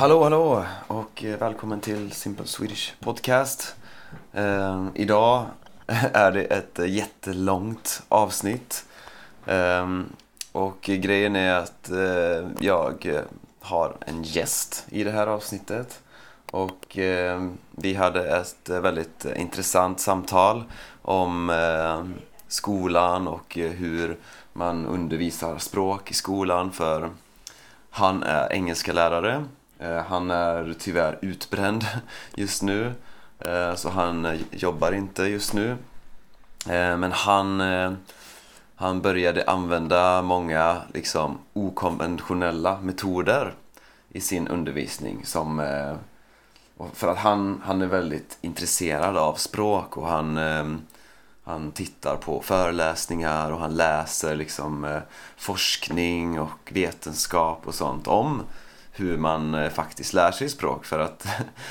Hallå och välkommen till Simple Swedish Podcast. Idag är det ett jättelångt avsnitt. Och grejen är att jag har en gäst i det här avsnittet. Och vi hade ett väldigt intressant samtal om skolan och hur man undervisar språk i skolan, för han är engelska lärare. Han är tyvärr utbränd just nu, så han jobbar inte just nu. Men han började använda många okonventionella metoder i sin undervisning, för att han är väldigt intresserad av språk, och han tittar på föreläsningar och han läser forskning och vetenskap och sånt om hur man faktiskt lär sig språk. För att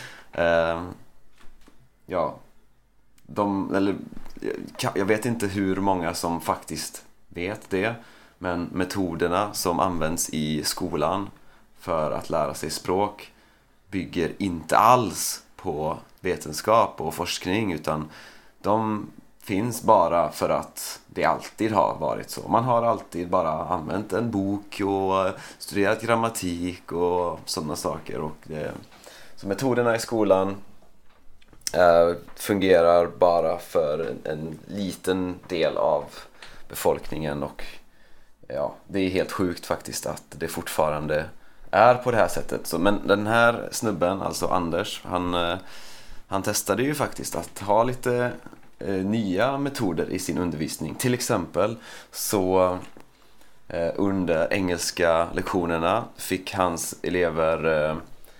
jag vet inte hur många som faktiskt vet det, men metoderna som används i skolan för att lära sig språk bygger inte alls på vetenskap och forskning, utan de finns bara för att det alltid har varit så. Man har alltid bara använt en bok och studerat grammatik och sådana saker. Så metoderna i skolan fungerar bara för en liten del av befolkningen, och det är helt sjukt faktiskt att det fortfarande är på det här sättet. Men den här snubben, alltså Anders, han testade ju faktiskt att ha lite nya metoder i sin undervisning. Till exempel så under engelska lektionerna fick hans elever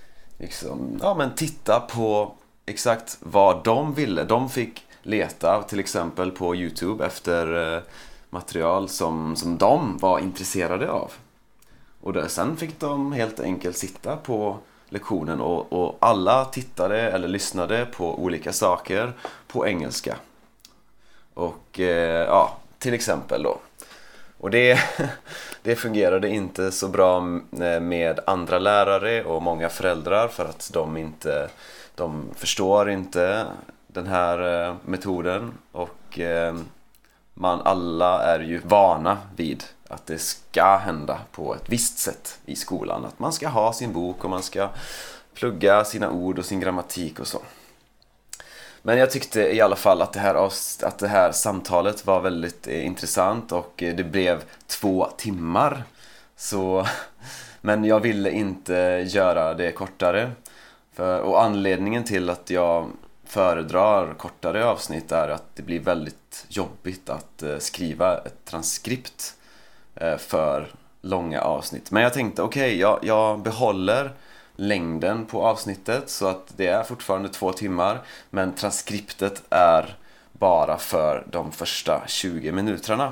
titta på exakt vad de ville. De fick leta till exempel på YouTube efter material som de var intresserade av. Och sen fick de helt enkelt sitta på lektionen och alla tittade eller lyssnade på olika saker på engelska. Och till exempel då. Och det fungerade inte så bra med andra lärare och många föräldrar, för att de förstår inte den här metoden, och alla är ju vana vid att det ska hända på ett visst sätt i skolan, att man ska ha sin bok och man ska plugga sina ord och sin grammatik och så. Men jag tyckte i alla fall att det här samtalet var väldigt intressant, och det blev 2 timmar. Men jag ville inte göra det kortare. Och anledningen till att jag föredrar kortare avsnitt är att det blir väldigt jobbigt att skriva ett transkript för långa avsnitt. Men jag tänkte jag behåller längden på avsnittet så att det är fortfarande 2 timmar, men transkriptet är bara för de första 20 minuterna.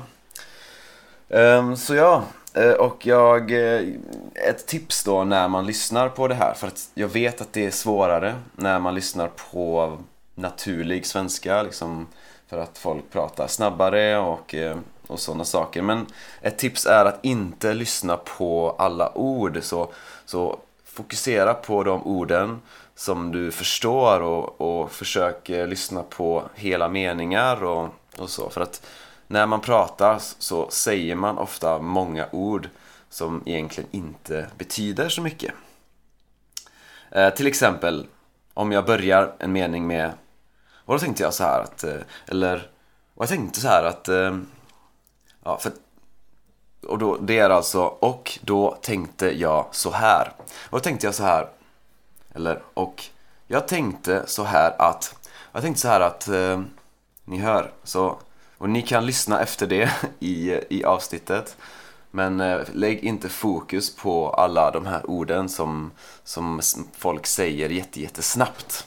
Ett tips då när man lyssnar på det här, för att jag vet att det är svårare när man lyssnar på naturlig svenska, för att folk pratar snabbare och sådana saker. Men ett tips är att inte lyssna på alla ord, så fokusera på de orden som du förstår och försök lyssna på hela meningar och så. För att när man pratar så säger man ofta många ord som egentligen inte betyder så mycket. Till exempel, om jag börjar en mening med... Och då tänkte jag så här att... det är alltså, och då tänkte jag så här. Och då tänkte jag så här. Jag tänkte så här att ni hör. Och ni kan lyssna efter det i avsnittet. Men lägg inte fokus på alla de här orden som folk säger jättesnabbt.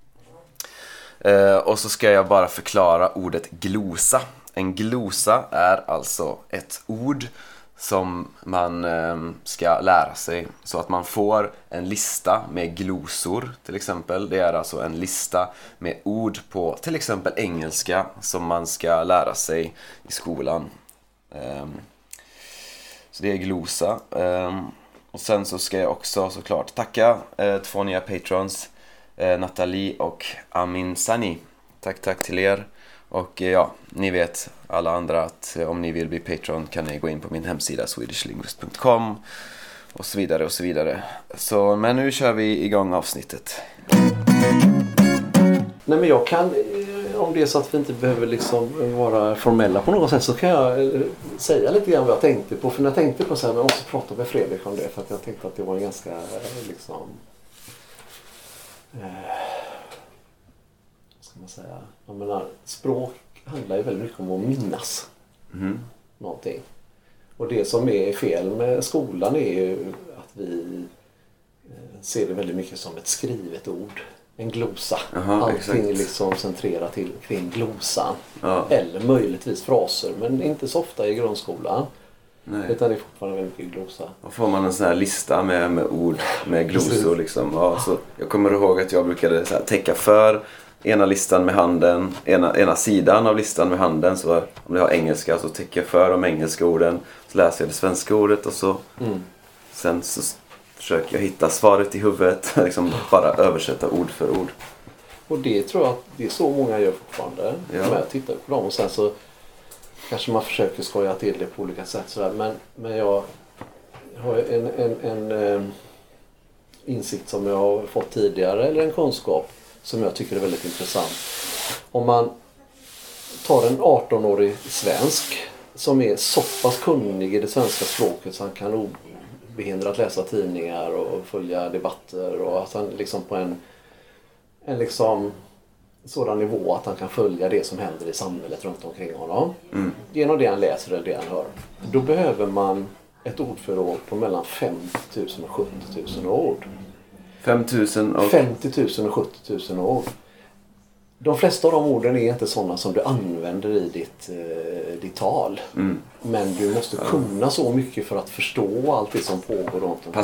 Och så ska jag bara förklara ordet glosa. En glosa är alltså ett ord som man ska lära sig, så att man får en lista med glosor till exempel. Det är alltså en lista med ord på till exempel engelska som man ska lära sig i skolan. Så det är glosa. Och sen så ska jag också såklart tacka 2 nya patrons, Nathalie och Amin Sani. Tack till er. Och ja, ni vet alla andra att om ni vill bli patron kan ni gå in på min hemsida swedishlinguist.com och så vidare och så vidare. Så, men nu kör vi igång avsnittet. Nej, men jag kan, om det är så att vi inte behöver liksom vara formella på något sätt, så kan jag säga lite grann vad jag tänkte på. För när jag tänkte på så här, men jag måste prata med Fredrik om det, för att jag tänkte att det var en ganska liksom vad ska man säga, jag menar, språk handlar ju väldigt mycket om att minnas någonting. Och det som är fel med skolan är ju att vi ser det väldigt mycket som ett skrivet ord. En glosa. Aha, allting är liksom centrerat kring glosan. Ja. Eller möjligtvis fraser, men inte så ofta i grundskolan. Nej. Utan det är fortfarande väldigt mycket glosa. Då får man en sån här lista med ord, med glosor liksom. Ja, så jag kommer ihåg att jag brukade så här täcka för ena listan med handen, ena sidan av listan med handen. Så om jag har engelska så täcker jag för de engelska orden. Så läser jag det svenska ordet och så sen så försöker jag hitta svaret i huvudet. Liksom bara översätta ord för ord. Och det tror jag att det är så många gör fortfarande. Ja. Men jag tittar på dem och sen så kanske man försöker skoja till det på olika sätt. Sådär. Men jag har en insikt som jag har fått tidigare, eller en kunskap som jag tycker är väldigt intressant. Om man tar en 18-årig svensk som är så pass kunnig i det svenska språket så han kan obehindrat läsa tidningar och följa debatter, och att han liksom på en liksom sådan nivå att han kan följa det som händer i samhället runt omkring honom. Genom det han läser eller det han hör. Då behöver man ett ordförråd på mellan 50 000 och 70 000 ord. 50 000 och 70 000 ord. De flesta av de orden är inte sådana som du använder i ditt tal. Men du måste kunna så mycket för att förstå allt det som pågår runt omkring.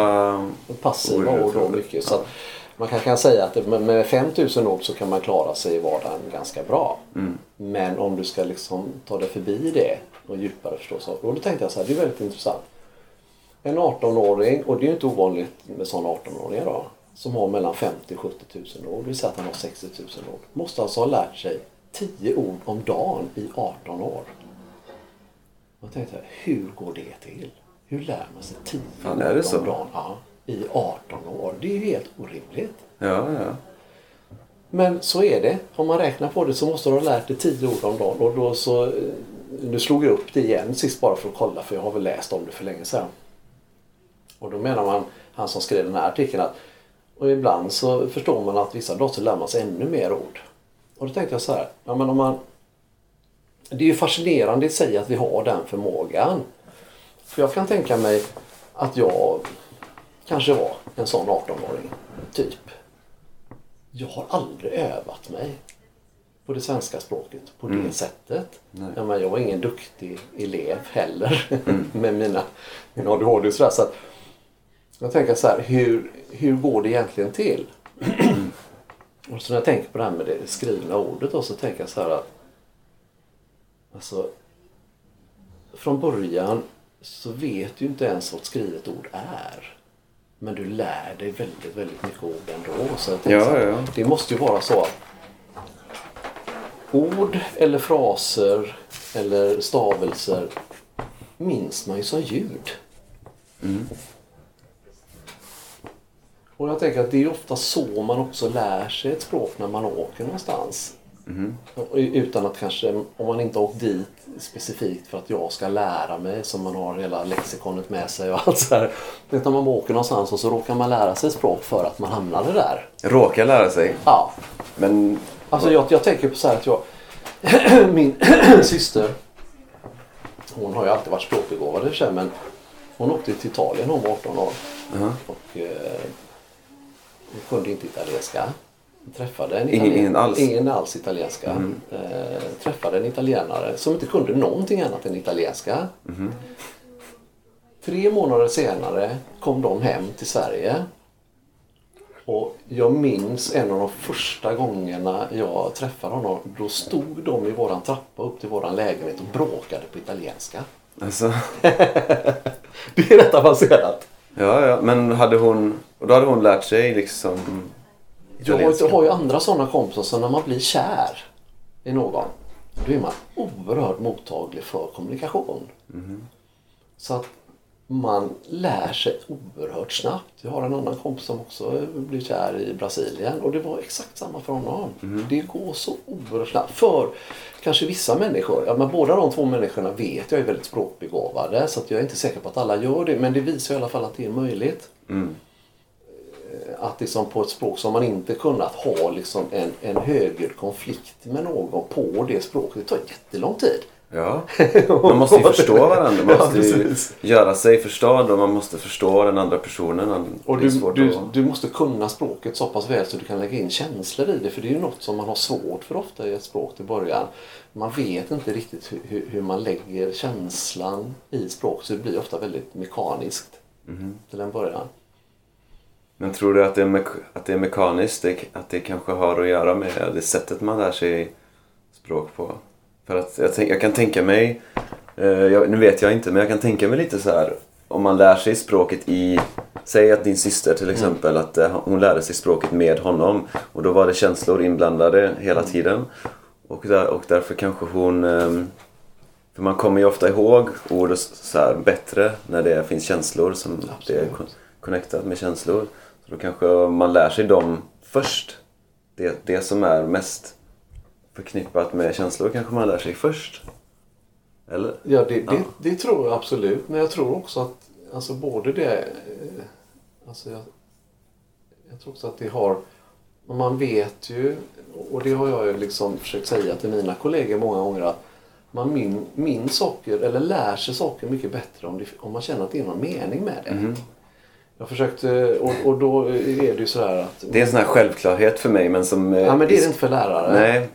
Passiva ord och mycket. Så att man kan säga att med 5 000 ord så kan man klara sig i vardagen ganska bra. Men om du ska liksom ta dig förbi det och djupare förstå så. Och då tänkte jag så här, det är väldigt intressant. En 18-åring, och det är ju inte ovanligt med sådana 18-åringar då, som har mellan 50 och 70 000 ord, det vill säga att han har 60 000 ord, måste alltså ha lärt sig 10 ord om dagen i 18 år. Jag tänkte, hur går det till? Hur lär man sig 10 ord om dagen i 18 år? Det är ju helt orimligt. Ja. Men så är det. Om man räknar på det så måste du ha lärt dig 10 ord om dagen. Och då så, nu slog jag upp det igen sist bara för att kolla, för jag har väl läst om det för länge sedan. Och då menar man, han som skrev den här artikeln, att och ibland så förstår man att vissa dagar så lär man sig ännu mer ord. Och då tänkte jag så här, ja, men det är ju fascinerande i sig att vi har den förmågan. För jag kan tänka mig att jag kanske var en sån 18-åring, typ. Jag har aldrig övat mig på det svenska språket på det sättet. Ja, men jag var ingen duktig elev heller med mina ADHD och sådär. Så att jag tänker så här, hur går det egentligen till? Och så när jag tänker på det här med det skrivna ordet då, så tänker jag så här att alltså, från början så vet du inte ens vad ett skrivet ord är. Men du lär dig väldigt, väldigt mycket ord ändå. Så jag tänker så här, det måste ju vara så att ord eller fraser eller stavelser minns man ju som ljud. Och jag tänker att det är ofta så man också lär sig ett språk när man åker någonstans. Utan att kanske, om man inte har åkt dit specifikt för att jag ska lära mig, som man har hela lexikonet med sig och allt så här. Utan man åker någonstans och så råkar man lära sig språk för att man hamnade där. Råkar lära sig? Ja. Men alltså jag tänker på så här att min syster, hon har ju alltid varit språkbegåvad i och för sig, men hon åkte till Italien, hon var 18 år. Och hon kunde inte italienska. Träffade ingen alls italienska. Träffade en italienare som inte kunde någonting annat än italienska. 3 månader senare kom de hem till Sverige. Och jag minns en av de första gångerna jag träffade honom. Då stod de i våran trappa upp till våran lägenhet och bråkade på italienska. Alltså. Det är rätt avancerat. Ja, men då hade hon lärt sig liksom Jag har ju andra sådana kompisar, så när man blir kär i någon, då är man oerhört mottaglig för kommunikation. Så att man lär sig oerhört snabbt. Jag har en annan kompis som också blev kär i Brasilien, och det var exakt samma för honom. Det går så oerhört snabbt. För kanske vissa människor, men båda de två människorna vet jag är väldigt språkbegåvade, så att jag är inte säker på att alla gör det, men det visar i alla fall att det är möjligt. Att liksom på ett språk som man inte kunnat ha liksom en högre konflikt med någon på det språket, det tar jättelång tid. Ja, man måste ju förstå varandra. Man måste ju göra sig förstådd, och man måste förstå den andra personen. Och du måste kunna språket så pass väl så du kan lägga in känslor i det. För det är ju något som man har svårt för ofta i ett språk till början. Man vet inte riktigt hur man lägger känslan i språk, så det blir ofta väldigt mekaniskt till en början. Men tror du att det är mekaniskt? Att det kanske har att göra med det sättet man lär sig språk på? För att jag kan tänka mig, nu vet jag inte, men jag kan tänka mig lite så här, om man lär sig språket säg att din syster till exempel, att hon lärde sig språket med honom, och då var det känslor inblandade hela tiden, och därför kanske hon, för man kommer ju ofta ihåg ord så här bättre när det finns känslor som det är connectat med känslor, så då kanske man lär sig dem först, det som är mest förknippat med känslor kanske man lär sig först. Eller? Ja, det tror jag absolut. Men jag tror också att alltså både det, alltså jag tror också att det har, man vet ju, och det har jag ju liksom försökt säga till mina kollegor många gånger, att man minns saker eller lär sig saker mycket bättre om man känner att det är någon mening med det. Jag försökte, och då är det ju så här att... Det är en sån här självklarhet för mig, men som... Ja, men det är det inte för lärare. Nej,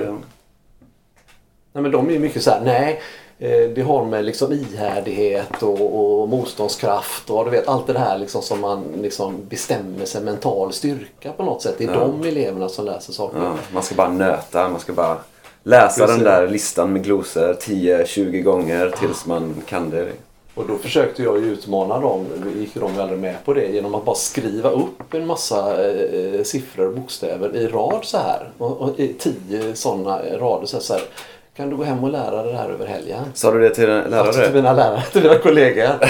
nej, men de är ju mycket så här, det har med liksom ihärdighet och motståndskraft och du vet, allt det här liksom som man liksom bestämmer sig, mental styrka på något sätt. Det är de eleverna som läser saker. Ja, man ska bara nöta, man ska bara läsa den där listan med glosor 10-20 gånger tills man kan det. Och då försökte jag ju utmana dem, gick de ju aldrig med på det, genom att bara skriva upp en massa siffror och bokstäver i rad så här. Och i 10 sådana rader så här. Kan du gå hem och lära dig det här över helgen? Sa du det till dina lärare? Till mina lärare, till mina kollegor.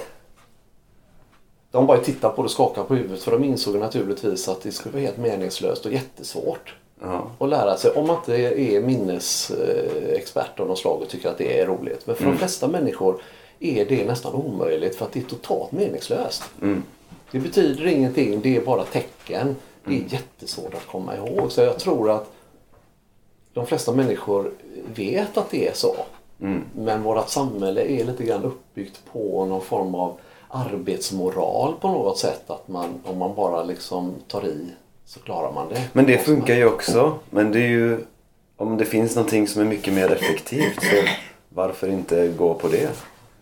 De bara tittade på det och skakade på huvudet, för de insåg naturligtvis att det skulle vara helt meningslöst och jättesvårt att lära sig. Om man inte är minnesexpert av något slag och tycker att det är roligt. Men för de flesta människor är det nästan omöjligt, för att det är totalt meningslöst. Det betyder ingenting, det är bara tecken. Det är jättesvårt att komma ihåg. Så jag tror att de flesta människor vet att det är så. Men vårt samhälle är lite grann uppbyggt på någon form av arbetsmoral på något sätt. Att om man bara liksom tar i så klarar man det. Men det funkar ju också. Men det är ju, om det finns någonting som är mycket mer effektivt, så varför inte gå på det?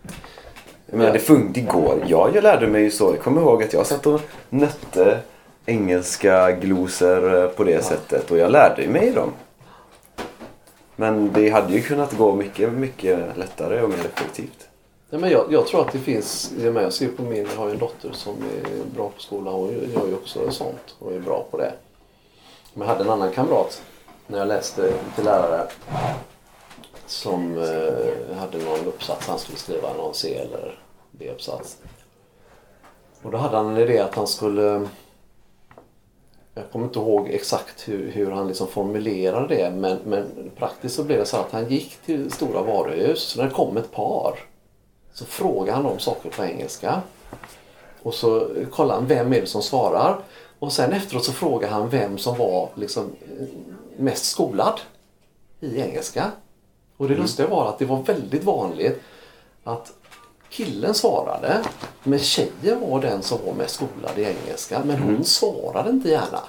Men det går. Jag lärde mig ju så. Jag kommer ihåg att jag satt och nötte engelska glosor på det sättet. Och jag lärde mig dem. Men det hade ju kunnat gå mycket, mycket lättare och mer effektivt. Ja, men jag tror att det finns, jag ser på jag har ju en dotter som är bra på skolan, och gör ju också sånt och är bra på det. Men jag hade en annan kamrat när jag läste till lärare som hade någon uppsats, han skulle skriva någon C eller B-uppsats. Och då hade han en idé att han skulle, jag kommer inte ihåg exakt hur han liksom formulerade det, men praktiskt så blev det så att han gick till stora varuhus, så när det kom ett par så frågade han om saker på engelska. Och så kollade han vem är det som svarar. Och sen efteråt så frågade han vem som var liksom mest skolad i engelska. Och det lustiga var att det var väldigt vanligt att killen svarade, men tjejen var den som var mest skolad i engelska. Men hon svarade inte gärna.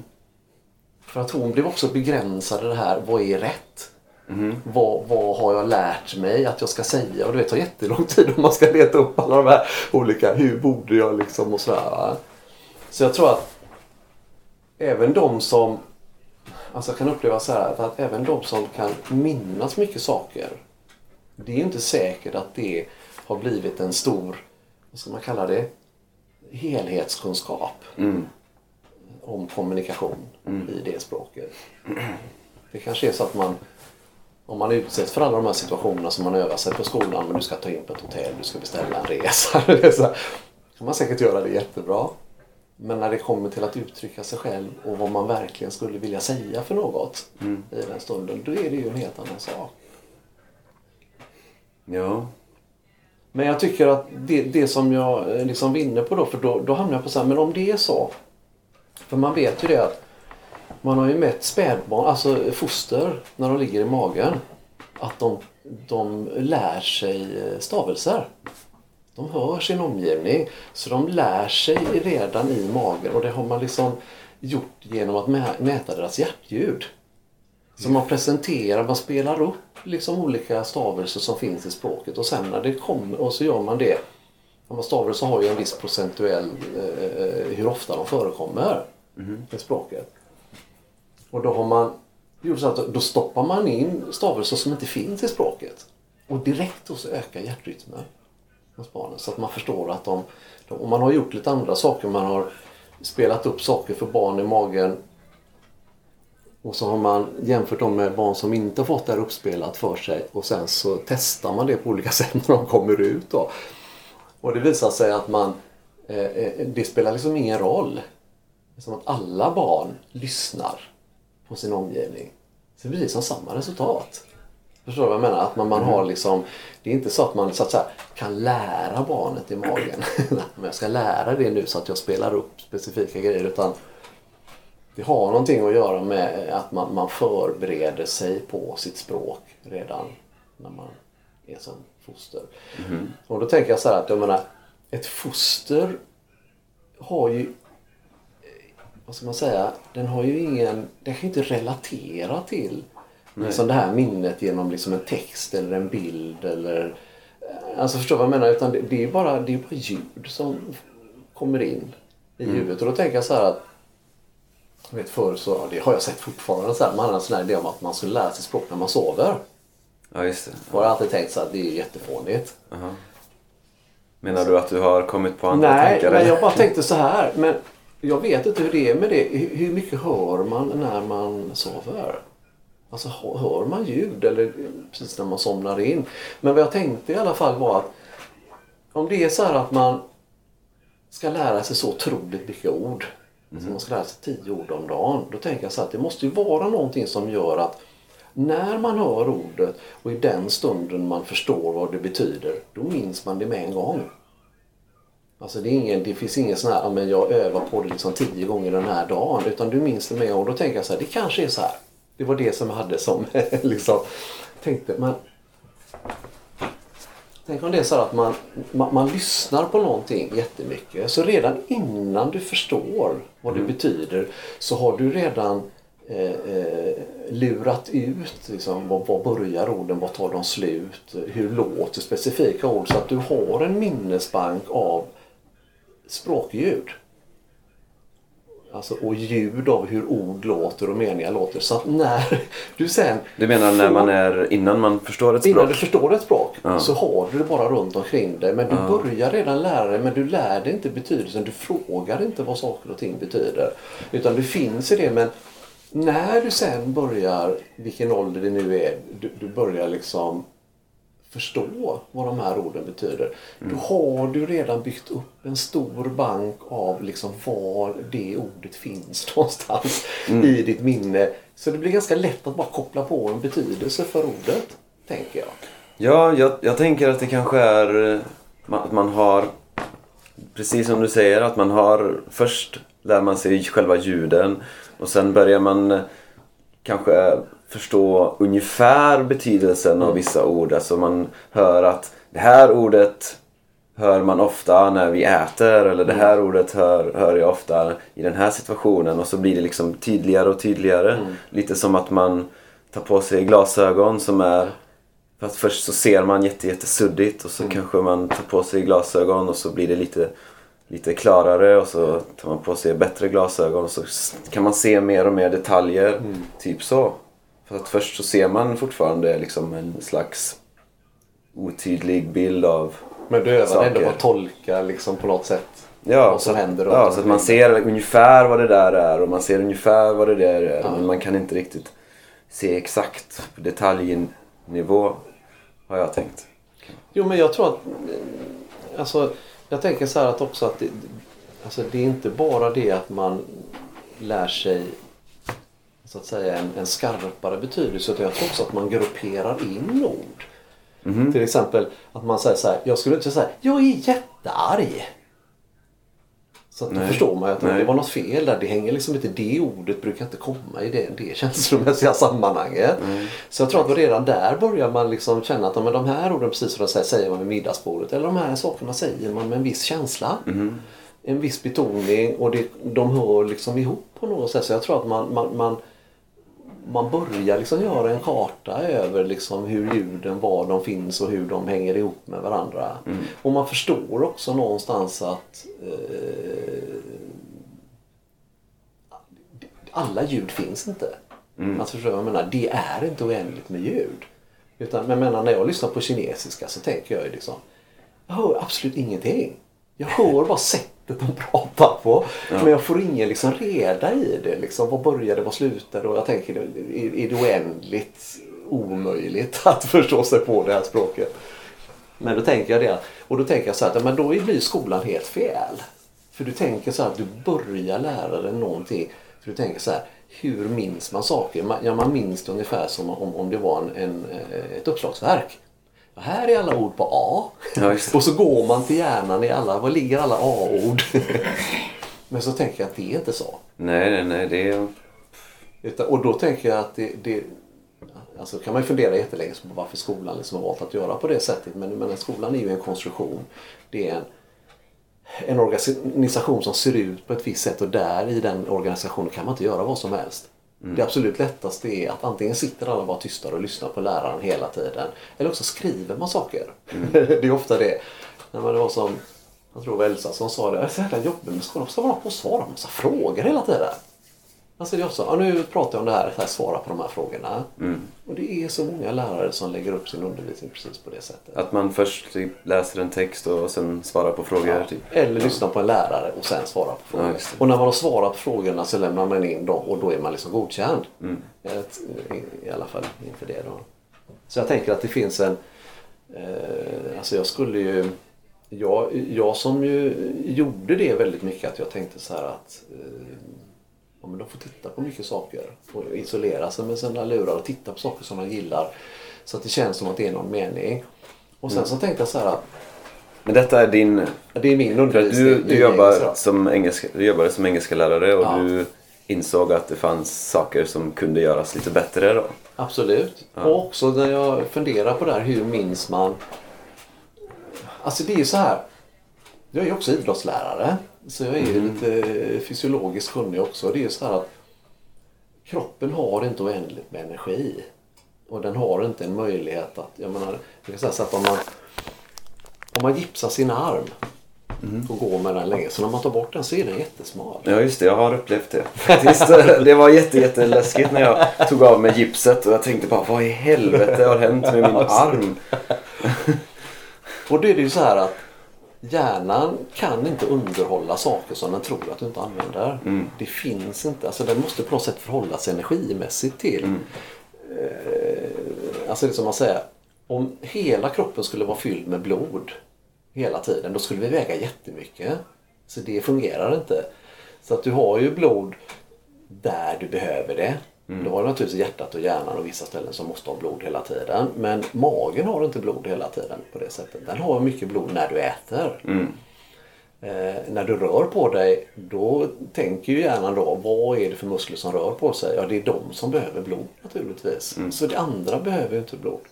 För att hon blev också begränsad i det här, vad är rätt? Vad har jag lärt mig att jag ska säga? Och det tar jättelång tid om man ska leta upp alla de här olika, hur borde jag liksom och sådär, va? Så jag tror att även de som, alltså jag kan uppleva så här, att även de som kan minnas mycket saker, det är inte säkert att det har blivit en stor, vad ska man kalla det, helhetskunskap om kommunikation i det språket. Det kanske är så att om man utsätts för alla de här situationerna som man övar sig på skolan, men du ska ta in på ett hotell, du ska beställa en resa, så kan man säkert göra det jättebra. Men när det kommer till att uttrycka sig själv och vad man verkligen skulle vilja säga för något i den stunden, då är det ju en helt annan sak. Ja. Men jag tycker att det som jag liksom vinner på då, för då hamnar jag på så här, men om det är så, för man vet ju det att man har ju mätt spädbarn, alltså foster, när de ligger i magen, att de lär sig stavelser. De hör sin omgivning, så de lär sig redan i magen, och det har man liksom gjort genom att mäta deras hjärtljud. Så man presenterar, man spelar upp liksom olika stavelser som finns i språket, och sen när det kommer, och så gör man det. Stavelser har ju en viss procentuell hur ofta de förekommer i språket. Och då har man gjort så att då stoppar man in stavelser som inte finns i språket. Och direkt så ökar hjärtrytmen hos barnen. Så att man förstår att om man har gjort lite andra saker, man har spelat upp saker för barn i magen, och så har man jämfört dem med barn som inte har fått det här uppspelat för sig, och sen så testar man det på olika sätt när de kommer ut då. Och det visar sig att det spelar liksom ingen roll. Det är som att alla barn lyssnar på sin omgivning. Så det blir liksom samma resultat. Förstår du vad jag menar? Att man har liksom, det är inte så att man så att säga, kan lära barnet i magen. Men jag ska lära det nu så att jag spelar upp specifika grejer, utan det har någonting att göra med att man förbereder sig på sitt språk redan när man är som foster. Och då tänker jag så här att jag menar, ett foster har ju, vad ska man säga, den har ju den kan inte relatera till liksom det här minnet genom liksom en text eller en bild eller, alltså förstår vad jag menar, utan det är bara ljud som kommer in i huvudet. Och då tänker jag så här att, jag vet förr så, det har jag sett fortfarande så här, man har en sån här idé om att man skulle lära sig språk när man sover. Ja, just det. Och jag har alltid tänkt så att det är jättefånigt. Menar du att du har kommit på andra tankar? Nej, jag bara tänkte så här, men jag vet inte hur det är med det. Hur mycket hör man när man sover? Alltså hör man ljud eller precis när man somnar in? Men vad jag tänkte i alla fall var att om det är så här att man ska lära sig så otroligt mycket ord, så man ska lära sig 10 ord om dagen, då tänker jag så här att det måste ju vara någonting som gör att när man hör ordet och i den stunden man förstår vad det betyder, då minns man det med en gång. Alltså det finns ingen sån här, men jag övar på det liksom 10 gånger den här dagen, utan du minns det med en gång. Och då tänker jag så här, det kanske är så här. Det var det som jag hade som liksom tänkte, men tänk om det är så här att man lyssnar på någonting jättemycket, så redan innan du förstår vad det betyder så har du redan lurat ut liksom, vad börjar orden, vad tar de slut, hur låter specifika ord, så att du har en minnesbank av språkljud. Alltså, och ljud av hur ord låter och meningar låter. Så att när du sen... Du menar när man är, innan man förstår ett språk? Innan du förstår ett språk så har du det bara runt omkring dig. Men du börjar redan lära dig, men du lär dig inte betydelsen. Du frågar inte vad saker och ting betyder. Utan du finns i det, men när du sen börjar, vilken ålder det nu är, du börjar liksom förstå vad de här orden betyder. Då har du redan byggt upp en stor bank av liksom var det ordet finns någonstans i ditt minne. Så det blir ganska lätt att bara koppla på en betydelse för ordet, tänker jag. Ja, jag tänker att det kanske är att man har, precis som du säger, att man har, först lär man sig själva ljuden och sen börjar man kanske förstå ungefär betydelsen av vissa ord. Alltså man hör att det här ordet hör man ofta när vi äter, eller det här ordet hör jag ofta i den här situationen, och så blir det liksom tydligare och tydligare. Lite som att man tar på sig glasögon som är, för att först så ser man jättesuddigt och så kanske man tar på sig glasögon och så blir det lite klarare, och så tar man på sig bättre glasögon och så kan man se mer och mer detaljer, typ så. För att först så ser man fortfarande liksom en slags otydlig bild av men du övar saker. ändå på att tolka liksom på något sätt. vad som händer. Ja, så att man ser ungefär vad det där är och man ser ungefär vad det där är. Men man kan inte riktigt se exakt på detaljnivå, har jag tänkt. Jo, men jag tror att jag tänker så här att också att det är inte bara det att man lär sig så att säga en skarpare betydelse, utan jag tror också att man grupperar in ord. Till exempel att man säger så här, jag skulle inte säga jag är jättearg. Så att då förstår man att det var något fel där. Det hänger liksom inte, det ordet brukar inte komma i det känslomässiga sammanhanget. Så jag tror att redan där börjar man liksom känna att de här orden, precis som de säger man vid middagsbordet, eller de här sakerna säger man med en viss känsla. En viss betoning, och de hör liksom ihop på något sätt. Så jag tror att man börjar liksom göra en karta över liksom hur ljuden, var de finns och hur de hänger ihop med varandra. Och man förstår också någonstans att alla ljud finns inte. Alltså, jag menar, det är inte oändligt med ljud. Utan, men när jag lyssnar på kinesiska så tänker jag ju liksom, jag hör absolut ingenting. Jag hör bara sättet de pratar på. Men jag får ingen liksom reda i det. Liksom, vad började, vad slutade? Och jag tänker, är det oändligt omöjligt att förstå sig på det här språket? Men då tänker jag det. Och då tänker jag så här, men då blir skolan helt fel. För du tänker så här, att du börjar lära dig någonting. För du tänker så här, hur minns man saker? Man minns det ungefär som om det var ett uppslagsverk. Här är alla ord på A. Och så går man till hjärnan i alla, var ligger alla A-ord? Men så tänker jag att det är inte så. Nej, det är... Och då tänker jag att det alltså kan man ju fundera jättelänge på varför skolan liksom har valt att göra på det sättet. Men skolan är ju en konstruktion. Det är en organisation som ser ut på ett visst sätt, och där i den organisationen kan man inte göra vad som helst. Det absolut lättaste är att antingen sitter alla bara tysta och lyssnar på läraren hela tiden, eller också skriver man saker. Det är ofta det. När man var som, jag tror det var Elsa som sa det, jag är så jävla jobbig med skolan, så var man på att svara en massa frågor hela tiden. Alltså det är också, nu pratar jag om det här, svara på de här frågorna. Och det är så många lärare som lägger upp sin undervisning precis på det sättet. Att man först läser en text och sen svarar på frågor. Typ. Eller lyssnar på en lärare och sen svarar på frågor. Och när man har svarat på frågorna så lämnar man in dem, och då är man liksom godkänd. I alla fall inför det då. Så jag tänker att det finns en... alltså jag skulle ju... Jag som ju gjorde det väldigt mycket, att jag tänkte så här att... men de får titta på mycket saker och isolera sig med sina lurar och titta på saker som de gillar, så att det känns som att det är någon mening. Och sen så tänkte jag så här att... Men detta är din... Det är min undervisning. Du jobbar som engelska lärare, och du insåg att det fanns saker som kunde göras lite bättre då. Absolut. Och också när jag funderar på det här, hur minns man... Alltså det är ju så här... Jag är ju också idrottslärare, så jag är ju lite fysiologiskt kunnig också. Det är ju så här att kroppen har inte oändligt med energi. Och den har inte en möjlighet att... Jag menar, jag kan säga så att om man gipsar sin arm och går med den länge, så när man tar bort den så är den jättesmal. Ja just det, jag har upplevt det. Faktiskt, det var jätteläskigt när jag tog av mig gipset, och jag tänkte bara, vad i helvete har hänt med min arm? Och då är det ju så här att hjärnan kan inte underhålla saker som den tror att du inte använder. Det finns inte. Alltså den måste på något sätt förhålla sig energimässigt till. Alltså det som man säger, om hela kroppen skulle vara fylld med blod hela tiden, då skulle vi väga jättemycket. Så det fungerar inte. Så att du har ju blod där du behöver det. Då har du naturligtvis hjärtat och hjärnan och vissa ställen som måste ha blod hela tiden. Men magen har inte blod hela tiden på det sättet. Den har mycket blod när du äter. När du rör på dig, då tänker ju hjärnan då, vad är det för muskler som rör på sig? Ja, det är de som behöver blod naturligtvis. Så det andra behöver ju inte blod.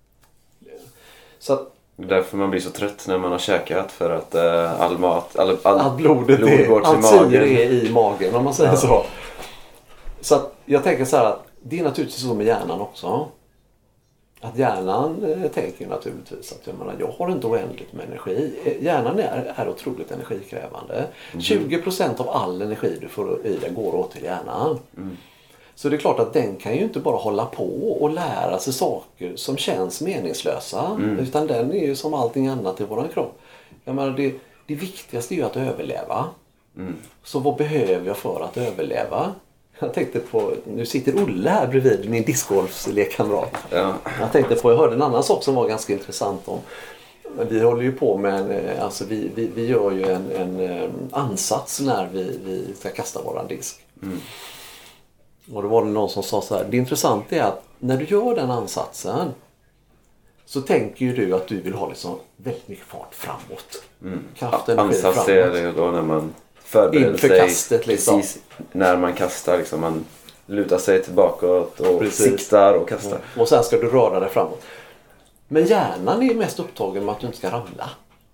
Så att, därför man blir så trött när man har käkat, för att all mat, all blodet blod går till allt magen. syre är i magen, om man säger så. Så att jag tänker så här att det är naturligtvis så med hjärnan också. Att hjärnan tänker naturligtvis att jag har inte oändligt med energi. Hjärnan är otroligt energikrävande. 20% av all energi du får i den går åt till hjärnan. Så det är klart att den kan ju inte bara hålla på och lära sig saker som känns meningslösa. Utan den är ju som allting annat i våran kropp. Jag menar, det det viktigaste är ju att överleva. Så vad behöver jag för att överleva? Jag tänkte på, nu sitter Olle här bredvid, min discgolfslekkamrat. Ja. Jag hörde en annan sak som var ganska intressant om. Vi håller ju på med alltså vi gör ju en ansats när vi ska kasta våran disk. Och då var det någon som sa så här, det intressanta är att när du gör den ansatsen så tänker ju du att du vill ha liksom väldigt mycket fart framåt. Kraften ansats är det då när man förbereder sig kastet, liksom. Precis när man kastar liksom, man lutar sig tillbakåt och siktar och kastar. Och sen ska du röra dig framåt. Men hjärnan är mest upptagen med att du inte ska ramla.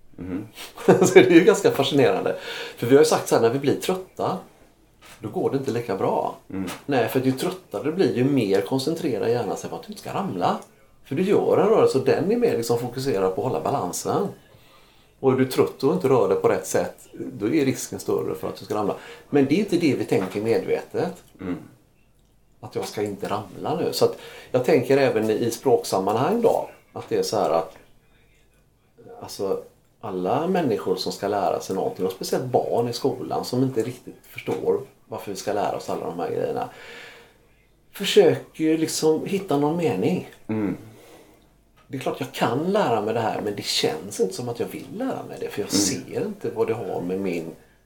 Så det är ju ganska fascinerande. För vi har ju sagt så här, när vi blir trötta då går det inte lika bra. Nej, för ju tröttare du blir ju mer koncentrerar hjärnan sig på att du inte ska ramla. För du gör en rörelse och den är mer liksom fokuserad på att hålla balansen. Och är du trött och inte rör dig på rätt sätt, då är risken större för att du ska ramla. Men det är inte det vi tänker medvetet. Att jag ska inte ramla nu. Så att jag tänker även i språksammanhang då, att det är så här att alltså, alla människor som ska lära sig någonting, och speciellt barn i skolan som inte riktigt förstår varför vi ska lära oss alla de här grejerna, försöker liksom hitta någon mening. Det är klart jag kan lära mig det här, men det känns inte som att jag vill lära mig det, för jag ser inte vad det har med min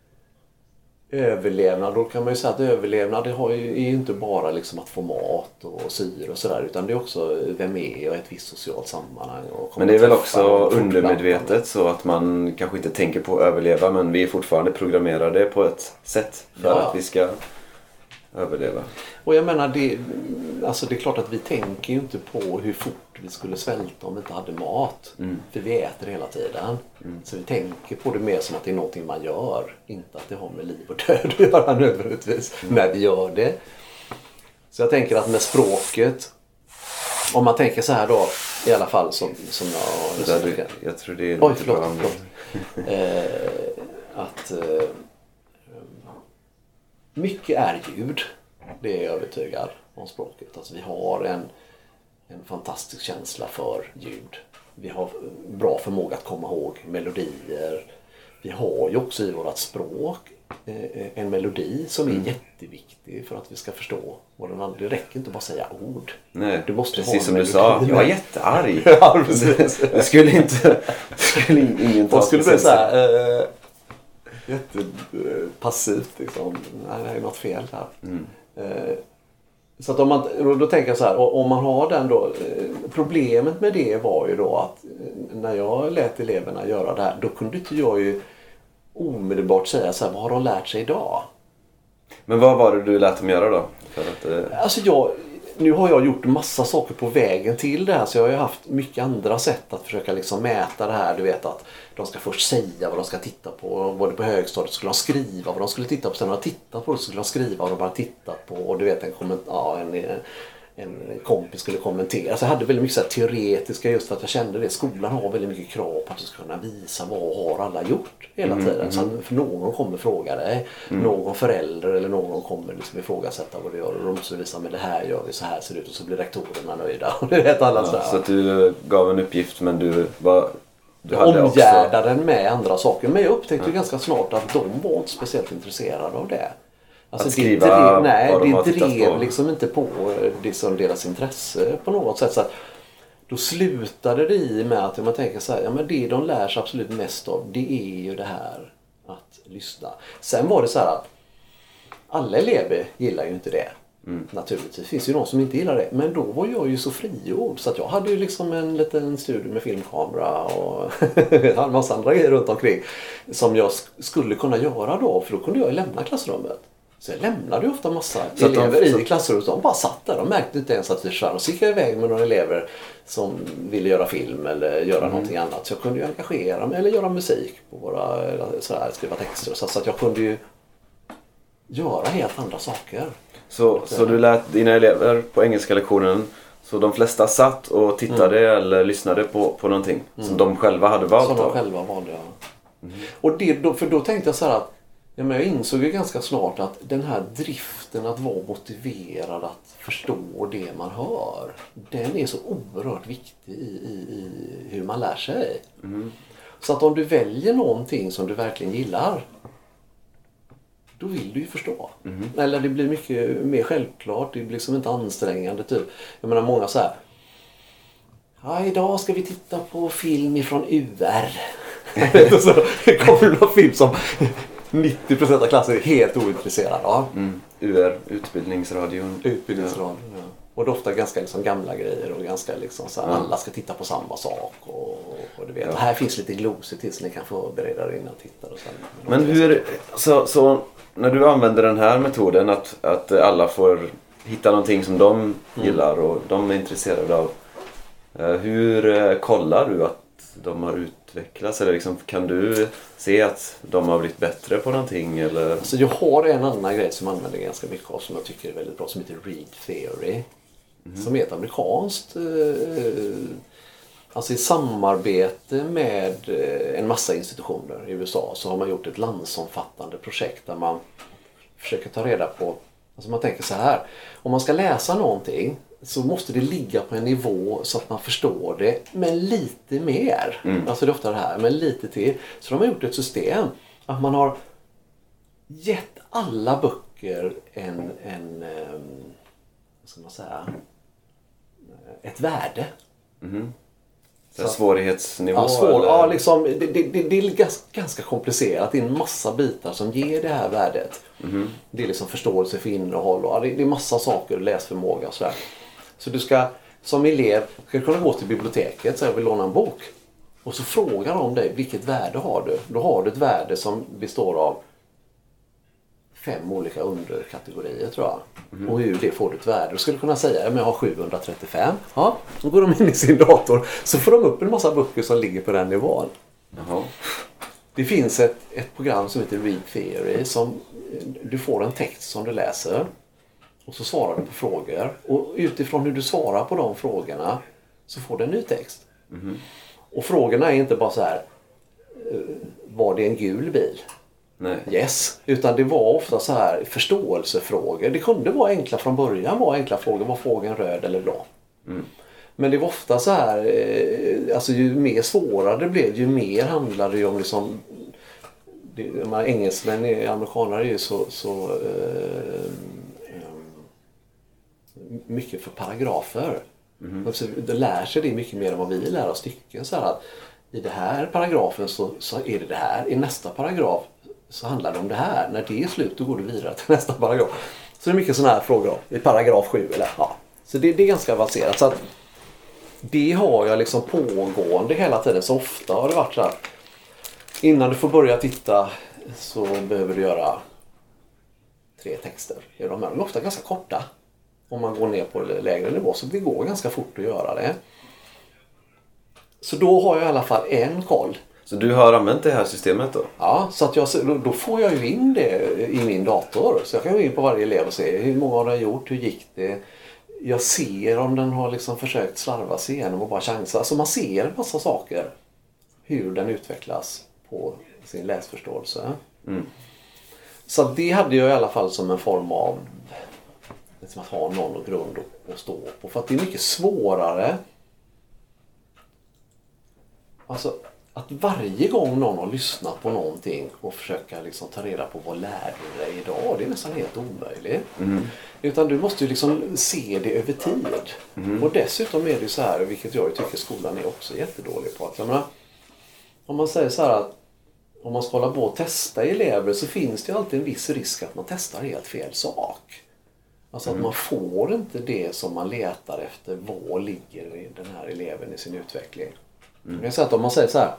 överlevnad. Då kan man ju säga att överlevnad det är ju inte bara liksom att få mat och syre och sådär, utan det är också vem är och ett visst socialt sammanhang. Men det är väl också undermedvetet så att man kanske inte tänker på att överleva, men vi är fortfarande programmerade på ett sätt för att vi ska överleva. Och jag menar, det är klart att vi tänker ju inte på hur fort vi skulle svälta om vi inte hade mat. För vi äter hela tiden. Så vi tänker på det mer som att det är någonting man gör. Inte att det har med liv och död att göra nödvändigtvis när vi gör det. Så jag tänker att med språket, om man tänker så här då, i alla fall som jag tror det är förlåt. Mycket är ljud. Det är jag övertygad om språket. Alltså vi har en fantastisk känsla för ljud. Vi har bra förmåga att komma ihåg melodier. Vi har ju också i vårt språk en melodi som är jätteviktig för att vi ska förstå vad den andra. Det räcker inte bara att säga ord. Nej, du måste precis som du sa. Jag är jättearg. Ja, precis. Det skulle ingen ta. Vad skulle bli så här jättepassivt liksom. Nej, det är något fel här. Så att då tänker jag så här, om man har den då, problemet med det var ju då att när jag lät eleverna göra det här, då kunde inte jag ju omedelbart säga så här, vad har de lärt sig idag? Men vad var det du lät dem göra då? För att, Alltså nu har jag gjort massa saker på vägen till det här, så jag har ju haft mycket andra sätt att försöka liksom mäta det här. Du vet att de ska först säga vad de ska titta på. Både på högstadiet skulle de skriva vad de skulle titta på. Sen när de tittat på det så skulle de skriva vad de bara tittat på. Och du vet en kompis skulle kommentera. Så jag hade väldigt mycket så här teoretiska, just för att jag kände det. Skolan har väldigt mycket krav på att du ska kunna visa vad har alla gjort hela tiden. Så för någon kommer fråga dig. Någon förälder eller någon kommer liksom ifrågasätta vad du gör. Och de måste visa, men det här gör vi, så här ser det ut. Och så blir rektorerna nöjda. Och det vet alla så här. Så att du gav en uppgift, men du hade omgärdade den med andra saker. Men jag upptäckte ganska snart att de var inte speciellt intresserade av det. Alltså att skriva det drev liksom inte på liksom deras intresse på något sätt. Så att då slutade det i med att man tänker så här, ja, men det de lär sig absolut mest av, det är ju det här att lyssna. Sen var det så här att alla elever gillar ju inte det. Naturligtvis finns ju någon som inte gillar det. Men då var jag ju så frigjord, så att jag hade ju liksom en liten studio med filmkamera och en massa andra grejer runt omkring som jag skulle kunna göra då, för då kunde jag lämna klassrummet. Så jag lämnade ju ofta massa elever i klassrummet. De bara satt där. De märkte inte ens att vi kör. Och så gick jag iväg med några elever som ville göra film eller göra någonting annat. Så jag kunde ju engagera mig eller göra musik på våra, skriva texter. Så att jag kunde ju göra helt andra saker. Så du lät dina elever på engelska lektionen, så de flesta satt och tittade eller lyssnade på någonting som de själva hade valt? Som de själva valde, ja. Och för då tänkte jag så här att men jag insåg ju ganska snart att den här driften att vara motiverad att förstå det man hör, den är så oerhört viktig i hur man lär sig. Så att om du väljer någonting som du verkligen gillar, då vill du ju förstå. Eller det blir mycket mer självklart. Det blir liksom inte ansträngande typ. Jag menar många så här. Ja, idag ska vi titta på film ifrån UR. Så det kommer någon film som 90% av klassen är helt ointresserad av. UR, Utbildningsradion. Utbildningsradion, ja. Och det är ofta ganska liksom gamla grejer och ganska liksom så här, alla ska titta på samma sak och du vet, och här finns lite glosor till så ni kan förbereda er innan tittar och sen. Men hur, så när du använder den här metoden att alla får hitta någonting som de gillar och de är intresserade av, hur kollar du att de har utvecklats, eller liksom, kan du se att de har blivit bättre på någonting eller? Så jag har en annan grej som jag använder ganska mycket av som jag tycker är väldigt bra, som heter Read Theory. Som är ett amerikanskt, alltså i samarbete med en massa institutioner i USA så har man gjort ett landsomfattande projekt där man försöker ta reda på, alltså man tänker så här, om man ska läsa någonting så måste det ligga på en nivå så att man förstår det, men lite mer. Alltså det är ofta det här, men lite till. Så de har gjort ett system att man har gett alla böcker vad ska man säga, ett värde. Så svårighetsnivå? Ja, liksom, det är ganska komplicerat. Det är en massa bitar som ger det här värdet. Det är liksom förståelse för innehåll och det är massa saker, läsförmåga och sådär. Så du ska som elev kunna gå till biblioteket så jag vill låna en bok. Och så frågar de dig, vilket värde har du? Då har du ett värde som består av 5 olika underkategorier tror jag. Och hur det får du ett värde. Då skulle du kunna säga att jag har 735. Ja, då går de in i sin dator så får de upp en massa böcker som ligger på den nivån. Jaha. Det finns ett program som heter Read Theory som du får en text som du läser och så svarar du på frågor. Och utifrån hur du svarar på de frågorna så får du en ny text. Och frågorna är inte bara så här, var det en gul bil? Nej. Yes, utan det var ofta så här förståelsefrågor. Det kunde vara enkla från början, var enkla frågor, var frågan röd eller blå? Men det var ofta så här, alltså ju mer svårare det blev, ju mer handlade det om liksom, engelsmän, amerikaner är ju så mycket för paragrafer. De lär sig det mycket mer än vad vi lär oss stycken. Så här att i den här paragrafen så är det här. I nästa paragraf så handlar det om det här. När det är slut då går du vidare till nästa paragraf. Så det är mycket sådana här frågor i paragraf 7 eller ja. Så det är ganska avancerat. Så att det har jag liksom pågående hela tiden. Så ofta har det varit så här. Innan du får börja titta så behöver du göra 3 texter. De är ofta ganska korta. Om man går ner på lägre nivå så det går ganska fort att göra det. Så då har jag i alla fall en koll. Så du har använt det här systemet då? Ja, så att då får jag ju in det i min dator. Så jag kan gå in på varje elev och se hur många har den gjort, hur gick det. Jag ser om den har liksom försökt slarva sig igenom och bara chansa. Alltså man ser en massa saker. Hur den utvecklas på sin läsförståelse. Så det hade jag i alla fall som en form av liksom att ha någon grund att stå på. För att det är mycket svårare. Alltså att varje gång någon har lyssnat på någonting och försöka liksom ta reda på vad lärde du dig idag, det är nästan helt omöjligt. Utan du måste ju liksom se det över tid. Och dessutom är det så här, vilket jag tycker skolan är också jättedålig på. Att, jag menar, om man säger så här att om man ska hålla på och testa elever så finns det ju alltid en viss risk att man testar helt fel sak. Alltså att man får inte det som man letar efter, var ligger den här eleven i sin utveckling. Jag säger att om man säger så här,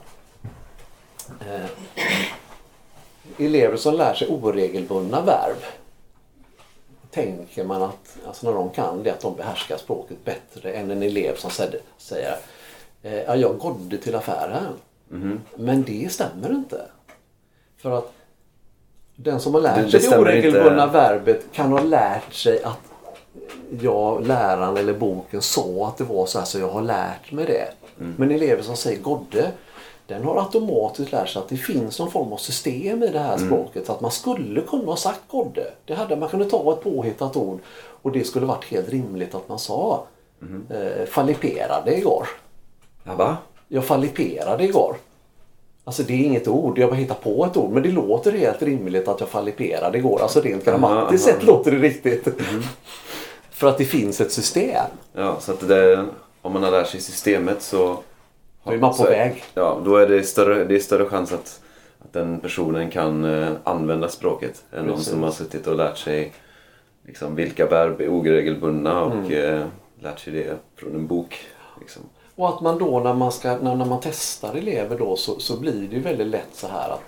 elever som lär sig oregelbundna verb, tänker man att alltså när de kan det att de behärskar språket bättre än en elev som säger ja, jag gådde till affären. Men det stämmer inte. För att den som har lärt sig det oregelbundna verbet kan ha lärt sig att läraren eller boken sa att det var så här så jag har lärt mig det. Men elever som säger godde, den har automatiskt lärt sig att det finns någon form av system i det här språket. Så att man skulle kunna ha sagt godde. Det hade man kunde ta ett påhittat ord och det skulle varit helt rimligt att man sa falliperade igår. Ja, va? Jag falliperade igår. Alltså det är inget ord, jag bara hittar på ett ord. Men det låter helt rimligt att jag falliperar. Det går, alltså rent grammatiskt sett låter det riktigt. För att det finns ett system. Ja, så att om man har lärt sig systemet så... Då är man på väg. Ja, då är det är större chans att den personen kan använda språket. Än någon som har suttit och lärt sig liksom, vilka verb är oregelbundna och lärt sig det från en bok. Liksom. Och att man då när man testar elever då så blir det ju väldigt lätt så här att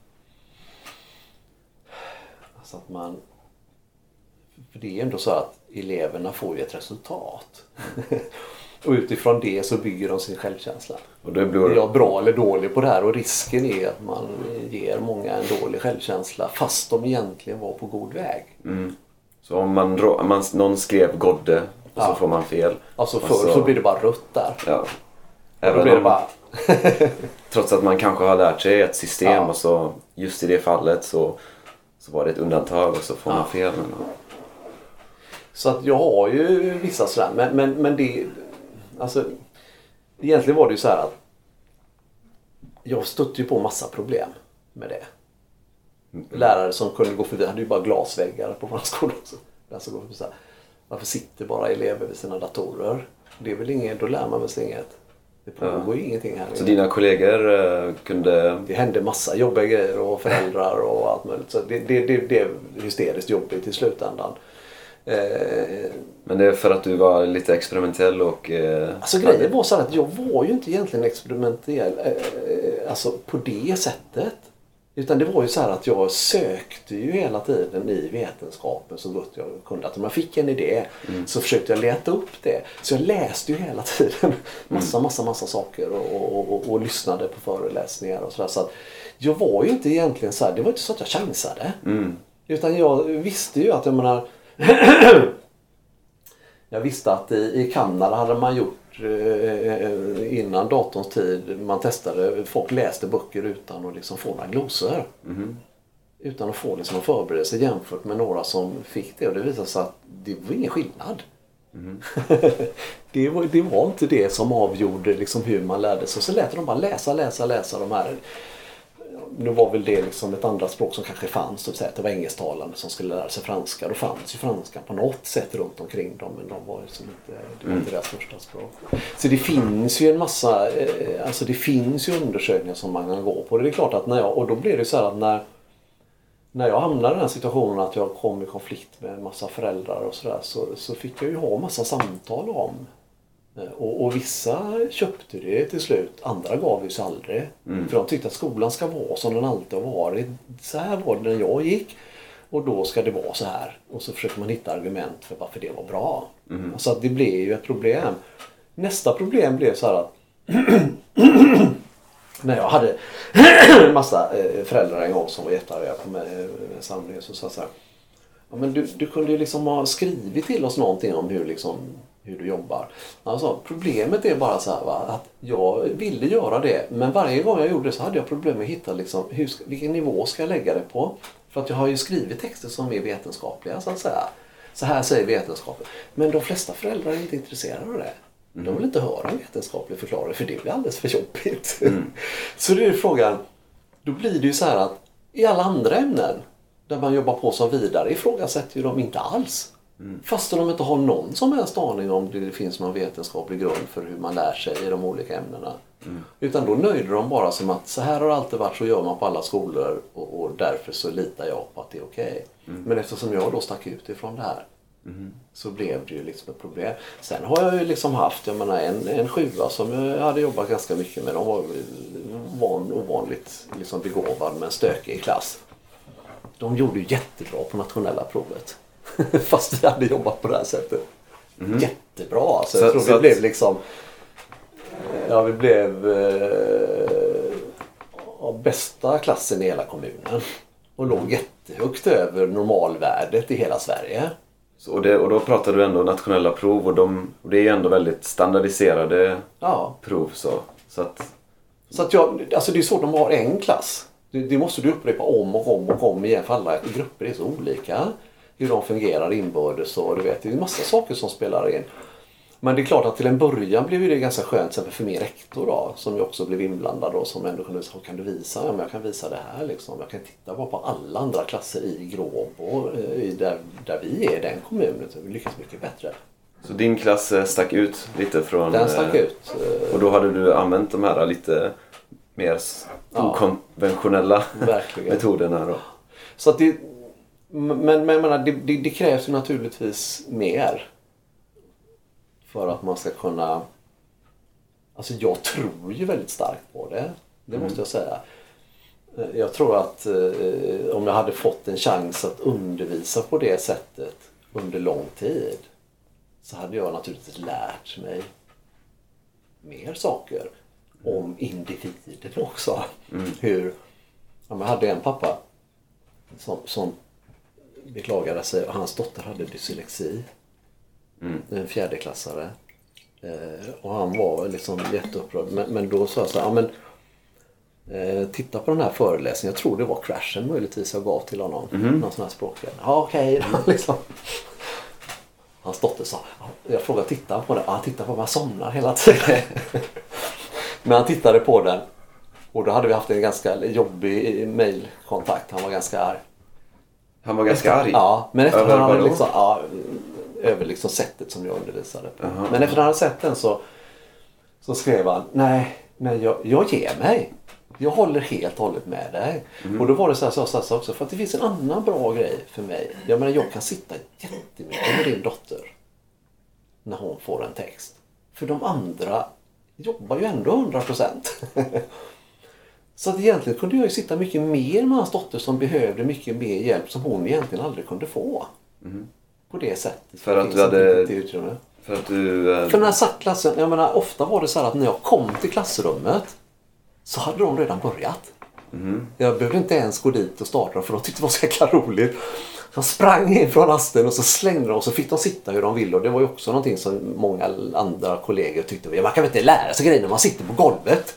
man för det är ändå så att eleverna får ju ett resultat. Och utifrån det så bygger de sin självkänsla. Och det blir... Är jag bra eller dålig på det här? Och risken är att man ger många en dålig självkänsla fast de egentligen var på god väg. Så om någon skrev Godde och så får man fel. Alltså förr så blir det bara rött där. Ja. Även då blir det bara... trots att man kanske har lärt sig ett system och så just i det fallet så var det ett undantag och så får man fel. Så att jag har ju vissa sådär, men det, alltså egentligen var det ju så här att jag stötte ju på massa problem med det. Lärare som kunde gå förbi, hade ju bara glasväggar på vår skola också. Alltså, så här, varför sitter bara elever vid sina datorer? Det är väl inget, då lär man väl sig inget. Det pågår ju ingenting här. Så dina kollegor kunde... Det hände massa jobbiga grejer och föräldrar och allt möjligt. Så det är hysteriskt jobbigt i slutändan. Men det är för att du var lite experimentell och... Alltså grejen var så att jag var ju inte egentligen experimentell alltså på det sättet. Utan det var ju så här att jag sökte ju hela tiden i vetenskapen så gott jag kunde. Att om jag fick en idé så försökte jag leta upp det. Så jag läste ju hela tiden massa saker och lyssnade på föreläsningar och sådär. Så att jag var ju inte egentligen så här, det var inte så att jag chansade. Utan jag visste ju att jag menar... Jag visste att i Kanada hade man gjort innan datorns tid, man testade, folk läste böcker utan att liksom få några glosor. Utan att få liksom en förberedelse jämfört med några som fick det. Och det visade sig att det var ingen skillnad. Det var inte det som avgjorde liksom hur man lärde sig. Så lät de bara läsa de här. Nu var väl det liksom ett andra språk som kanske fanns, så att det var engelsktalande som skulle lära sig franska. Då fanns ju franska på något sätt runt omkring dem, men de var ju som det var inte deras första språk. Så det finns ju en massa, alltså det finns ju undersökningar som man kan gå på. Det är klart att och då blir det så här att när jag hamnade i den situationen att jag kom i konflikt med en massa föräldrar och sådär, så fick jag ju ha massa samtal om. Och vissa köpte det till slut, andra gav ju sig aldrig. För de tyckte att skolan ska vara som den alltid har varit. Så här var det när jag gick och då ska det vara så här. Och så försöker man hitta argument för varför det var bra. Så att det blev ju ett problem. Nästa problem blev så här att när jag hade en massa föräldrar en gång som var jättearga på mig med samling, så sa så här: ja, men du kunde ju liksom ha skrivit till oss någonting om hur du jobbar. Alltså, problemet är bara så här, va, att jag ville göra det, men varje gång jag gjorde det så hade jag problem med att hitta liksom, vilken nivå ska jag lägga det på. För att jag har ju skrivit texter som är vetenskapliga, så att säga. Så här säger vetenskapen. Men de flesta föräldrar är inte intresserade av det. De vill inte höra en vetenskaplig förklaring, för det blir alldeles för jobbigt. Så det är frågan, då blir det ju så här att i alla andra ämnen där man jobbar på som vidare ifrågasätter ju de inte alls. Fast de inte har någon som helst aning om det finns någon vetenskaplig grund för hur man lär sig i de olika ämnena. Utan då nöjde de bara som att så här har det alltid varit, så gör man på alla skolor och därför så litar jag på att det är okej. Men eftersom jag då stack ut ifrån det här så blev det ju liksom ett problem. Sen har jag ju liksom haft, jag menar, en sjua som jag hade jobbat ganska mycket med. De var ovanligt liksom begåvad med en stökig klass. De gjorde ju jättebra på nationella provet. Fast vi hade jobbat på det här sättet. Jättebra. Alltså, jag tror vi blev liksom... Ja, vi blev bästa klassen i hela kommunen. Och låg jättehögt över normalvärdet i hela Sverige. Så, och då pratar du ändå nationella prov, och det är ju ändå väldigt standardiserade prov. Så att alltså det är så, de har en klass. Det måste du upprepa om och om igen, för alla grupper är så olika. Hur de fungerar inbördes, och du vet, det är en massa saker som spelar in. Men det är klart att till en början blev det ganska skönt för min rektor då, som ju också blev inblandad och som ändå kunde säga, kan du visa? Ja, men jag kan visa det här liksom. Jag kan titta bara på alla andra klasser i Gråbo, där vi är i den kommunen, så vi lyckas mycket bättre. Så din klass stack ut lite från... Den stack ut. Och då hade du använt de här lite mer okonventionella metoderna då? Så att det... Men det krävs ju naturligtvis mer för att man ska kunna... Alltså jag tror ju väldigt starkt på det. Det måste jag säga. Jag tror att om jag hade fått en chans att undervisa på det sättet under lång tid, så hade jag naturligtvis lärt mig mer saker om individen också. Hur... Jag hade en pappa som beklagade sig, och hans dotter hade dyslexi. En fjärdeklassare. Och han var liksom jätteupprörd. Men då sa jag så här, titta på den här föreläsningen. Jag tror det var crashen möjligtvis jag gav till honom. Någon sån här språklärare. Ja, okej. Liksom. Hans dotter sa, jag frågade titta på den. Ja, titta på, man somnar hela tiden. Men han tittade på den. Och då hade vi haft en ganska jobbig mejlkontakt. Han var ganska arg. Han var ganska arg? Ja, men efter han hade liksom, över liksom sättet som jag undervisade på. Men efter han hade sett den så skrev han, nej jag ger mig. Jag håller helt och hållet med dig. Och då var det så här, så jag sa också, för att det finns en annan bra grej för mig. Jag menar, jag kan sitta jättemycket med din dotter när hon får en text. För de andra jobbar ju ändå 100%. Så att egentligen kunde jag ju sitta mycket mer med hans dotter som behövde mycket mer hjälp som hon egentligen aldrig kunde få. På det sättet. För att du hade... För när jag satt klassen, jag menar, ofta var det så här att när jag kom till klassrummet så hade de redan börjat. Jag behövde inte ens gå dit och starta, för de tyckte det var så jäkla roligt. De sprang in från rasten och så slängde de, och så fick de sitta hur de ville. Och det var ju också någonting som många andra kollegor tyckte, man kan väl inte lära sig grejer när man sitter på golvet.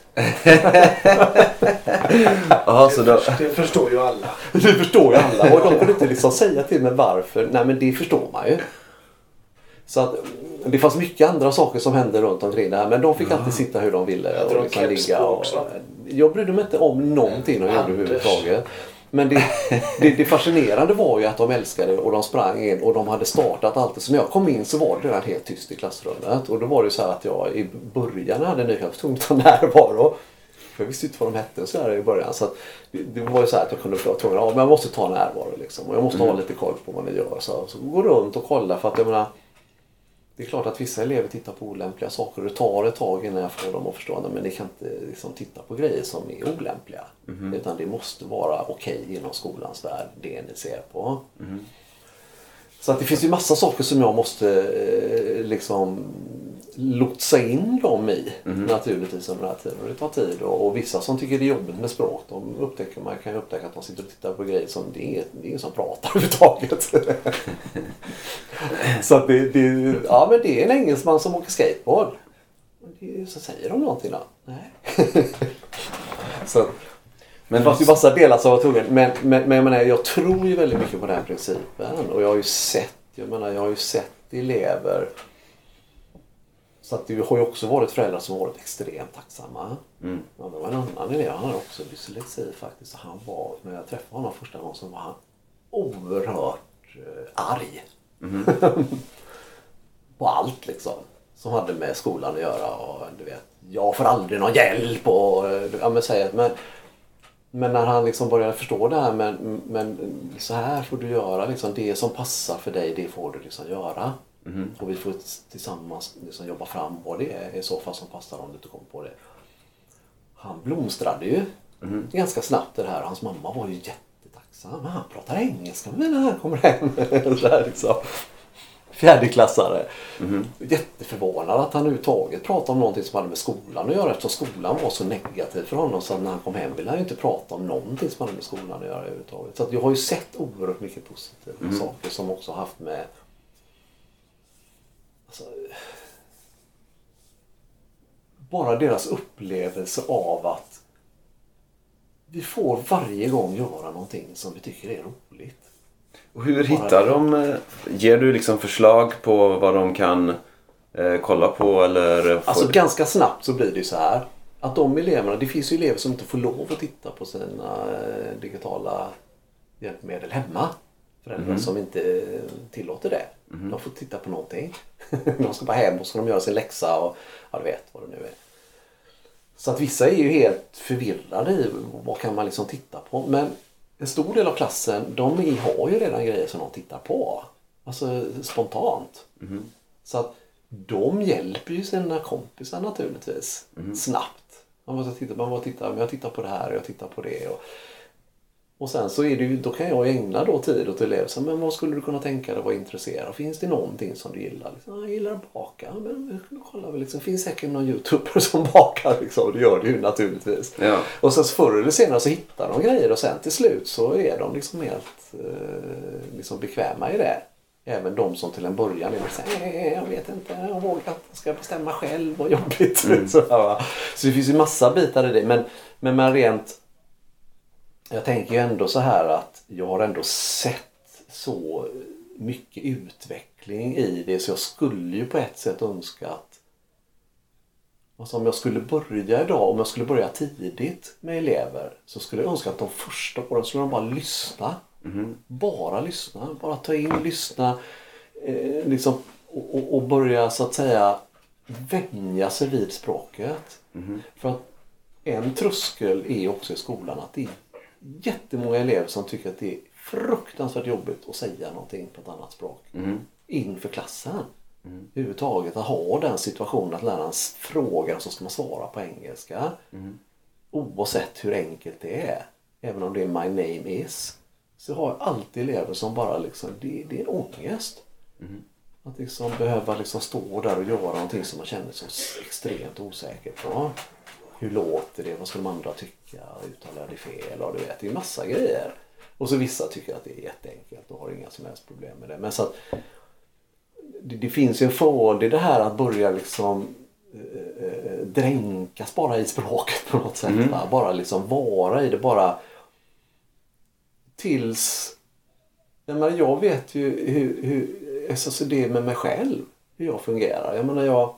Aha, så då... Det förstår ju alla. Det förstår ju alla. Och de kunde inte liksom säga till mig varför. Nej, men det förstår man ju. Så att det fanns mycket andra saker som hände runt omkring det här. Men de fick alltid sitta hur de ville. Och liksom ligga och... Jag brydde mig inte om någonting de gjorde överhuvudtaget. Men det fascinerande var ju att de älskade och de sprang in och de hade startat allt. Så när jag kom in så var det redan helt tyst i klassrummet. Och då var det så här att jag i början hade nyhetstungt tungt och närvaro. För jag visste inte vad de hette och så här i början. Så att det var ju så här att jag kunde vara tvungen men jag måste ta närvaro liksom. Och jag måste ha lite koll på vad ni gör. Så gå runt och kolla, för att jag menar, det är klart att vissa elever tittar på olämpliga saker. Det tar ett tag innan jag får dem att förstå det. Men ni kan inte liksom titta på grejer som är olämpliga. Utan det måste vara okej inom skolans värld, det ni ser på. Så att det finns ju massa saker som jag måste liksom lotsa in dem i naturligtvis under den här tiden. Och det tar tid. Och vissa som tycker det är jobbigt med språk, man kan ju upptäcka att de sitter och tittar på grejer som det är ingen som pratar överhuvudtaget. Så att men det är en engelsman som åker skateboard. Så säger de någonting då? Nej. Så, men det fanns ju massa delar som var tvungen. Men jag tror ju väldigt mycket på den här principen. Och jag har ju sett elever. Så att det har ju också varit föräldrar som har varit extremt tacksamma. Det var en annan elev, han hade också dyslexi faktiskt. Så han var, när jag träffade honom första gången, så var han oerhört arg. På allt liksom. Som hade med skolan att göra. Och du vet, jag får aldrig någon hjälp. Och, men när han liksom började förstå det här, men så här får du göra. Liksom, det som passar för dig, det får du liksom göra. Och vi får tillsammans liksom jobba fram vad det är i så fall som passar, om du inte kommer på det. Han blomstrade ju ganska snabbt det här. Hans mamma var ju jättetacksam. Men han pratar engelska när han kommer hem. Så här liksom. Fjärdeklassare. Jätteförvånad att han överhuvudtaget pratade om någonting som hade med skolan att göra, eftersom skolan var så negativ för honom. Så när han kom hem ville han ju inte prata om någonting som hade med skolan att göra överhuvudtaget. Så att jag har ju sett oerhört mycket positiva saker som också haft med, alltså, bara deras upplevelse av att vi får varje gång göra någonting som vi tycker är roligt. Och hur hittar de, ger du liksom förslag på vad de kan kolla på eller... Alltså ganska snabbt så blir det ju så här. Att de eleverna, det finns ju elever som inte får lov att titta på sina digitala hjälpmedel hemma. Föräldrar som inte tillåter det. De får titta på någonting. De ska bara hem och ska de göra sin läxa och ja, du vet vad det nu är. Så att vissa är ju helt förvirrade i vad kan man liksom titta på. Men en stor del av klassen, de har ju redan grejer som de tittar på. Alltså spontant. Så att de hjälper ju sina kompisar naturligtvis. Snabbt. Man bara titta, men jag tittar på det här och jag tittar på det. Och sen så är det ju, då kan jag ägna då tid åt elever. Så, men vad skulle du kunna tänka dig vara intresserad av? Finns det någonting som du gillar? Liksom, jag gillar att baka. Men kolla väl, liksom, finns säkert någon youtuber som bakar. Liksom, det gör det ju naturligtvis. Ja. Och sen förr eller senare så hittar de grejer. Och sen till slut så är de liksom helt liksom bekväma i det. Även de som till en början är såhär, jag vet inte, jag vågar inte, jag ska bestämma själv, vad jobbigt. Så det finns ju massa bitar i det. Men rent, jag tänker ju ändå så här att jag har ändå sett så mycket utveckling i det. Så jag skulle ju på ett sätt önska att, alltså om jag skulle börja idag, om jag skulle börja tidigt med elever, så skulle jag önska att de första åren skulle de bara lyssna. Bara lyssna, bara ta in, lyssna liksom, och börja så att säga vänja sig vid språket. För att en tröskel är också i skolan att det är jättemånga elever som tycker att det är fruktansvärt jobbigt att säga någonting på ett annat språk inför klassen. Överhuvudtaget att ha den situationen att läraren frågar så ska man svara på engelska oavsett hur enkelt det är, även om det är my name is. Så har jag alltid elever som bara liksom, det är en ångest. Att liksom behöva liksom stå där och göra någonting som man känner sig så extremt osäker på. Hur låter det? Vad ska de andra tycka? Uttalar det fel? Ja, du vet, det är massa grejer. Och så vissa tycker att det är jätteenkelt och har inga som helst problem med det. Men så att det finns ju en fördel det här att börja liksom dränkas bara i språket på något sätt. Bara liksom vara i det, bara tills jag vet ju hur alltså det med mig själv, hur jag fungerar. Jag menar, jag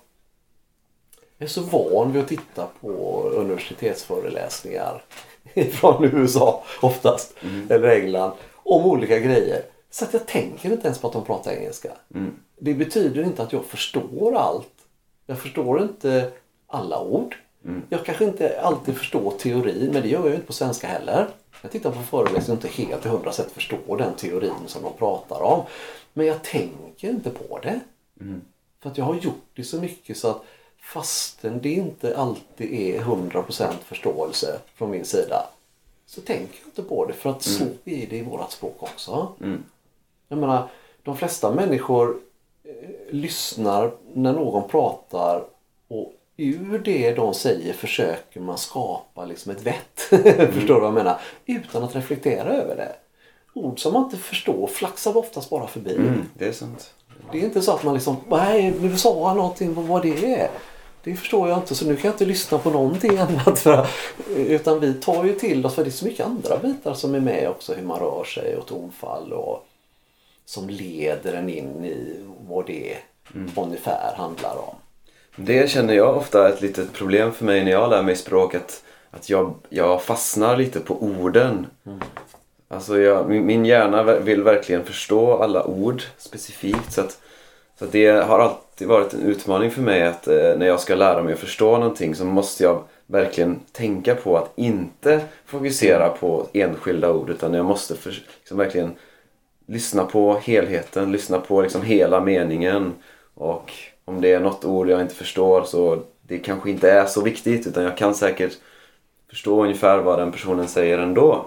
är så van vid att titta på universitetsföreläsningar från USA oftast, eller England, om olika grejer. Så att jag tänker inte ens på att de pratar engelska. Det betyder inte att jag förstår allt. Jag förstår inte alla ord. Jag kanske inte alltid förstår teorin, men det gör jag inte på svenska heller. Jag tittar på föreläsningar och inte helt till 100% förstår den teorin som de pratar om. Men jag tänker inte på det. För att jag har gjort det så mycket så att fastän det inte alltid är 100% förståelse från min sida, så tänker jag inte på det. För att så är det i vårat språk också. Jag menar, de flesta människor lyssnar när någon pratar och ur det de säger försöker man skapa liksom ett vett. Förstår du vad jag menar? Utan att reflektera över det. Ord som man inte förstår flaxar oftast bara förbi. Det är sant. Det är inte så att man liksom, nej, du sa någonting, vad det är. Det förstår jag inte, så nu kan jag inte lyssna på någonting annat. Utan vi tar ju till oss, för det är så mycket andra bitar som är med också. Hur man rör sig och tonfall och som leder en in i vad det ungefär handlar om. Det känner jag ofta ett litet problem för mig när jag lär mig språk, att jag fastnar lite på orden. Alltså min hjärna vill verkligen förstå alla ord specifikt, så att det har alltid varit en utmaning för mig att när jag ska lära mig att förstå någonting så måste jag verkligen tänka på att inte fokusera på enskilda ord, utan jag måste liksom verkligen lyssna på helheten, lyssna på liksom hela meningen, och om det är något ord jag inte förstår så det kanske inte är så viktigt, utan jag kan säkert förstå ungefär vad den personen säger ändå.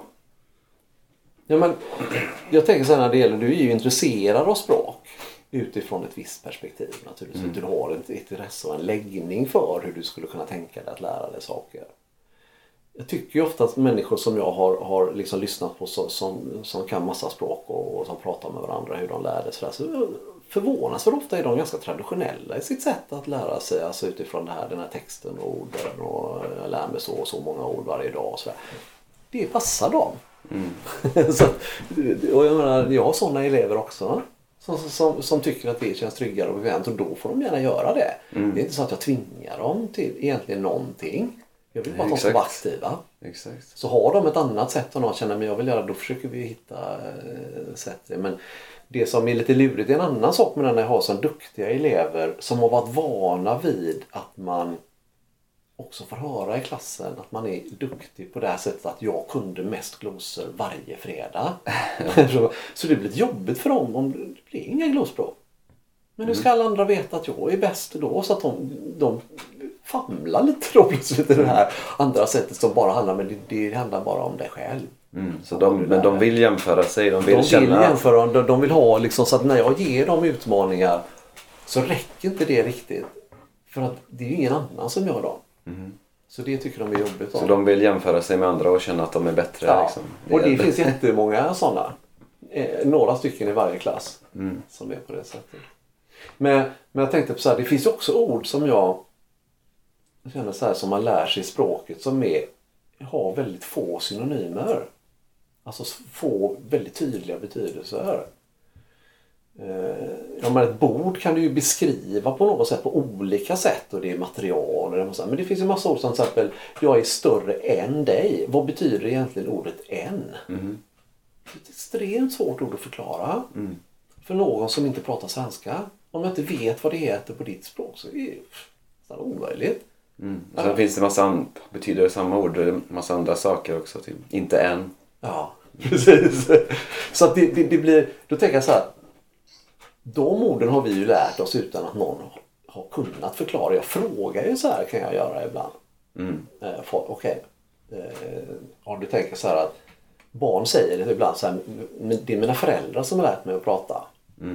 Ja, men jag tänker så här, när det gäller, du är ju intresserad av språk utifrån ett visst perspektiv naturligtvis. Du har ett intresse och en läggning för hur du skulle kunna tänka dig att lära dig saker. Jag tycker ju ofta att människor som jag har liksom lyssnat på som kan massa språk och som pratar med varandra hur de lär sig så förvånas, för ofta är de ganska traditionella i sitt sätt att lära sig, alltså utifrån den här texten och orden, och jag lär mig så många ord varje dag och så där. Det passar dem. Så, och jag menar, jag har sådana elever också som tycker att det känns tryggare och bekvämt, och då får de gärna göra det. Det är inte så att jag tvingar dem till egentligen någonting. Jag vill bara att de ska vara aktiva. Exakt. Så har de ett annat sätt och någon känner att jag vill göra, då försöker vi hitta sätt. Men det som är lite lurigt är en annan sak med när jag har så duktiga elever som har varit vana vid att man också får höra i klassen att man är duktig på det här sättet att jag kunde mest glosor varje fredag. Så det blir jobbigt för dem om det blir inga glosspråk. Men hur ska alla andra veta att jag är bäst då? Så att de famlar lite då plötsligt i det här andra sättet som bara handlar, men det handlar bara om dig själv. Så de vill jämföra sig, de vill känna. De vill ha liksom, så att när jag ger dem utmaningar så räcker inte det riktigt. För att det är ju ingen annan som gör dem. Så det tycker de är jobbigt. Så de vill jämfra sig med andra och känna att de är bättre. Ja. Liksom. Och det finns jättemånga sådana. Några stycken i varje klass som är på det sättet. Men jag tänkte på så här, det finns också ord som jag känner så här som man lär sig i språket som har väldigt få synonymer. Alltså få väldigt tydliga betydelser. Ett bord kan du ju beskriva på något sätt på olika sätt, och det är material och så. Men det finns ju massa ord som till exempel jag är större än dig. Vad betyder egentligen ordet än? Det är ett extremt svårt ord att förklara för någon som inte pratar svenska. Om jag inte vet vad det heter på ditt språk så är det nästan omöjligt. Sen finns det betyder samma ord massa andra saker också, typ inte än. Ja, precis. Så att det blir, då tänker jag så här, de orden har vi ju lärt oss utan att någon har kunnat förklara. Jag frågar ju så här, kan jag göra ibland? Okej. Om du tänker så här att barn säger det ibland så här, det är mina föräldrar som har lärt mig att prata.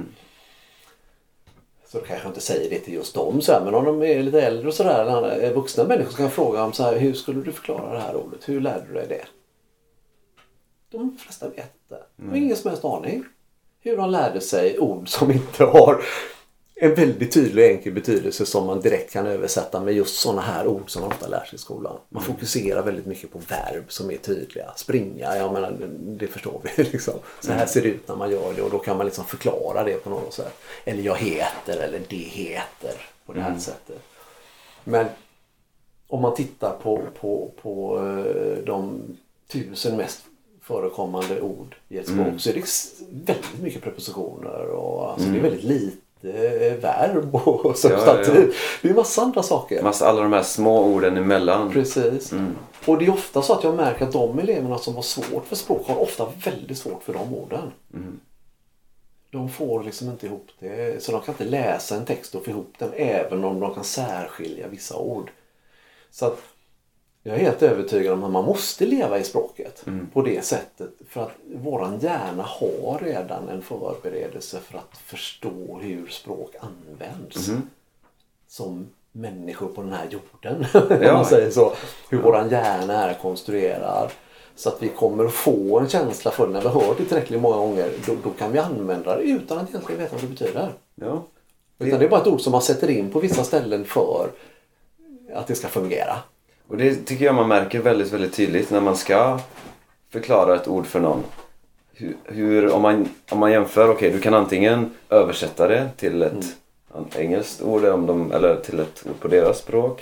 Så då kanske jag inte säger det till just dem så här, men om de är lite äldre och sådär, vuxna människor, så kan jag fråga dem så här, hur skulle du förklara det här ordet? Hur lärde du dig det? De flesta vet det. De har ingen som helst aning. Hur de lärde sig ord som inte har en väldigt tydlig och enkel betydelse som man direkt kan översätta med just sådana här ord som man ofta lär sig i skolan. Man fokuserar väldigt mycket på verb som är tydliga. Springa, jag menar, det förstår vi liksom. Så här ser det ut när man gör det, och då kan man liksom förklara det på något sätt. Eller jag heter, eller det heter på det här sättet. Men om man tittar på de 1000 mest förekommande ord i ett språk så är det väldigt mycket prepositioner och alltså det är väldigt lite verb och substantiv. Ja. Det är massa andra saker. Alla de här små orden emellan. Precis. Och det är ofta så att jag märker att de eleverna som har svårt för språk har ofta väldigt svårt för de orden. De får liksom inte ihop det, så de kan inte läsa en text och få ihop den även om de kan särskilja vissa ord. Så att jag är helt övertygad om att man måste leva i språket på det sättet. För att våran hjärna har redan en förberedelse för att förstå hur språk används. Som människor på den här jorden. Om man säger så. Hur våran hjärna är konstruerad. Så att vi kommer att få en känsla för när vi har hört det tillräckligt många gånger. Då kan vi använda det utan att egentligen veta vad det betyder. Ja. Utan det är bara ett ord som man sätter in på vissa ställen för att det ska fungera. Och det tycker jag man märker väldigt, väldigt tydligt när man ska förklara ett ord för någon. Om man jämför, okej, du kan antingen översätta det till ett engelskt ord eller till ett ord på deras språk.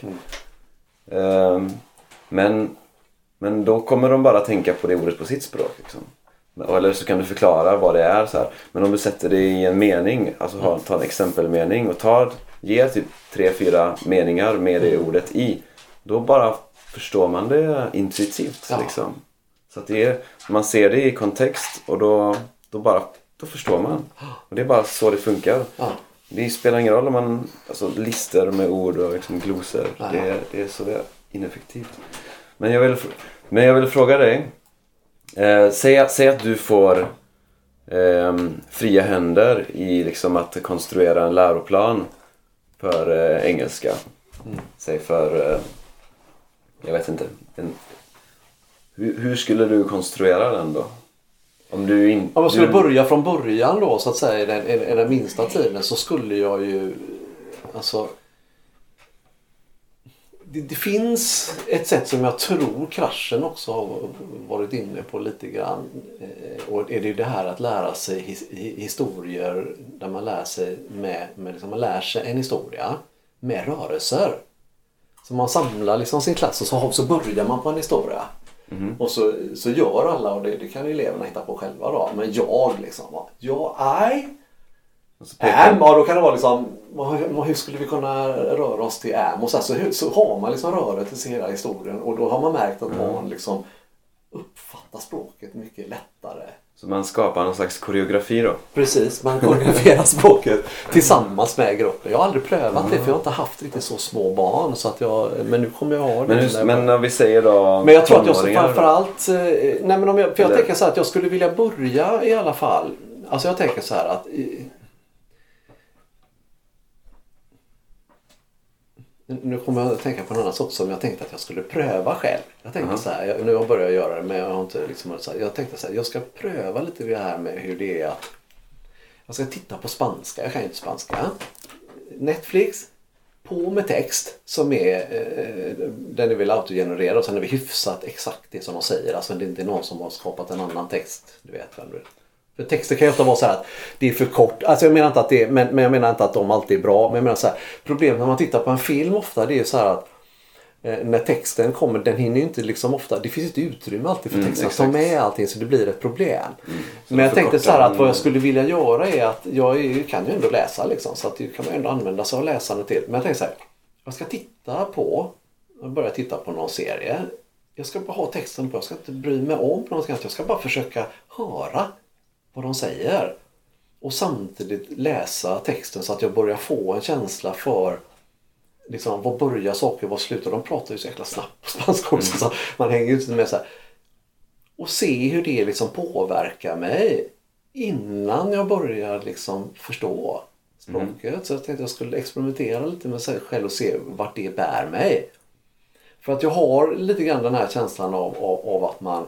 Men då kommer de bara tänka på det ordet på sitt språk. Liksom. Eller så kan du förklara vad det är. Så här. Men om du sätter det i en mening, alltså ta en exempelmening och ger typ 3-4 meningar med det ordet i. Då bara förstår man det intuitivt. Ja. Liksom. Så att man ser det i kontext och då förstår man. Och det är bara så det funkar. Ja. Det spelar ingen roll om man lister med ord och liksom glosor. Ja. Det är så det är ineffektivt. Men jag vill fråga dig. Säg att du får fria händer i liksom att konstruera en läroplan för engelska. Säg för jag vet inte. Hur skulle du konstruera den då? Om man skulle börja från början då så att säga i den minsta tiden, så skulle jag ju det finns ett sätt som jag tror kraschen också har varit inne på lite grann. Och är det det här att lära sig historier där man lär sig liksom man lär sig en historia med rörelser. Så man samlar liksom sin klass och så börjar man på en historia. Och så gör alla, och det kan ju eleverna hitta på själva då. Men jag liksom, då kan det vara liksom, hur skulle vi kunna röra oss till och så har man liksom röret till hela historien, och då har man märkt att man liksom uppfattar språket mycket lättare. Så man skapar någon slags koreografi då? Precis, man koreograferar språket tillsammans med gruppen. Jag har aldrig prövat det, för jag har inte haft riktigt så små barn, så att men nu kommer jag ha det. Men när vi säger då... Men jag tror att jag ska framförallt... jag tänker så här att jag skulle vilja börja i alla fall. Alltså jag tänker så här att... Nu kommer jag att tänka på en annan sak som jag tänkte att jag skulle pröva själv. Jag tänkte så här, nu har jag börjat göra det, men jag har inte liksom så här, jag tänkte så här, jag ska pröva lite det här med hur det är att jag ska titta på spanska, jag kan inte spanska. Netflix, på med text som är den är väl autogenererad, och sen är vi hyfsat exakt det som de säger. Alltså det är inte någon som har skapat en annan text, du vet vem du är. För texter kan ju ofta vara så här att det är för kort. Alltså jag menar inte att det är, men jag menar inte att de alltid är bra. Men jag menar så här, problemet när man tittar på en film ofta, det är så här att när texten kommer, den hinner ju inte liksom ofta, det finns inte utrymme alltid för texten att ta med allting, så det blir ett problem. Men jag tänkte så här att vad jag skulle vilja göra är att jag kan ju ändå läsa liksom, så att det kan man ändå använda sig av läsande till. Men jag tänkte så här, jag ska börja titta på någon serie. Jag ska bara ha texten på, jag ska inte bry mig om någonting, jag ska bara försöka höra vad de säger och samtidigt läsa texten, så att jag börjar få en känsla för liksom, vad börjar saker, vad slutar. De pratar ju så jäkla snabbt på spanska också, så man hänger ju inte med så här. Och se hur det liksom påverkar mig innan jag börjar liksom förstå språket. Så jag tänkte att jag skulle experimentera lite med sig själv och se vart det bär mig. För att jag har lite grann den här känslan av att man...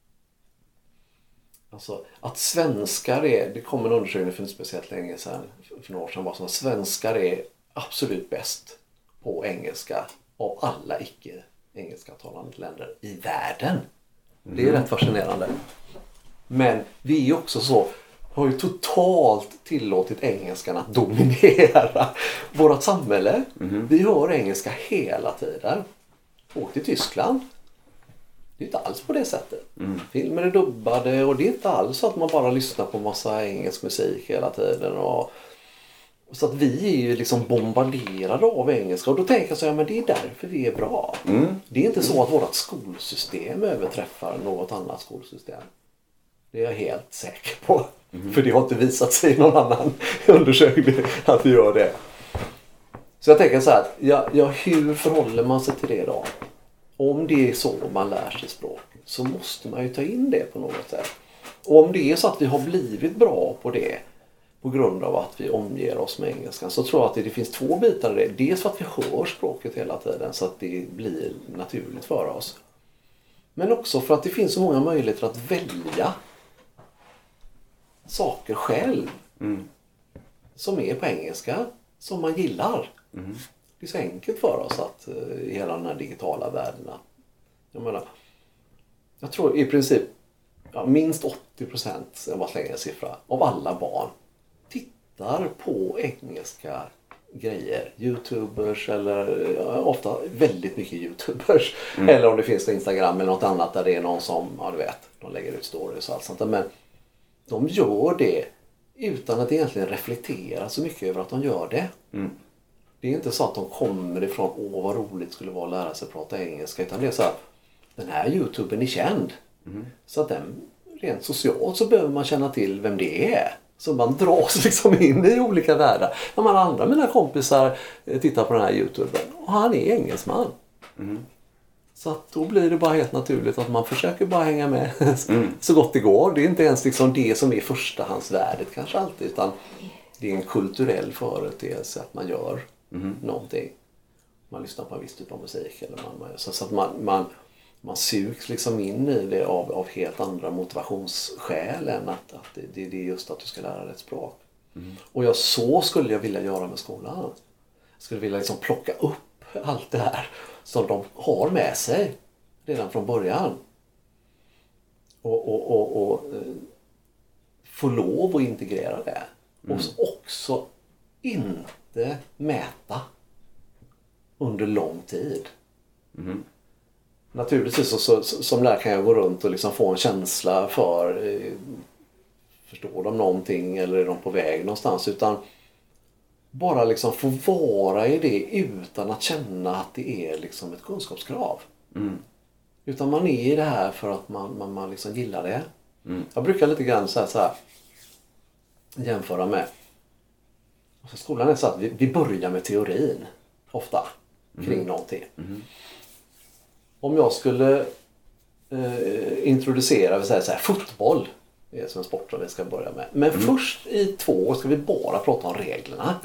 Alltså, att svenskar är... Det kom en undersökning för inte speciellt länge sedan, för några år sedan, var som att svenskar är absolut bäst på engelska av alla icke-engelska talande länder i världen. Det är rätt fascinerande. Men vi är också så... har ju totalt tillåtit engelskan att dominera vårt samhälle. Vi hör engelska hela tiden. Åk till Tyskland. Det är inte alls på det sättet. Filmer är dubbade, och det är inte alls så att man bara lyssnar på massa engelsk musik hela tiden. Och så att vi är ju liksom bombarderade av engelska. Och då tänker jag så här, men det är därför vi är bra. Det är inte så att vårt skolsystem överträffar något annat skolsystem. Det är jag helt säker på. För det har inte visat sig i någon annan undersökning att vi gör det. Så jag tänker så här, hur förhåller man sig till det då? Om det är så man lär sig språk, så måste man ju ta in det på något sätt. Och om det är så att vi har blivit bra på det på grund av att vi omger oss med engelskan, så tror jag att det finns två bitar i det. Dels för att vi hör språket hela tiden så att det blir naturligt för oss. Men också för att det finns så många möjligheter att välja saker själv som är på engelska, som man gillar. Det är så enkelt för oss att i hela den här digitala världen. Jag tror i princip minst 80%, jag bara slänger en siffra, av alla barn tittar på engelska grejer. YouTubers eller ofta väldigt mycket YouTubers. Eller om det finns på Instagram eller något annat där det är någon som, du vet, de lägger ut stories och allt sånt där. Men de gör det utan att egentligen reflektera så mycket över att de gör det. Det är inte så att de kommer ifrån, vad roligt skulle vara att lära sig prata engelska, utan det är så att den här YouTuben är känd. Så att den, rent socialt så behöver man känna till vem det är. Så man dras liksom in i olika världar. När man andra mina kompisar tittar på den här YouTuben, och han är engelsman. Så att då blir det bara helt naturligt att man försöker bara hänga med så gott det går. Det är inte ens liksom det som är förstahandsvärdet kanske alltid, utan det är en kulturell företeelse att man gör någonting. Man lyssnar på en viss typ av musik eller så att man sugs liksom in i det av helt andra motivationsskäl än att det är just att du ska lära dig ett språk. Och så skulle jag vilja göra med skolan. Jag skulle vilja liksom plocka upp allt det här som de har med sig redan från början. Och få lov att integrera det. Och också inte mäta under lång tid. Naturligtvis så som lärare kan jag gå runt och liksom få en känsla för förstår de någonting eller är de på väg någonstans, utan bara liksom få vara i det utan att känna att det är liksom ett kunskapskrav. Utan man är i det här för att man liksom gillar det. Jag brukar lite grann så här jämföra med alltså skolan är så att vi börjar med teorin ofta kring någonting. Om jag skulle introducera vi säger så här, fotboll är som en sport som vi ska börja med. Men först i 2 år ska vi bara prata om reglerna.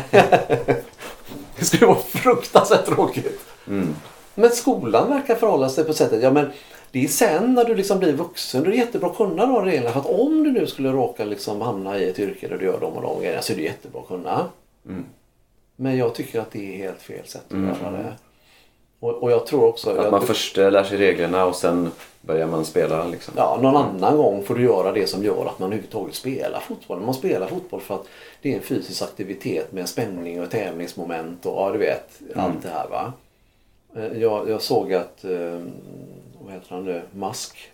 Det skulle vara fruktansvärt tråkigt. Men skolan verkar förhålla sig på sättet, ja men det är sen när du liksom blir vuxen, då är det jättebra att kunna de reglerna. För att om du nu skulle råka liksom hamna i ett yrke där du gör de och de grejerna så är det jättebra att kunna. Men jag tycker att det är helt fel sätt att göra det. Och jag tror också att man först lär sig reglerna och sen börjar man spela liksom. Ja, någon annan gång får du göra det som gör att man överhuvudtaget spelar fotboll. Man spelar fotboll för att det är en fysisk aktivitet med spänning och tävlingsmoment och ja, du vet, allt det här va. Jag såg att vad heter han nu? Musk.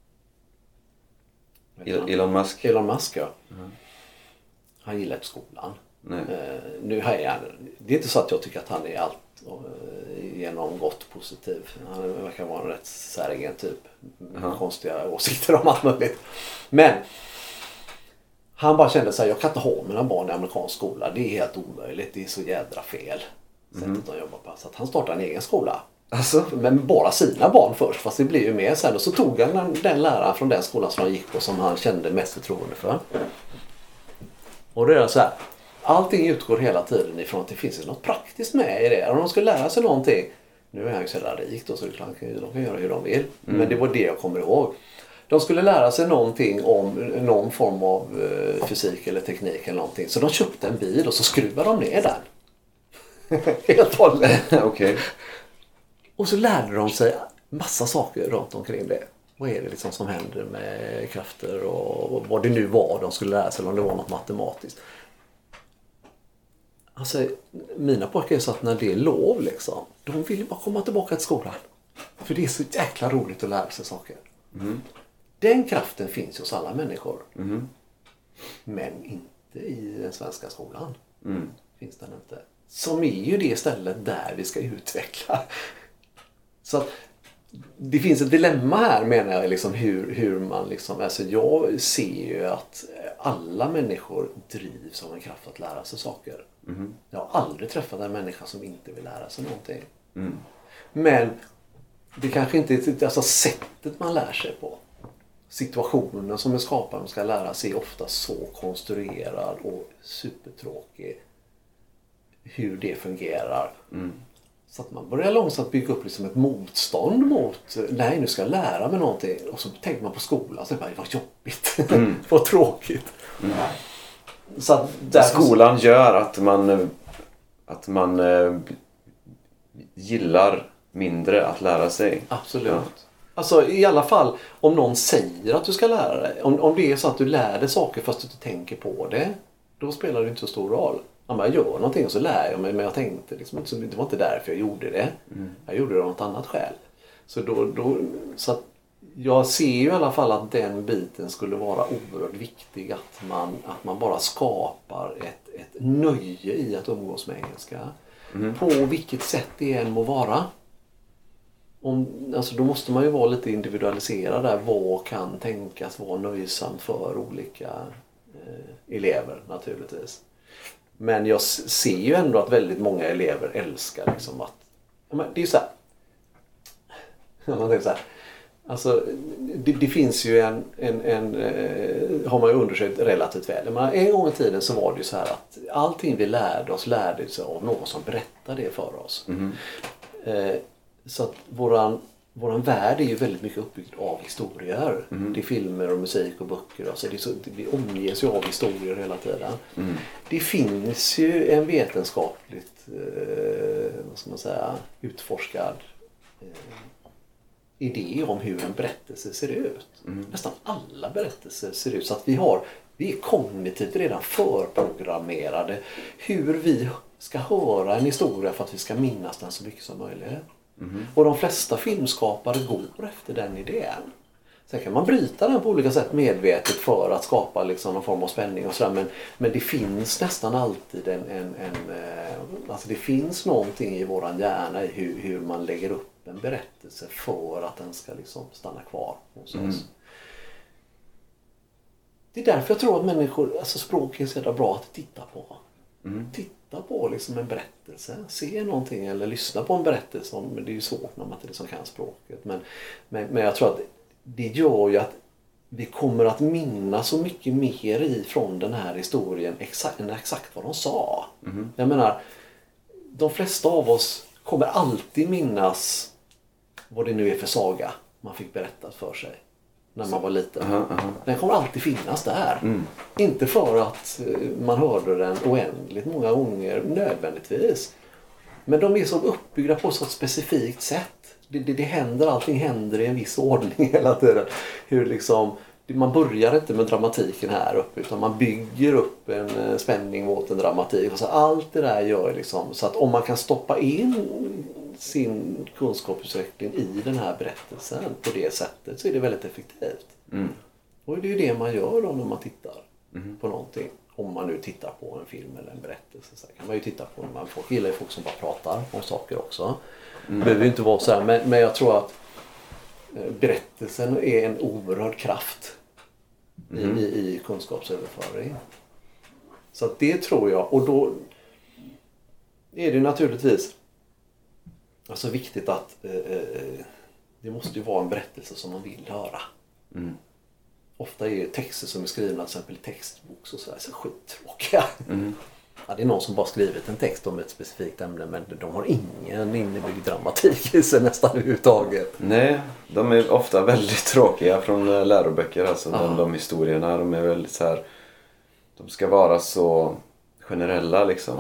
Elon Musk. Elon Musk, ja. Han gillar inte skolan. Nu det är inte så att jag tycker att han är allt genomgått positiv. Han verkar vara en rätt säregen typ. Konstiga åsikter om allt möjligt. Men han bara kände sig jag kan inte ha mina barn i amerikansk skola. Det är helt omöjligt. Det är så jädra fel. Sättet de jobbar på. Så att han startade en egen skola. Alltså? Men bara sina barn först. Fast det blir ju mer sen. Och så tog han den läraren från den skolan som han gick på som han kände mest förtroende för. Och det är så här. Allting utgår hela tiden ifrån att det finns något praktiskt med i det. Om de ska lära sig någonting. Nu är han ju så där rikt och så de kan göra hur de vill. Men det var det jag kommer ihåg. De skulle lära sig någonting om någon form av fysik eller teknik eller någonting. Så de köpte en bil och så skruvade de ner den. Helt hållet. Okej. Och så lärde de sig massa saker runt omkring det. Vad är det liksom som händer med krafter och vad det nu var de skulle lära sig eller om det var något matematiskt. Alltså, mina pojkar är så att när det är lov liksom, de vill ju bara komma tillbaka till skolan. För det är så jäkla roligt att lära sig saker. Den kraften finns hos alla människor. Men inte i den svenska skolan. Finns den inte. Som är ju det stället där vi ska utveckla. Så att det finns ett dilemma här menar jag liksom hur man liksom, alltså jag ser ju att alla människor drivs av en kraft att lära sig saker. Jag har aldrig träffat en människa som inte vill lära sig någonting. Men det kanske inte är alltså sättet man lär sig på. Situationen som är skapad man ska lära sig är ofta så konstruerad och supertråkig. Hur det fungerar. Så att man börjar långsamt bygga upp liksom ett motstånd mot nej nu ska jag lära mig någonting. Och så tänker man på skolan så är det bara vad jobbigt. Vad tråkigt. Så att skolan gör att man gillar mindre att lära sig. Absolut. Ja. Alltså i alla fall om någon säger att du ska lära dig. Om det är så att du lär dig saker fast du inte tänker på det. Då spelar det inte så stor roll. Jag gör någonting och så lär jag mig. Men jag tänkte liksom, det var inte därför jag gjorde det. Jag gjorde det av något annat skäl. Så att jag ser ju i alla fall att den biten skulle vara oerhört viktig. Att man bara skapar ett nöje i att umgås med engelska. På vilket sätt det än må vara. Alltså då måste man ju vara lite individualiserad där. Vad kan tänkas vara nöjsamt för olika elever naturligtvis. Men jag ser ju ändå att väldigt många elever älskar liksom att det är ju så här. Man tänker så här. Alltså det finns ju en har man ju undersökt relativt väl. Men en gång i tiden så var det ju så här att allting vi lärde sig av någon som berättade det för oss. Så att våran våran värld är ju väldigt mycket uppbyggd av historier. Det är filmer och musik och böcker. Alltså vi omges ju av historier hela tiden. Det finns ju en vetenskapligt vad ska man säga, utforskad idé om hur en berättelse ser ut. Nästan alla berättelser ser ut så att vi är kognitivt redan förprogrammerade hur vi ska höra en historia för att vi ska minnas den så mycket som möjligt. Och de flesta filmskapare går efter den idén. Sen kan man bryta den på olika sätt medvetet för att skapa liksom någon form av spänning och sådär. Men det finns nästan alltid alltså det finns någonting i våran hjärna i hur man lägger upp en berättelse för att den ska liksom stanna kvar hos oss. Det är därför jag tror att människor, alltså språk är så jävla bra att titta på. Titta på liksom en berättelse, se någonting eller lyssna på en berättelse. Men det är ju svårt när man inte liksom kan språket. Men jag tror att det gör ju att vi kommer att minnas så mycket mer ifrån den här historien än exakt vad de sa. Jag menar, de flesta av oss kommer alltid minnas vad det nu är för saga man fick berättat för sig när man var liten. Den kommer alltid finnas där. Inte för att man hörde den oändligt många gånger nödvändigtvis. Men de är så uppbyggda på ett så specifikt sätt. Det händer, allting händer i en viss ordning hela tiden. Hur liksom, man börjar inte med dramatiken här uppe utan man bygger upp en spänning mot en dramatik. Och så allt det där gör liksom, så att om man kan stoppa in sin kunskapsutveckling i den här berättelsen på det sättet så är det väldigt effektivt. Och det är ju det man gör då när man tittar på någonting. Om man nu tittar på en film eller en berättelse så kan man ju titta på folk gillar ju folk som bara pratar om saker också. Det behöver ju inte vara så här, men jag tror att berättelsen är en oerhörd kraft i kunskapsöverföring. Så att det tror jag, och då är det naturligtvis alltså viktigt att det måste ju vara en berättelse som man vill höra. Ofta är texter som är skrivna till exempel i textbok så är skittråkiga. Ja, det är någon som bara skrivit en text om ett specifikt ämne men de har ingen innebyggd dramatik i sig nästan överhuvudtaget. Nej, de är ofta väldigt tråkiga från läroböcker. Alltså de historierna, de är väldigt så här, de ska vara så generella liksom.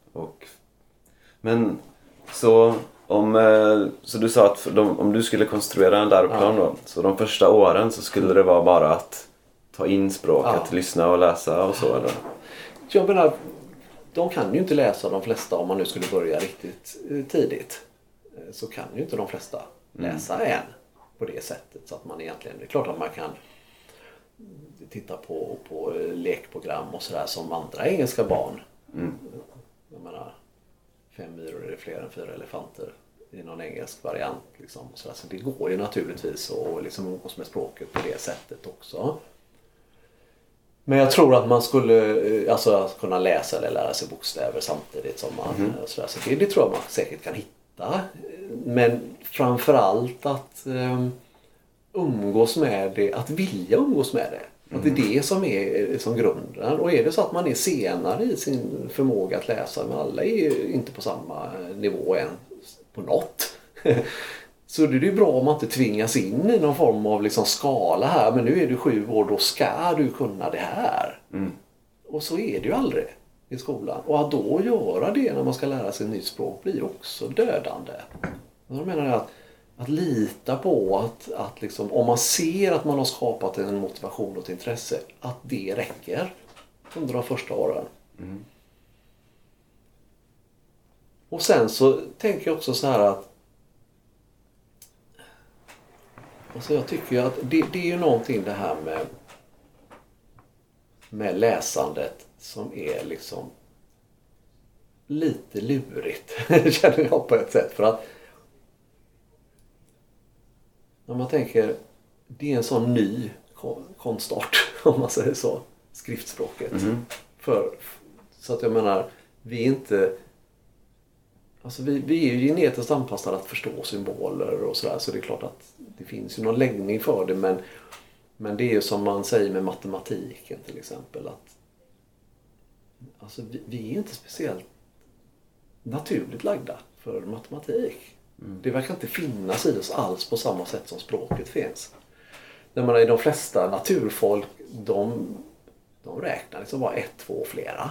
Men så så du sa att om du skulle konstruera en läroplan då, så de första åren så skulle det vara bara att ta in språk, att lyssna och läsa och så eller? Jag menar, de kan ju inte läsa de flesta om man nu skulle börja riktigt tidigt. Så kan ju inte de flesta läsa än på det sättet så att man egentligen, det är klart att man kan titta på lekprogram och sådär som andra engelska barn. Jag menar, 5 myror är det fler än 4 elefanter i någon engelsk variant liksom. Så det går ju naturligtvis att liksom umgås med språket på det sättet också. Men jag tror att man skulle alltså kunna läsa eller lära sig bokstäver samtidigt som man så det tror jag man säkert kan hitta. Men framförallt att umgås med det, att vilja umgås med det. Att det är det som är som grunden. Och är det så att man är senare i sin förmåga att läsa, men alla är ju inte på samma nivå än på något. Så det är ju bra om man inte tvingas in i någon form av liksom skala här. Men nu är du 7 år, då ska du kunna det här. Och så är det ju aldrig i skolan. Och att då göra det när man ska lära sig ett nytt språk blir också dödande. Jag menar att lita på att liksom, om man ser att man har skapat en motivation och ett intresse, att det räcker under de första åren. Och sen så tänker jag också så här att alltså jag tycker ju att det är ju någonting det här med läsandet som är liksom lite lurigt känner jag på ett sätt. För att när man tänker, det är en sån ny konstart om man säger så, skriftspråket. Så att jag menar, vi är inte, alltså vi är ju genetiskt anpassade att förstå symboler och sådär, så det är klart att det finns ju någon läggning för det, men det är ju som man säger med matematiken till exempel, att alltså vi är inte speciellt naturligt lagda för matematik. Det verkar inte finnas i oss alls på samma sätt som språket finns. När man är de flesta naturfolk, de räknar liksom bara 1, 2 flera.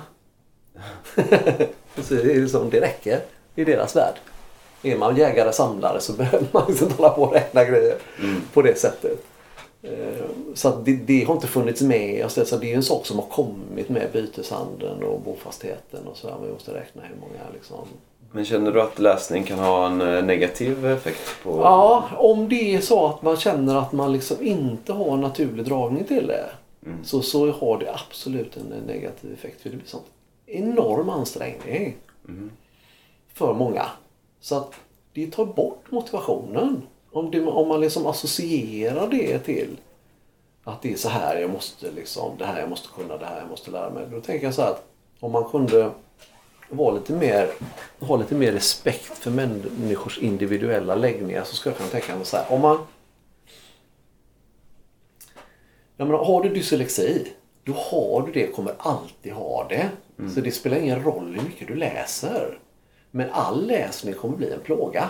Så det är liksom, det räcker i deras värld. Är man jägare samlare så behöver man liksom hålla på och räkna grejer på det sättet. Så att det har inte funnits med. Alltså det är ju en sak som har kommit med byteshandeln och bofastheten och så där. Man måste räkna hur många liksom. Men känner du att läsning kan ha en negativ effekt på... Ja, om det är så att man känner att man liksom inte har en naturlig dragning till det. Så har det absolut en negativ effekt. För det blir sånt enorm ansträngning för många. Så att det tar bort motivationen. Om man liksom associerar det till att det är så här jag måste liksom, det här jag måste kunna, det här jag måste lära mig. Då tänker jag så här att om man kunde ha lite mer respekt för människors individuella läggningar, så ska jag kunna tänka mig så här. Om man, jag menar, har du dyslexi, då har du det, kommer alltid ha det. Så det spelar ingen roll hur mycket du läser. Men all läsning kommer bli en plåga.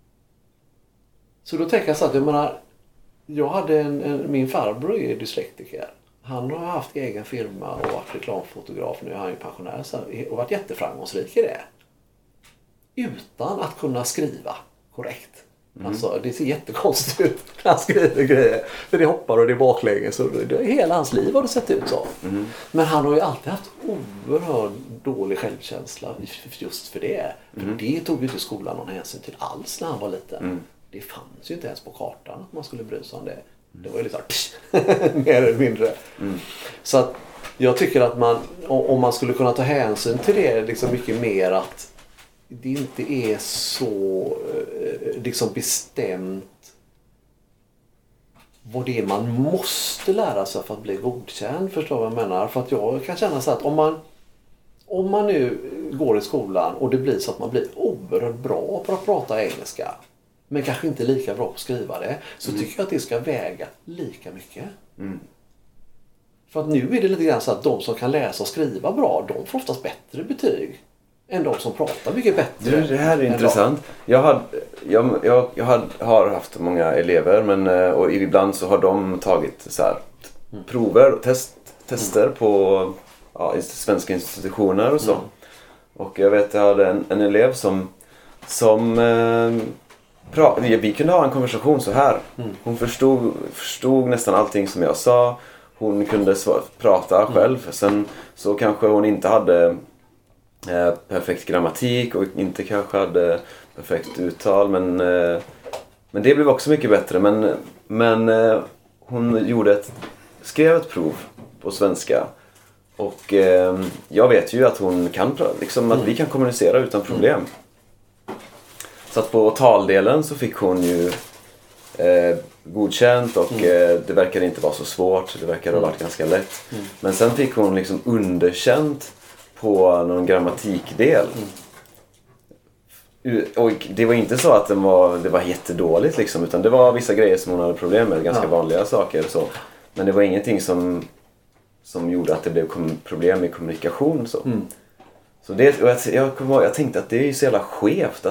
Så då tänker jag så att jag hade min farbror är dyslektiker. Han har haft egen firma och varit reklamfotograf. Nu är han ju pensionär och varit jätteframgångsrik i det. Utan att kunna skriva korrekt. Alltså det ser jättekonstigt ut när han skriver grejer. För det hoppar och det är baklänges. Hela hans liv har det sett ut så. Men han har ju alltid haft oerhört dålig självkänsla just för det. För det tog ju inte skolan någon hänsyn till alls när han var liten. Det fanns ju inte ens på kartan att man skulle bry sig om det. Det var ju lite mer eller mindre. Så att jag tycker att om man skulle kunna ta hänsyn till det liksom mycket mer, att det inte är så liksom bestämt vad det är man måste lära sig för att bli godkänd, förstår vad jag menar? För att jag kan känna så att om man nu går i skolan och det blir så att man blir oerhört bra på att prata engelska, men kanske inte lika bra på att skriva det, så tycker jag att det ska väga lika mycket. För att nu är det lite grann så att de som kan läsa och skriva bra, de får oftast bättre betyg än de som pratar mycket bättre. Det här är intressant. Jag har haft många elever, men och ibland så har de tagit så här prover och tester på svenska institutioner och så. Och jag vet, jag hade en elev som vi kunde ha en konversation så här. Hon förstod nästan allting som jag sa. Hon kunde prata själv. Sen så kanske hon inte hade perfekt grammatik och inte kanske hade perfekt uttal. Men det blev också mycket bättre. Men hon skrev ett prov på svenska. Och jag vet ju att hon kan, liksom, att vi kan kommunicera utan problem. Så att på taldelen så fick hon ju godkänt och det verkade inte vara så svårt. Det verkade ha varit ganska lätt. Men sen fick hon liksom underkänt på någon grammatikdel. Och det var inte så att det var jättedåligt liksom, utan det var vissa grejer som hon hade problem med, ganska vanliga saker så. Men det var ingenting som gjorde att det blev problem med kommunikation så. Så det, och jag tänkte att det är ju så jävla skevt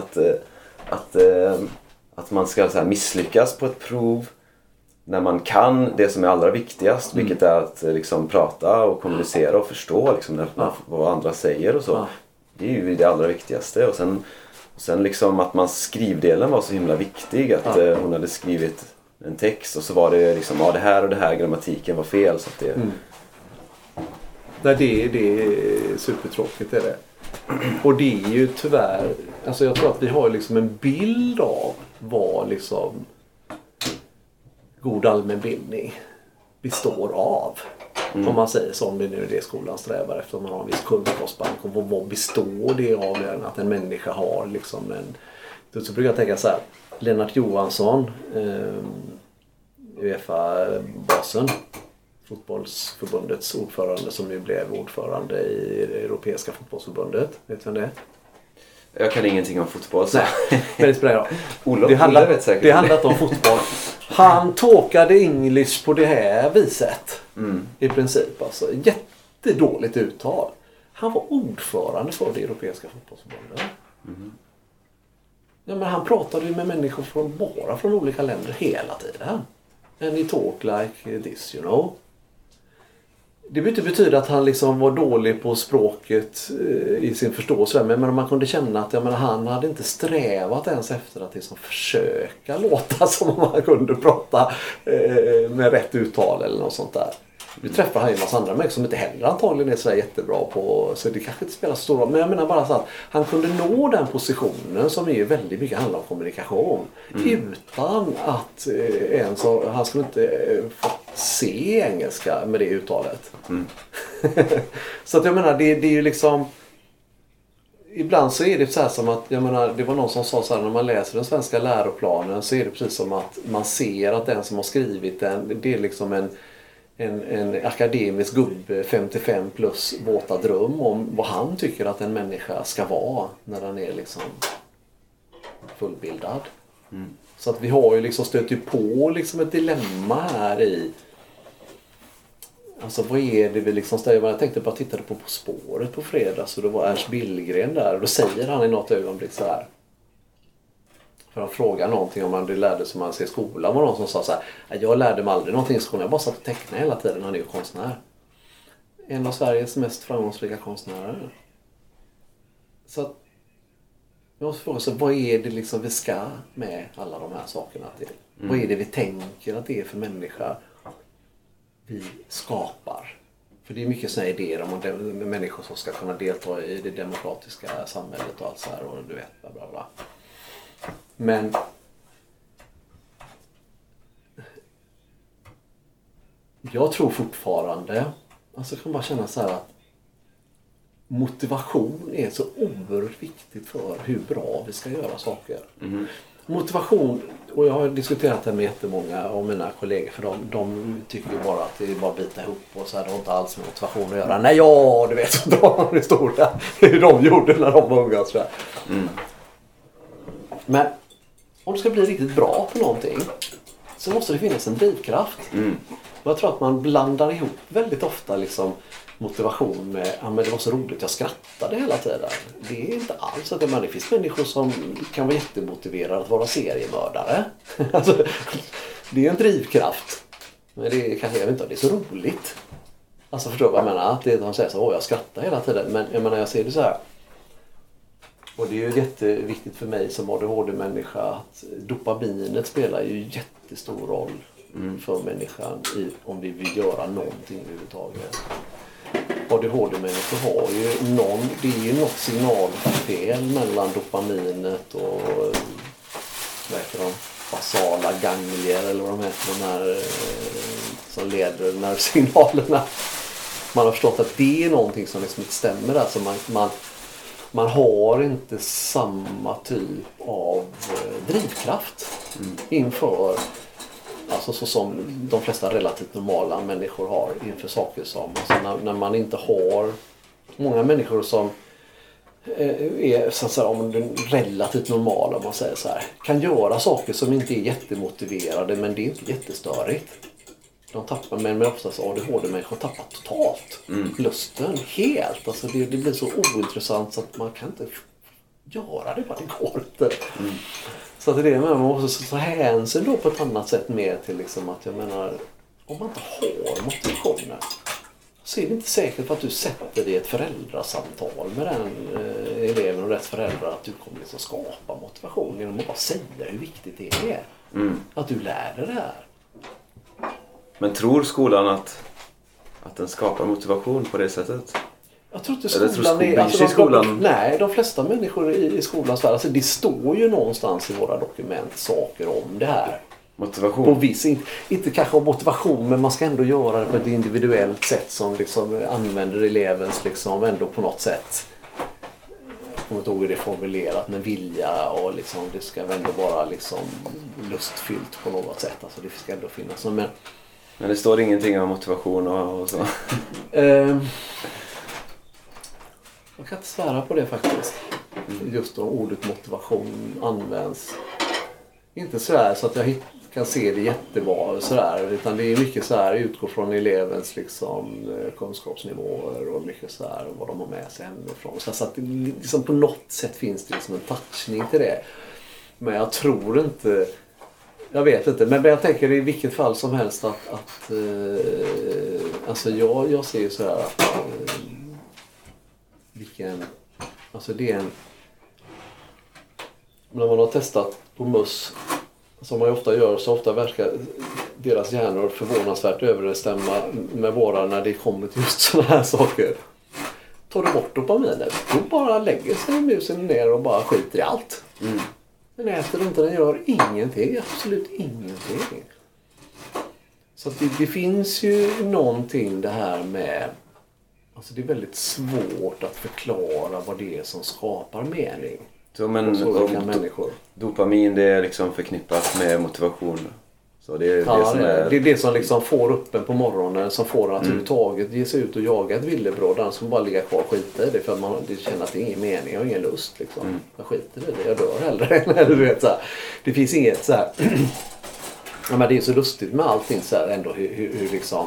att man ska så här misslyckas på ett prov när man kan det som är allra viktigast, vilket är att liksom prata och kommunicera och förstå liksom vad andra säger och så. Det är ju det allra viktigaste. Och sen liksom att skrivdelen var så himla viktig, att hon hade skrivit en text och så var det liksom det här och det här, grammatiken var fel, så att det... Nej, det är supertråkigt är det. Och det är ju tyvärr, alltså jag tror att vi har liksom en bild av vad liksom god allmänbildning består av. Om man säger så, om det nu är det skolan strävar efter, om man har en viss kunskapsbank, och vad består det av att en människa har liksom så brukar jag tänka så här, Lennart Johansson, UEFA-basen, fotbollsförbundets ordförande, som nu blev ordförande i det europeiska fotbollsförbundet. Vet du vem det är? Jag kan ingenting om fotboll. Så. Nej, men det spelar Olof, det handlar inte om fotboll. Han talkade English på det här viset. I princip. Alltså, jättedåligt uttal. Han var ordförande för det europeiska fotbollsförbundet. Ja, men han pratade ju med människor från olika länder hela tiden. And he talk like this, you know. Det betyder att han liksom var dålig på språket i sin förståelse. Men man kunde känna att han hade inte strävat ens efter att liksom försöka låta som om han kunde prata med rätt uttal eller något sånt där. Vi träffar han ju en massa andra människor som inte heller antagligen är så jättebra på, så det kanske inte spelar så stor roll. Men jag menar bara så att han kunde nå den positionen som är väldigt mycket handlar om kommunikation. Utan att han skulle inte få se engelska med det uttalet. Så att jag menar, det är ju liksom, ibland så är det så här som att, jag menar, det var någon som sa så här, när man läser den svenska läroplanen så är det precis som att man ser att den som har skrivit den, det är liksom en akademisk gubbe 55 plus våta dröm om vad han tycker att en människa ska vara när den är liksom fullbildad. Så att vi har ju liksom stött ju på liksom ett dilemma här i, alltså vad är det vi liksom ställer. Jag tänkte bara tittade på spåret på fredag, så det var Ernst Billgren där och då säger han i något ögonblick så här. För att fråga någonting om det lärde som man ser i skolan, var någon som sa så här: jag lärde mig aldrig någonting i skolan, jag bara satt och tecknade hela tiden. Han är ju konstnär. En av Sveriges mest framgångsrika konstnärer. Så att jag måste fråga sig, vad är det liksom vi ska med alla de här sakerna till? Vad är det vi tänker att det är för människa vi skapar? För det är mycket sådana idéer om människor som ska kunna delta i det demokratiska samhället och allt så här, och du vet, bla bla bla. Men jag tror fortfarande, alltså jag kan bara känna så här att motivation är så oerhört viktigt för hur bra vi ska göra saker. Motivation, och jag har diskuterat det med jättemånga av mina kollegor, för de tycker ju bara att det är bara att bita ihop och så här, det har inte alls med motivation att göra. Nej, du vet, så drar de historia hur de gjorde när de var unga. Så men om det ska bli riktigt bra på någonting så måste det finnas en drivkraft. Och jag tror att man blandar ihop väldigt ofta liksom motivation med men det var så roligt, jag skrattade hela tiden. Det är inte alls att det finns människor som kan vara jättemotiverade att vara seriemördare. Alltså, det är en drivkraft. Men det är kanske, jag vet inte, det är så roligt. Alltså förstår vad jag menar? Att de säger så, jag skrattar hela tiden. Men jag menar, jag ser det så här. Och det är ju jätteviktigt för mig som ADHD-människa att dopaminet spelar ju jättestor roll för människan om vi vill göra någonting överhuvudtaget. ADHD-människor har ju det är ju något signalfel mellan dopaminet och vad heter de? Basala ganglier eller vad de heter, de här som leder nervsignalerna. Man har förstått att det är någonting som liksom inte stämmer där, så man har inte samma typ av drivkraft inför, alltså så som de flesta relativt normala människor har inför saker som, alltså när man inte har, många människor som är så att säga, om den relativt normala, om man säger så här, kan göra saker som inte är jättemotiverade, men det är inte jättestörigt. De tappar, men oftast ADHD-människor tappar totalt lusten helt. Alltså det blir så ointressant så att man kan inte göra det, bara det går inte. Så att det är det, man måste ta hänsyn då på ett annat sätt mer till liksom att, jag menar, om man inte har motivationen så är det inte säkert för att du sätter dig i ett föräldrasamtal med den eleven och dess föräldrar att du kommer liksom skapa motivation genom att bara säga hur viktigt det är att du lär dig det här. Men tror skolan att den skapar motivation på det sättet? Jag tror inte skolan är... Nej, de flesta människor i skolans värld, alltså det står ju någonstans i våra dokument saker om det här. Motivation? På viss, inte kanske om motivation, men man ska ändå göra det på ett individuellt sätt som liksom använder elevens liksom ändå på något sätt. Jag kommer inte ihåg hur det är formulerat, med vilja och liksom, det ska ändå vara liksom lustfyllt på något sätt. Alltså det ska ändå finnas. Men det står ingenting om motivation och så? Jag kan inte svära på det faktiskt. Just då ordet motivation används. Inte så här så att jag kan se det jättebra så där, utan det är mycket så här, utgå från elevens liksom kunskapsnivåer och mycket så här vad de har med sig hemifrån. Så att det, liksom på något sätt finns det liksom en touchning till det. Men jag tror inte, jag vet inte, men jag tänker i vilket fall som helst att alltså jag ser ju så här att alltså det är en, när man har testat på möss som man ju ofta gör, så ofta verkar deras hjärnor förvånansvärt överensstämma med våra när det kommer till just sådana här saker. Tar du bort dopaminet, då bara lägger sig musen ner och bara skiter i allt. Den äter inte, den gör ingenting, absolut ingenting. Så att det finns ju någonting det här med, alltså det är väldigt svårt att förklara vad det är som skapar mening. Så men människor. Dopamin, det är liksom förknippat med motivation. Så det är Ja, det som är... det är det som liksom får upp en på morgonen, som får en att överhuvudtaget ge sig ut och jaga ett villebråd. Den som bara ligger kvar och skiter i det för att man känner att det är ingen mening, jag har ingen lust liksom. Jag skiter i det, jag dör hellre. Eller du vet så här. Det finns inget så här. Ja, men det är så lustigt med allting så här ändå hur liksom,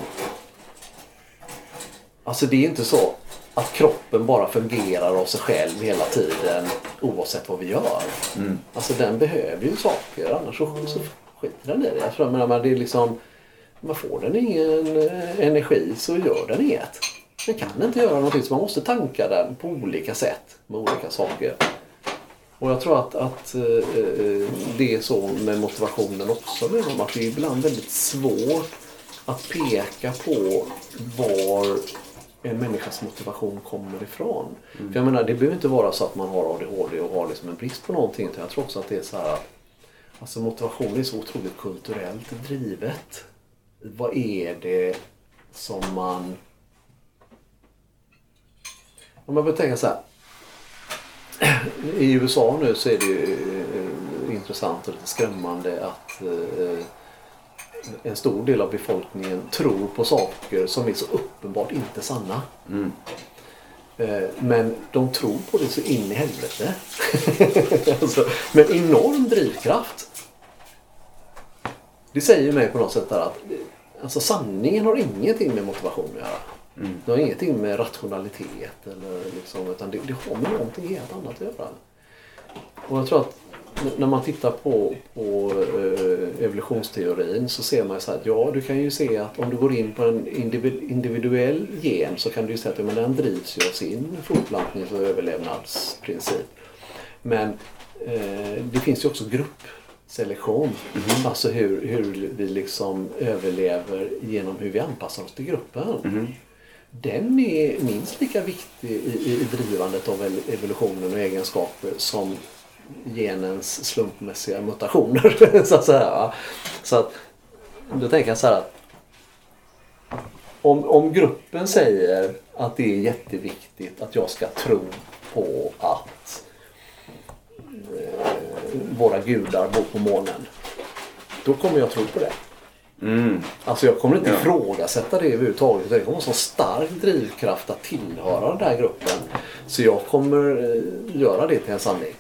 alltså det är inte så att kroppen bara fungerar av sig själv hela tiden oavsett vad vi gör. Alltså den behöver ju saker, annars så skiter den i det. Jag tror att det är liksom, man får den ingen energi så gör den inget. Den kan inte göra någonting, så man måste tanka den på olika sätt med olika saker. Och jag tror att det är så med motivationen också. Att det är ibland väldigt svårt att peka på var en människas motivation kommer ifrån. För jag menar, det behöver inte vara så att man har ADHD och har liksom en brist på någonting. Jag tror också att det är så här att alltså motivation är så otroligt kulturellt drivet. Vad är det som man... Om man börjar tänka så här. I USA nu så är det ju intressant och lite skrämmande att en stor del av befolkningen tror på saker som är så uppenbart inte sanna. Men de tror på det så in i helvete. Alltså, med enorm drivkraft. Det säger mig på något sätt att alltså, sanningen har ingenting med motivation att göra. Det har ingenting med rationalitet eller liksom, utan det har med någonting helt annat att göra. Och jag tror att när man tittar på evolutionsteorin så ser man så här att ja, du kan ju se att om du går in på en individuell gen så kan du ju säga att den drivs ju av sin fortplantnings- och överlevnadsprincip. Men det finns ju också gruppselektion. Alltså hur vi liksom överlever genom hur vi anpassar oss till gruppen. Den är minst lika viktig i drivandet av evolutionen och egenskaper som genens slumpmässiga mutationer. Så att säga. Så att då tänker jag så här att om gruppen säger att det är jätteviktigt att jag ska tro på att våra gudar bor på månen, då kommer jag tro på det. Alltså jag kommer inte ifrågasätta det överhuvudtaget. Det kommer vara så stark drivkraft att tillhöra den där gruppen. Så jag kommer göra det till en sanning.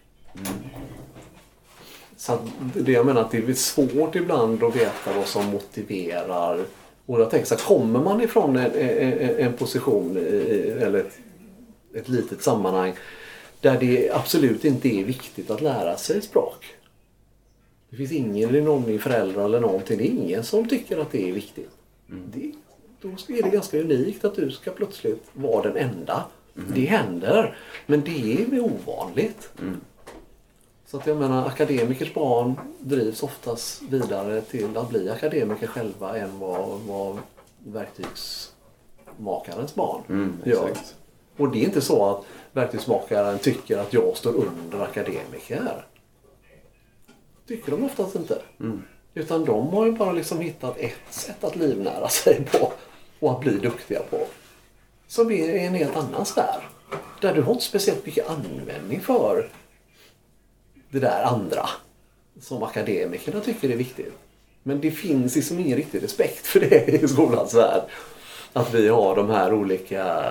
Så det jag menar att det är svårt ibland att veta vad som motiverar. Och jag tänker så här, kommer man ifrån en position eller ett litet sammanhang där det absolut inte är viktigt att lära sig språk. Det finns ingen eller någon föräldrar eller någonting. Det är ingen som tycker att det är viktigt. Då är det ganska unikt att du ska plötsligt vara den enda. Det händer. Men det är ovanligt. Så att jag menar, akademikers barn drivs oftast vidare till att bli akademiker själva än vad verktygsmakarens barn gör. Exakt. Och det är inte så att verktygsmakaren tycker att jag står under akademiker. Tycker de oftast inte. Utan de har ju bara liksom hittat ett sätt att livnära sig på och att bli duktiga på. Som är en helt annan sfär. Där du har inte speciellt mycket användning för det där andra som akademikerna tycker är viktigt. Men det finns liksom ingen riktig respekt för det i skolans värld. Att vi har de här olika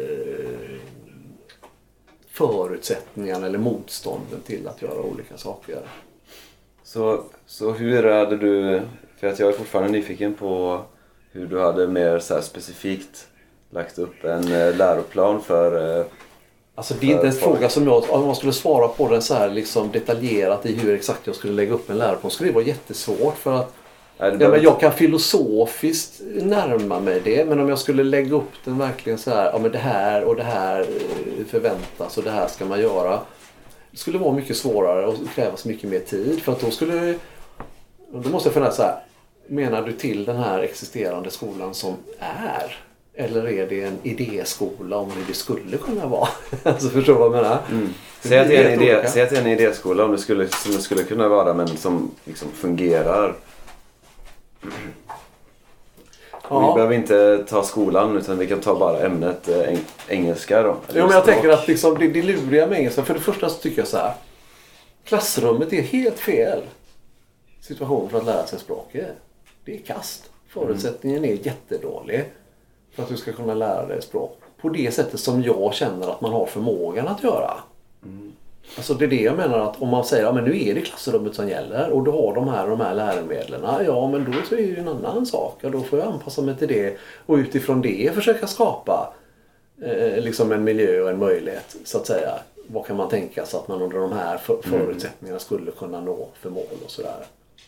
förutsättningarna eller motstånden till att göra olika saker. Så hur hade du, för att jag är fortfarande nyfiken på hur du hade mer så här specifikt lagt upp en läroplan för Alltså det är inte en fråga som om man skulle svara på den så här liksom detaljerat i hur exakt jag skulle lägga upp en läroplan skulle det vara jättesvårt för att men jag kan filosofiskt närma mig det, men om jag skulle lägga upp den verkligen så här, ja men det här och det här förväntas och det här ska man göra. Det skulle vara mycket svårare och krävas mycket mer tid för att då måste jag fundera så här, menar du till den här existerande skolan som är? Eller är det en idéskola om hur det skulle kunna vara? Alltså förstår du vad jag menar? Säg att det är en idéskola om det skulle kunna vara, men som liksom fungerar. Ja. Vi behöver inte ta skolan utan vi kan ta bara ämnet engelska då. Ja, men jag tänker att liksom, det luriga med engelska, för det första så tycker jag så här, klassrummet är helt fel situation för att lära sig språket. Det är kast. Förutsättningen är jättedålig för att du ska kunna lära dig språk på det sättet som jag känner att man har förmågan att göra. Alltså det är det jag menar, att om man säger men nu är det klassrummet som gäller och du har de här läromedlen, ja men då så är det ju en annan sak, då får jag anpassa mig till det och utifrån det försöka skapa liksom en miljö och en möjlighet så att säga. Vad kan man tänka sig att man under de här förutsättningarna skulle kunna nå för mål och sådär.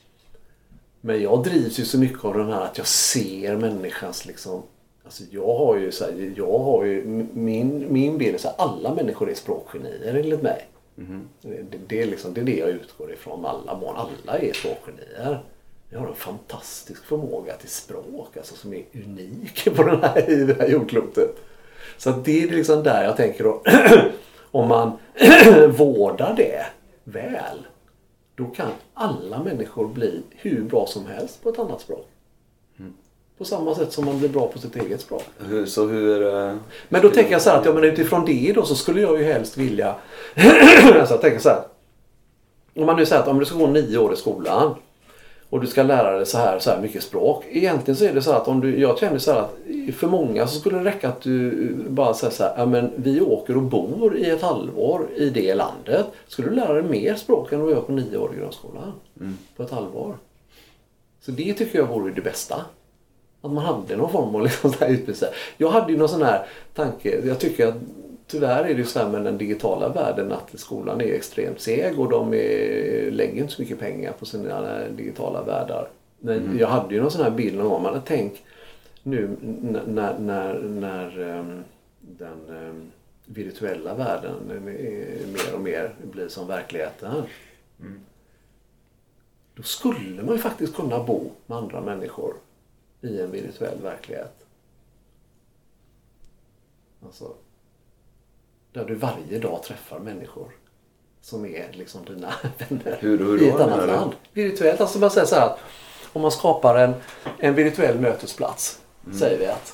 Men jag drivs ju så mycket av den här att jag ser människans liksom, alltså jag har ju min bild är så här, alla människor är språkgenier enligt mig. Det är liksom det jag utgår ifrån alla är språkgenier. Jag har en fantastisk förmåga till språk alltså, som är unik på det här jordklotet. Så att det är liksom där jag tänker då om man vårdar det väl, då kan alla människor bli hur bra som helst på ett annat språk. På samma sätt som man blir bra på sitt eget språk. Men då tänker jag så här att men utifrån det då så skulle jag ju helst vilja alltså jag tänker så här, om man nu säger att om du ska gå 9 år i skolan och du ska lära dig så här mycket språk, egentligen så är det så här att jag känner så här att för många så skulle det räcka att du bara säger så här, men vi åker och bor i ett halvår i det landet, skulle du lära dig mer språk än vad jag på 9 år i grundskolan på ett halvår. Så det tycker jag vore det bästa. Att man hade någon form av liksom så här utbyte. Jag hade ju någon sån här tanke, jag tycker att tyvärr är det ju så här med den digitala världen att skolan är extremt seg och de lägger inte så mycket pengar på sina digitala världar. Men jag hade ju någon sån här bild om man tänk nu när den virtuella världen mer och mer blir som verkligheten. Då skulle man ju faktiskt kunna bo med andra människor i en virtuell verklighet. Alltså där du varje dag träffar människor som är liksom dina vänner hur i ett annat land. Virtuellt, alltså man säger så här att om man skapar en virtuell mötesplats, säger vi att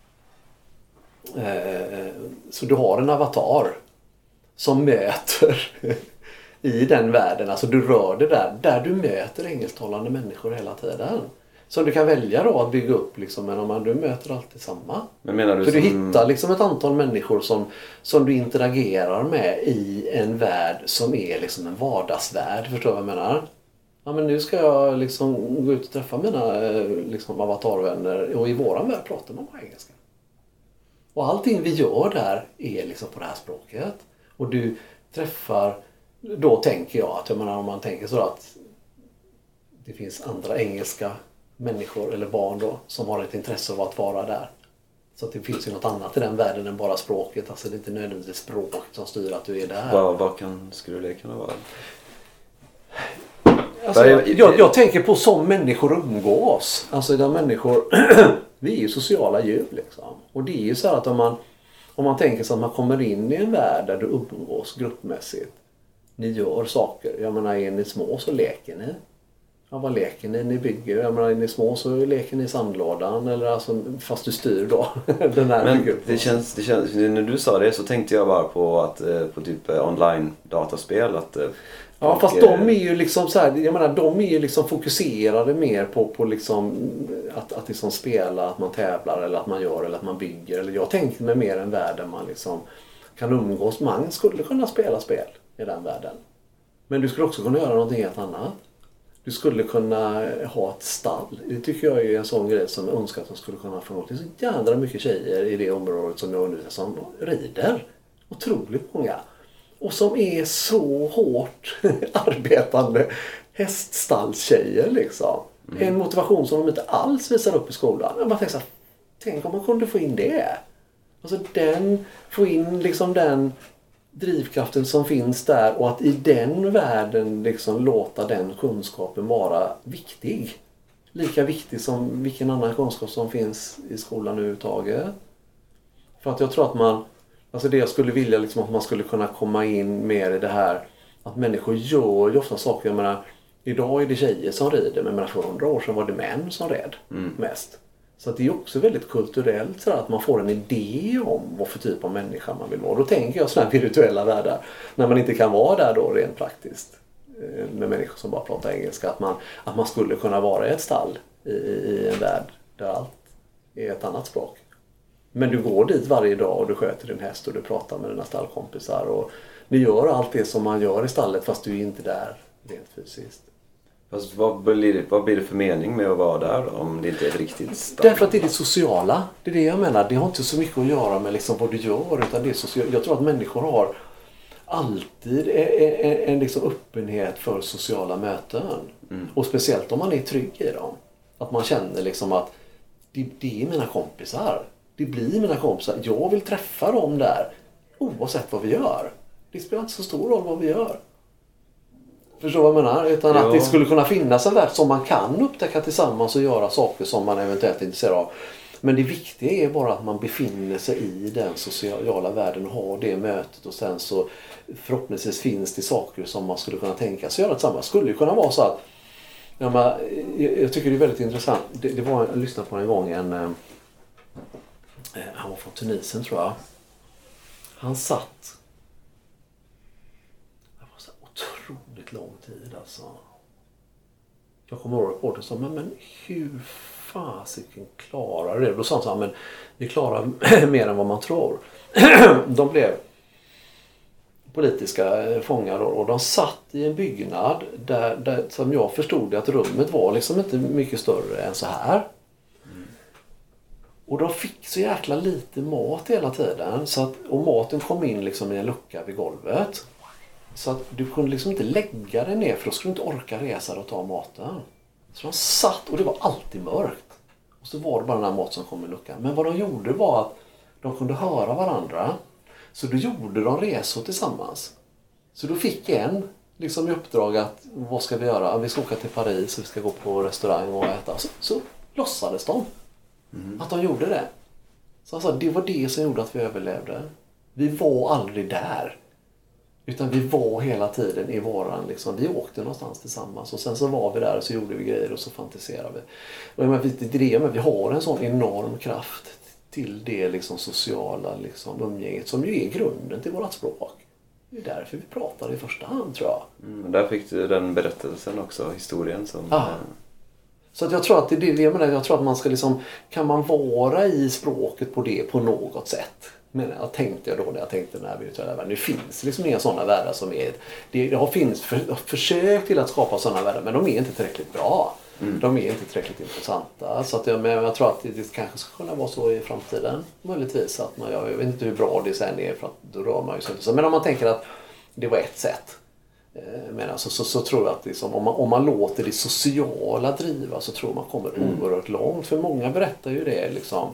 så du har en avatar som möter i den världen, alltså du rör dig där du möter engelsktalande människor hela tiden. Så du kan välja då att bygga upp liksom, men om du möter alltid samma. Men menar du för du hittar liksom ett antal människor som du interagerar med i en värld som är liksom en vardagsvärld, förstår du vad jag menar? Ja, men nu ska jag liksom gå ut och träffa mina liksom avatarvänner och i våran värld pratar man bara engelska. Och allting vi gör där är liksom på det här språket. Och du träffar, då tänker jag att jag menar, om man tänker så att det finns andra engelska människor eller barn då som har ett intresse av att vara där. Så att det finns ju något annat i den världen än bara språket. Alltså det är inte nödvändigtvis språket som styr att du är där. Vad skulle det kunna vara? Alltså, jag tänker på som människor umgås. Alltså de människor, vi är ju sociala djur liksom. Och det är ju så här att om man tänker sig att man kommer in i en värld där du umgås gruppmässigt. Ni gör saker. Jag menar, är ni små så leker ni. Ja, vad leker ni? Ni bygger. Jag menar, är ni små så leker ni i sandlådan. Eller alltså, fast du styr då. Den här. Men det känns, när du sa det så tänkte jag bara på att på typ online dataspel att ja, fast de är ju liksom så här, jag menar, de är ju liksom fokuserade mer på liksom att liksom spela, att man tävlar eller att man gör eller att man bygger. Eller jag tänkte mig mer en värld där man liksom kan umgås. Man skulle kunna spela spel i den världen. Men du skulle också kunna göra någonting helt annat. Du skulle kunna ha ett stall. Det tycker jag är en sån grej som jag önskar att de skulle kunna få. Det är så jävla mycket tjejer i det området som jag undervisar som rider. Otroligt många. Och som är så hårt arbetande häststallstjejer liksom. En motivation som de inte alls visar upp i skolan. Jag bara tänker så här, tänk om man kunde få in det. Alltså få in liksom den drivkraften som finns där och att i den världen liksom låta den kunskapen vara viktig. Lika viktig som vilken annan kunskap som finns i skolan överhuvudtaget. För att jag tror att alltså det jag skulle vilja liksom att man skulle kunna komma in mer i det här att människor gör ju ofta saker. Jag menar, idag är det tjejer som rider, men för 100 år sedan var det män som red mest. Så att det är också väldigt kulturellt så att man får en idé om vad för typ av människa man vill vara. Då tänker jag sådana här virtuella världar när man inte kan vara där då rent praktiskt med människor som bara pratar engelska. Att man skulle kunna vara i ett stall i en värld där allt är ett annat språk. Men du går dit varje dag och du sköter din häst och du pratar med dina stallkompisar och ni gör allt det som man gör i stallet fast du är inte där rent fysiskt. Fast vad blir det för mening med att vara där om det inte är ett riktigt stall? Därför att det är det sociala. Det är det jag menar. Det har inte så mycket att göra med liksom vad du gör utan det är socialt. Jag tror att människor har alltid en liksom öppenhet för sociala möten. Och speciellt om man är trygg i dem. Att man känner liksom att det är mina kompisar. Det blir mina kompisar. Jag vill träffa dem där oavsett vad vi gör. Det spelar inte så stor roll vad vi gör. Förstår vad jag menar? Utan att det skulle kunna finnas en värld som man kan upptäcka tillsammans och göra saker som man eventuellt är intresserad av. Men det viktiga är bara att man befinner sig i den sociala världen och har det mötet och sen så förhoppningsvis finns det saker som man skulle kunna tänka sig göra tillsammans. Skulle ju kunna vara så att jag tycker det är väldigt intressant. Det var, jag lyssnade på en gång han var från Tunisien tror jag. Han satt otroligt lång tid alltså. Jag kommer ihåg rapporten som men hur fasiken klarar det? Då sa han så här, men vi klarar mer än vad man tror. De blev politiska fångar och de satt i en byggnad där som jag förstod att rummet var liksom inte mycket större än så här. Och de fick så jäkla lite mat hela tiden så att, och maten kom in liksom i en lucka vid golvet. Så att du kunde liksom inte lägga dig ner för då skulle du inte orka resa och ta maten. Så de satt och det var alltid mörkt. Och så var det bara den här maten som kom i luckan. Men vad de gjorde var att de kunde höra varandra. Så då gjorde de resor tillsammans. Så då fick en liksom i uppdrag att vad ska vi göra? Vi ska åka till Paris och vi ska gå på restaurang och äta. Så låtsades de att de gjorde det. Så alltså, det var det som gjorde att vi överlevde. Vi var aldrig där. Utan vi var hela tiden i våran liksom, vi åkte någonstans tillsammans och sen så var vi där och så gjorde vi grejer och så fantiserade vi. Och vi har en sån enorm kraft till det liksom sociala liksom umgänget som ju är grunden till vårat språk. Det är därför vi pratar i första hand tror jag. Där fick du den berättelsen också, historien som... Så att jag tror att det är det jag menar, jag tror att man ska liksom, kan man vara i språket på det på något sätt. Men jag tänkte då när jag tänkte den här virtuella världen. Nu finns liksom inga sådana världar som är... Det har funnits försök till att skapa sådana världar men de är inte tillräckligt bra. De är inte tillräckligt intressanta. Så att jag tror att det kanske ska kunna vara så i framtiden. Möjligtvis att jag vet inte hur bra det sen är för att då rör man ju sig inte. Men om man tänker att det var ett sätt. Men alltså, så tror jag att liksom, om man låter det sociala driva så tror man kommer oerhört långt. För många berättar ju det liksom...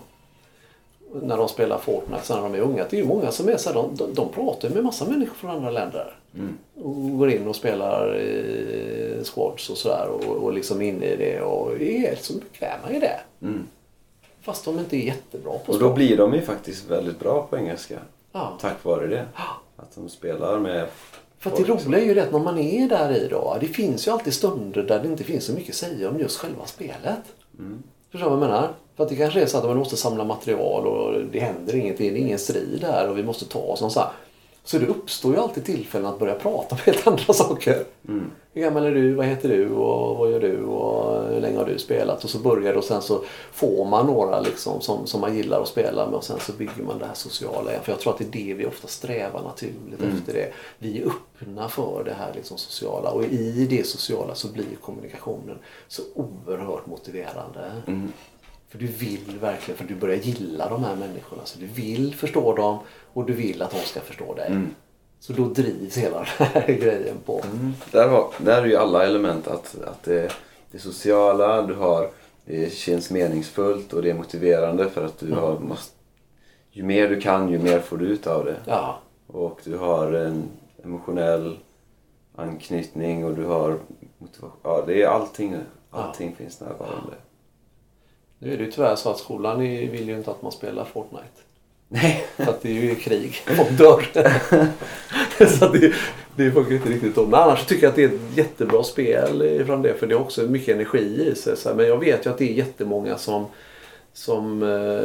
När de spelar Fortnite när de är unga. Det är ju många som är så här, de pratar med massa människor från andra länder. Och går in och spelar squads och sådär och liksom inne i det och är så bekväma i det. Fast de inte är jättebra på språk. Och då blir de ju faktiskt väldigt bra på engelska. Tack vare det. Att de spelar med... För att det roliga är ju det att när man är där i då, det finns ju alltid stunder där det inte finns så mycket att säga om just själva spelet. Förstår vad jag menar? För att det kanske är så att man måste samla material och det händer ingenting, det är ingen strid där och vi måste ta oss någon så här. Så det uppstår ju alltid tillfällen att börja prata om helt andra saker. Hur gammal är du, vad heter du och vad gör du och hur länge har du spelat? Och så börjar det och sen så får man några liksom som man gillar att spela med och sen så bygger man det här sociala. För jag tror att det är det vi ofta strävar naturligt efter det. Vi är öppna för det här liksom sociala och i det sociala så blir kommunikationen så oerhört motiverande. För du vill verkligen, för du börjar gilla de här människorna. Så du vill förstå dem och du vill att de ska förstå dig. Så då drivs hela den här grejen på. Där är ju alla element att det sociala, det känns meningsfullt och det är motiverande för att du ju mer du kan, ju mer får du ut av det. Ja. Och du har en emotionell anknytning och du har motivation. Ja, det är allting finns närvarande. Nu är det ju tyvärr så att skolan vill ju inte att man spelar Fortnite. Nej. För att det är ju krig och dörr. Så att det funkar inte riktigt då. Men annars tycker jag att det är ett jättebra spel från det. För det är också mycket energi i sig. Men jag vet ju att det är jättemånga som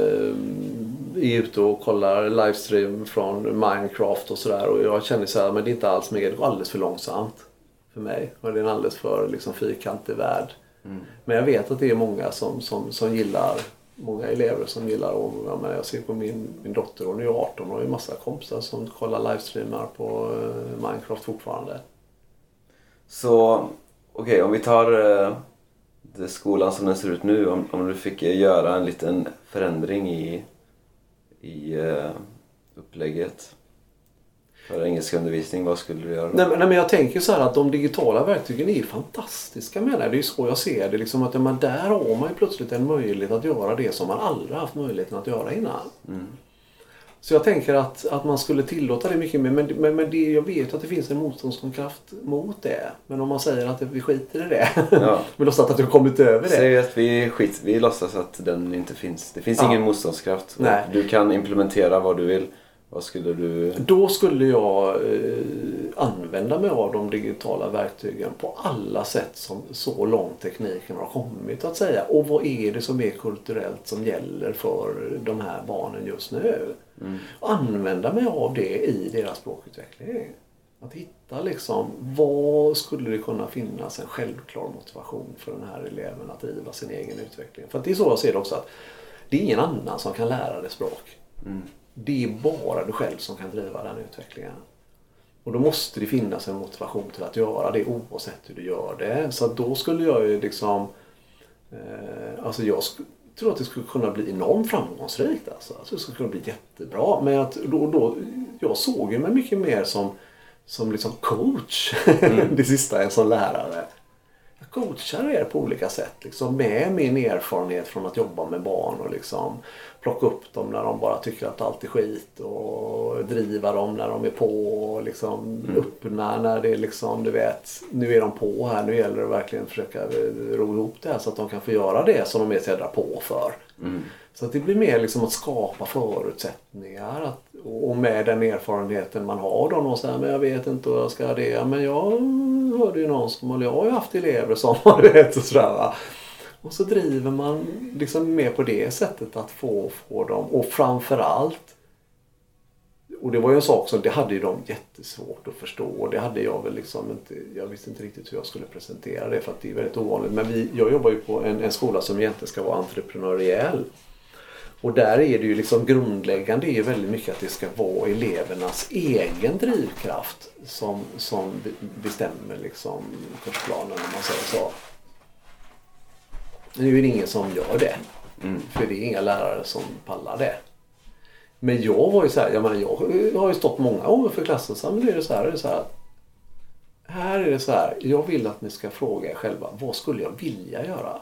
är ute och kollar livestream från Minecraft och sådär. Och jag känner så här, men det är inte alls mer, det går alldeles för långsamt för mig. Och det är en alldeles för liksom fyrkantig värld. Men jag vet att det är många som gillar, många elever som gillar, och jag ser på min dotter, hon är 18 och har ju massa kompisar som kollar livestreamar på Minecraft fortfarande. Så okej, om vi tar det skolan som den ser ut nu, om du fick göra en liten förändring i upplägget för engelska undervisning, vad skulle du göra då? Nej, men jag tänker så här att de digitala verktygen är fantastiska, menar jag. Det är ju så jag ser det, liksom, att där har man ju plötsligt en möjlighet att göra det som man aldrig haft möjligheten att göra innan. Så jag tänker att man skulle tillåta det mycket mer, men det, jag vet att det finns en motståndskraft mot det. Men om man säger att vi skiter i det, men låtsas att vi har kommit över det. Säg att vi låtsas att den inte finns. Det finns ingen motståndskraft. Nej. Du kan implementera vad du vill. Vad skulle du... Då skulle jag använda mig av de digitala verktygen på alla sätt som så långt tekniken har kommit att säga. Och vad är det som är kulturellt som gäller för de här barnen just nu? Och använda mig av det i deras språkutveckling. Att hitta liksom, vad skulle det kunna finnas en självklar motivation för den här eleven att driva sin egen utveckling. För att det är så jag ser det också, att det är ingen annan som kan lära dig språk. Det är bara du själv som kan driva den utvecklingen. Och då måste det finnas en motivation till att göra det oavsett hur du gör det. Så att då skulle jag ju liksom... jag tror att det skulle kunna bli enormt framgångsrikt. Alltså det skulle kunna bli jättebra. Men att jag såg ju mig mycket mer som liksom coach det sista än som lärare. Jag coachar er på olika sätt liksom, med min erfarenhet från att jobba med barn och liksom plocka upp dem när de bara tycker att allt är skit och driva dem när de är på och liksom öppna när det är liksom, du vet, nu är de på här, nu gäller det verkligen att försöka ro ihop det här så att de kan få göra det som de är så jädra på för. Så att det blir mer liksom att skapa förutsättningar och med den erfarenheten man har då någon säger, men jag vet inte hur jag ska det, men jag hörde ju någon som, jag har ju haft elever som har det och sådär, va? Och så driver man liksom mer på det sättet att få dem, och framförallt, och det var ju en sak som det hade ju de jättesvårt att förstå, och det hade jag väl liksom inte, jag visste inte riktigt hur jag skulle presentera det för att det är väldigt ovanligt, men jag jobbar ju på en skola som egentligen ska vara entreprenöriell. Och där är det ju liksom grundläggande, det är väldigt mycket att det ska vara elevernas egen drivkraft som bestämmer liksom kursplanen, om man säger så. Nu är det ingen som gör det. För det är inga lärare som pallar det. Men jag var ju så här, jag har ju stått många gånger för klassen, så men det är så här, här är det så här, jag vill att ni ska fråga er själva, vad skulle jag vilja göra?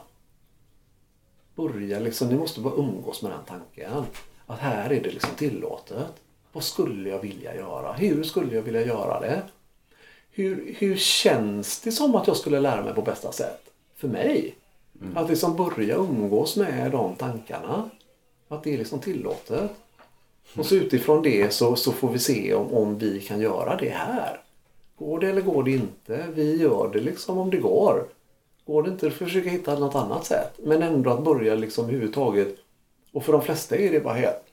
Börja liksom, ni måste bara umgås med den tanken. Att här är det liksom tillåtet. Vad skulle jag vilja göra? Hur skulle jag vilja göra det? Hur känns det som att jag skulle lära mig på bästa sätt? För mig. Att liksom börja umgås med de tankarna. Att det är liksom tillåtet. Och så utifrån det så får vi se om vi kan göra det här. Går det eller går det inte? Vi gör det liksom om det går. Går det inte att försöka hitta något annat sätt. Men ändå att börja liksom överhuvudtaget. Och för de flesta är det bara helt...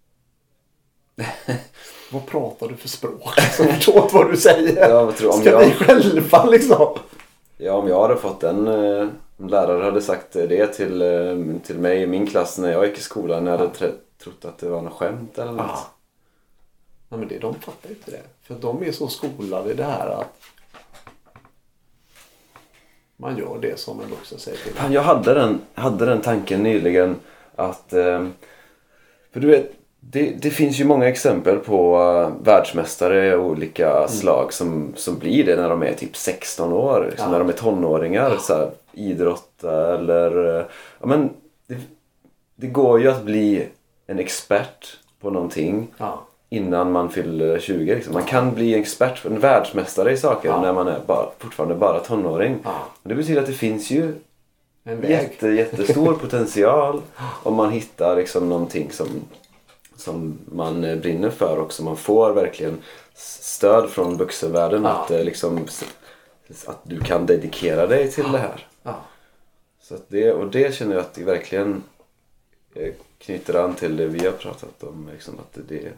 Vad pratar du för språk? Jag förstår inte vad du säger. Ja, ska vi själva liksom? Ja, om jag hade fått en lärare hade sagt det till mig i min klass när jag gick i skolan. När jag hade trott att det var något skämt eller något. Ja, men de fattar inte det. För de är så skolade i det här att man gör det som en vuxen säger till. Jag hade den tanken nyligen Att, för du vet, det finns ju många exempel på världsmästare av olika slag som blir det när de är typ 16 år. Liksom när de är tonåringar. Så här, idrotta eller... Ja, men det går ju att bli en expert på någonting innan man fyller 20. Liksom. Man kan bli en expert, en världsmästare i saker när man är fortfarande bara tonåring. Och det betyder att det finns ju en jättestor potential om man hittar liksom någonting som man brinner för och som man får verkligen stöd från vuxenvärlden att du kan dedikera dig till det här. Så att det känner jag att det verkligen knyter an till det vi har pratat om liksom, att det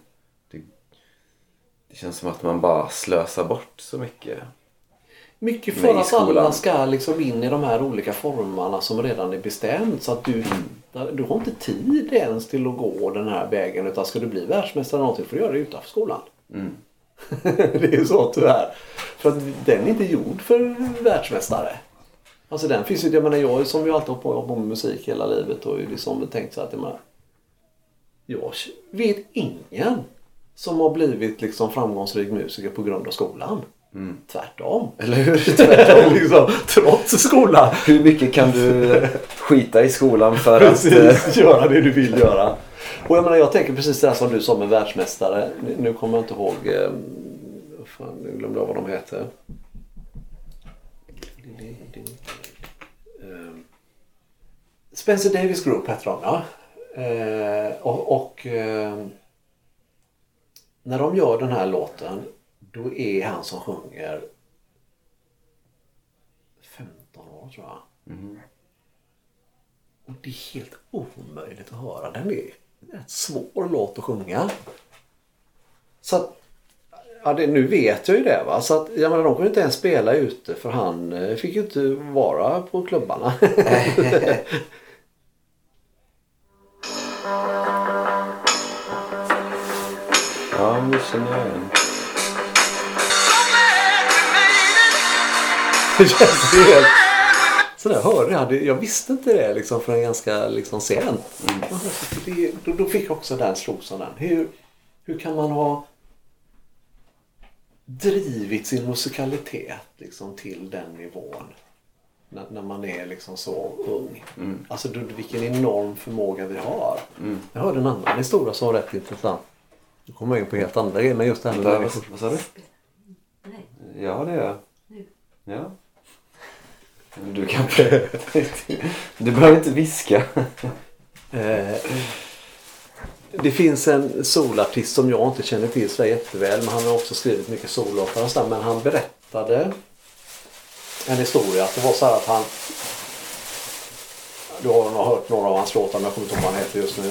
känns som att man bara slösar bort så mycket för att alla ska liksom in i de här olika formerna som redan är bestämt, så att du har inte tid ens till att gå den här vägen, utan ska du bli världsmästare någonting får du göra det utanför skolan. Det är ju så tyvärr, för att den är inte gjord för världsmästare. Alltså den finns ju, jag menar jag som ju alltid har på med musik hela livet och liksom tänkt så att jag vet ingen som har blivit liksom framgångsrik musiker på grund av skolan. Tvärtom. Eller hur? Tvärtom liksom, trots skolan. Hur mycket kan du skita i skolan för att göra det du vill göra? Och jag menar, jag tänker precis det här som du som en världsmästare. Nu kommer jag inte ihåg nu glömde jag vad de heter. Spencer Davis Group heter de, ja. När de gör den här låten, då är han som sjunger 15 år tror jag. Och det är helt omöjligt att höra. Den är en svår låt att sjunga. Så att, nu vet jag ju det, va. Så att, jag menar, de kunde inte ens spela ute, för han fick ju inte vara på klubbarna. Ja, nu känner jag igen. Det känns helt... Så där hörde jag visste inte det liksom förrän ganska liksom sent. Då fick jag också den slosan den. Hur kan man ha drivit sin musikalitet liksom till den nivån när man är liksom så ung. Alltså vilken enorm förmåga vi har. Jag hörde en annan historia som var rätt intressant. Nu kommer jag in på helt andra grejer, men just det här med... Vad sa du? Nej. Ja, det är jag. Nu. Ja. Du kan... Du behöver inte viska. Det finns en solartist som jag inte känner till så jätteväl, men han har också skrivit mycket sollåtar och sådär, men han berättade en historia att det var så här att han... Du har nog hört några av hans låtar, men jag kommer inte ihåg vad han heter just nu.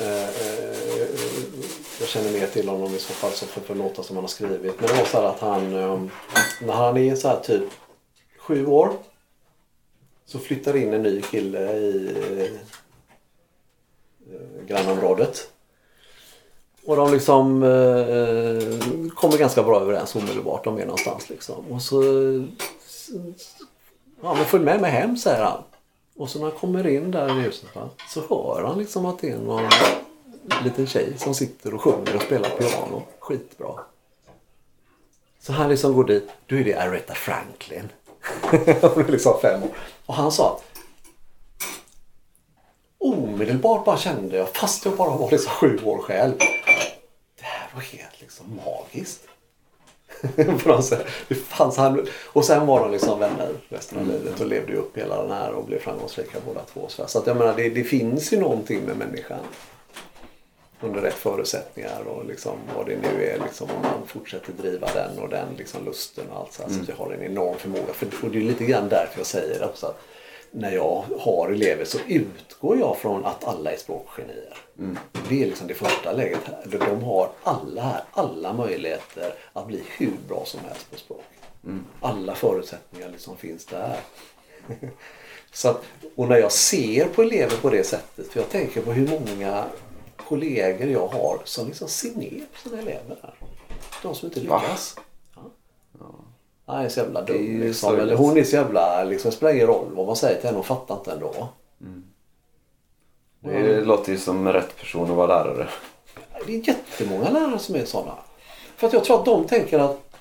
Jag känner mer till honom i så fall så för låtar som han har skrivit. Men det var så här att han, när han är så här typ 7 år, så flyttar in en ny kille i grannområdet. Och de liksom kommer ganska bra överens omedelbart. De är någonstans liksom. Och så... Ja, men följ med mig hem, säger han. Och så när han kommer in där i huset, så hör han liksom att det är någon liten tjej som sitter och sjunger och spelar piano. Skitbra. Så han liksom går dit. Då är det Aretha Franklin. Han är liksom 5 år. Och han sa att omedelbart bara kände jag, fast jag bara var liksom 7 år själv, det här var helt liksom magiskt. Det fanns han, och sen var de liksom vänner resten av livet och levde upp hela den här och blev framgångsrika båda två. Så att jag menar, det finns ju någonting med människan under rätt förutsättningar och liksom vad det nu är liksom, om man fortsätter driva den och den liksom lusten och allt så att jag har en enorm förmåga. Och det är lite grann därför jag säger det också, att när jag har elever så utgår jag från att alla är språkgenier. Det är liksom det första läget här. De har alla möjligheter att bli hur bra som helst på språk. Alla förutsättningar liksom finns där. Så att, och när jag ser på elever på det sättet, för jag tänker på hur många kollegor jag har som liksom ser ner på sina elever där. De som inte lyckas. Han är så jävla dum liksom. Eller hon är så jävla liksom, spelar ingen roll vad man säger till henne, hon fattar inte ändå. Det låter ju som rätt person att vara lärare. Det är jättemånga lärare som är sådana. För att jag tror att de tänker att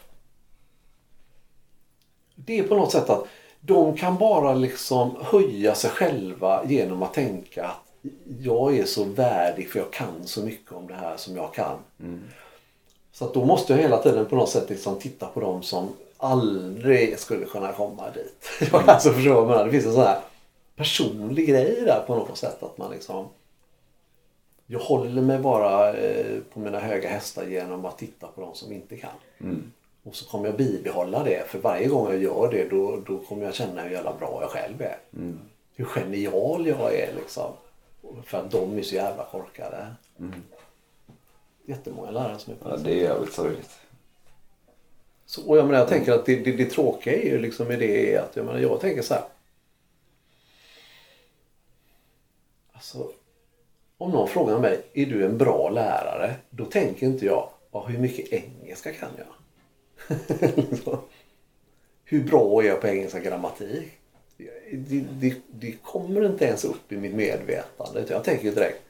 det är på något sätt att de kan bara liksom höja sig själva genom att tänka att jag är så värdig för jag kan så mycket om det här som jag kan. Så att då måste jag hela tiden på något sätt liksom titta på dem som aldrig skulle kunna komma dit. Alltså förstår man, det finns en sån här personlig grej där på något sätt att man liksom jag håller mig bara på mina höga hästar genom att titta på dem som inte kan. Och så kommer jag bibehålla det. För varje gång jag gör det då kommer jag känna hur jävla bra jag själv är. Hur genial jag är liksom. För att de är så jävla korkade. Jättemånga lärare som är på det. Ja, det är jävligt sorgligt. Så, och jag tänker att det tråkiga är ju liksom med det är att jag tänker så här. Alltså, om någon frågar mig, är du en bra lärare? Då tänker inte jag, hur mycket engelska kan jag? Hur bra är jag på engelska grammatik? Det kommer inte ens upp i mitt medvetande. Jag tänker direkt,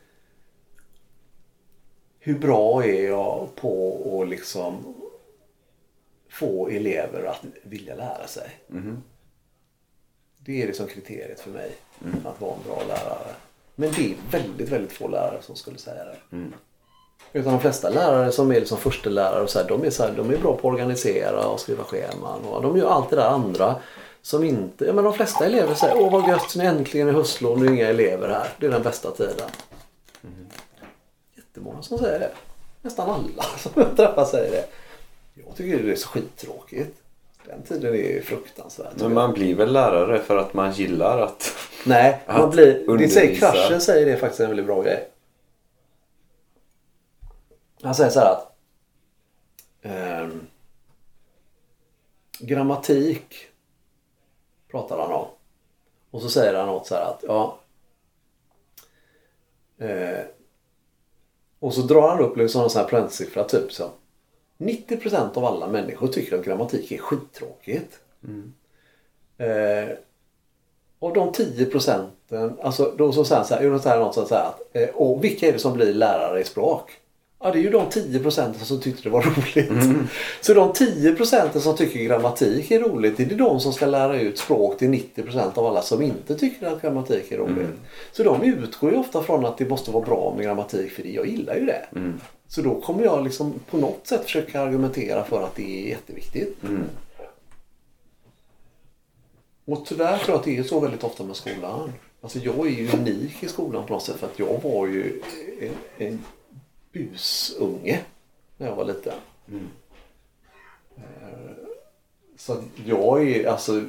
hur bra är jag på att liksom få elever att vilja lära sig? Det är liksom kriteriet för mig att vara en bra lärare. Men det är väldigt, väldigt få lärare som skulle säga det. Utan de flesta lärare som är liksom första lärare och så här, de är bra på att organisera och skriva scheman och de gör allt det där andra som inte, men de flesta elever säger, vad gött, nu äntligen är höstlov, nu är inga elever här, det är den bästa tiden. Jättemånga som säger det, nästan alla som jag träffar säger det. Jag tycker det är så skittråkigt. Den tiden är fruktansvärt. Men man blir väl lärare för att man gillar att nej, man blir, det säger Krashen säger det faktiskt en väldigt bra grej. Han säger så här att grammatik pratar han om. Och så säger han något så här att och så drar han upp liksom en sån här procentsiffra typ så. 90% av alla människor tycker att grammatik är skittråkigt. Och de 10%, alltså då så säger han så här, något så här att och vilka är det som blir lärare i språk? Ja, det är ju de 10% som tyckte det var roligt. Så de 10% som tycker grammatik är roligt, det är de som ska lära ut språk till 90% av alla som inte tycker att grammatik är roligt. Så de utgår ju ofta från att det måste vara bra med grammatik, för jag gillar ju det. Så då kommer jag liksom på något sätt försöka argumentera för att det är jätteviktigt. Och tyvärr tror jag att det är så väldigt ofta med skolan. Alltså jag är ju unik i skolan på något sätt, för att jag var ju en busunge när jag var liten. Så att jag är, alltså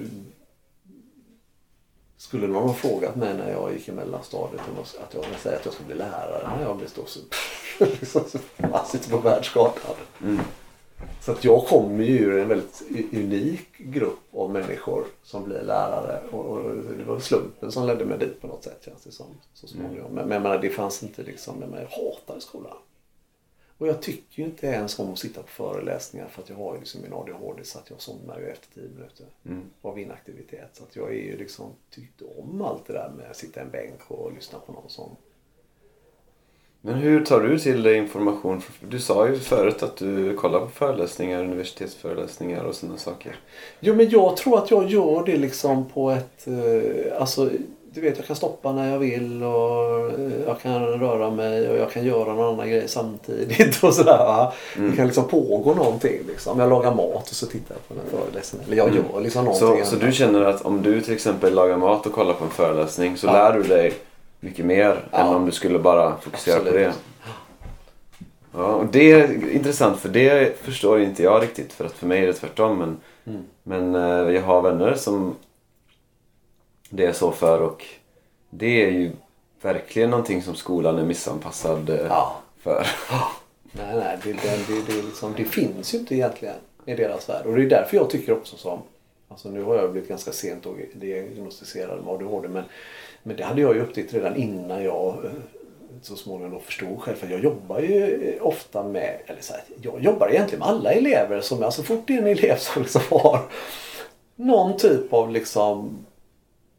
skulle någon ha frågat mig när jag gick i mellanstadiet att jag säga att jag skulle bli lärare, när jag blev stor så sitter på världskartan. Så att jag kommer ju ur en väldigt unik grupp av människor som blir lärare, och det var slumpen som ledde mig dit på något sätt, känns det som så småningom. Men det fanns inte liksom, men jag hatade skolan. Och jag tycker ju inte ens om att sitta på föreläsningar, för att jag har ju liksom min ADHD, så att jag somnar ju efter 10 minuter av inaktivitet. Så att jag är ju liksom tyckte om allt det där med att sitta i en bänk och lyssna på någon som. Men hur tar du till dig information? Du sa ju förut att du kollar på föreläsningar, universitetsföreläsningar och sådana saker. Jo, men jag tror att jag gör det liksom på ett, alltså du vet, jag kan stoppa när jag vill och jag kan röra mig och jag kan göra någon annan grej samtidigt och sådär. Det kan liksom pågå någonting liksom. Jag lagar mat och så tittar jag på den föreläsningen. Eller jag gör liksom någonting. Så du känner att om du till exempel lagar mat och kollar på en föreläsning så lär du dig mycket mer än om du skulle bara fokusera på det. Ja, och det är intressant, för det förstår inte jag riktigt, för att för mig är det tvärtom. Men jag har vänner som det är så för, och det är ju verkligen någonting som skolan är missanpassad för. Nej, det, liksom, det finns ju inte egentligen i deras värld. Och det är därför jag tycker också som, alltså nu har jag blivit ganska sent och diagnostiserad med ADHD, men det hade jag ju upptäckt redan innan jag så småningom då förstod själv. För jag jobbar ju ofta med, eller så här, jag jobbar egentligen med alla elever som, alltså fort det är en elev som liksom har någon typ av liksom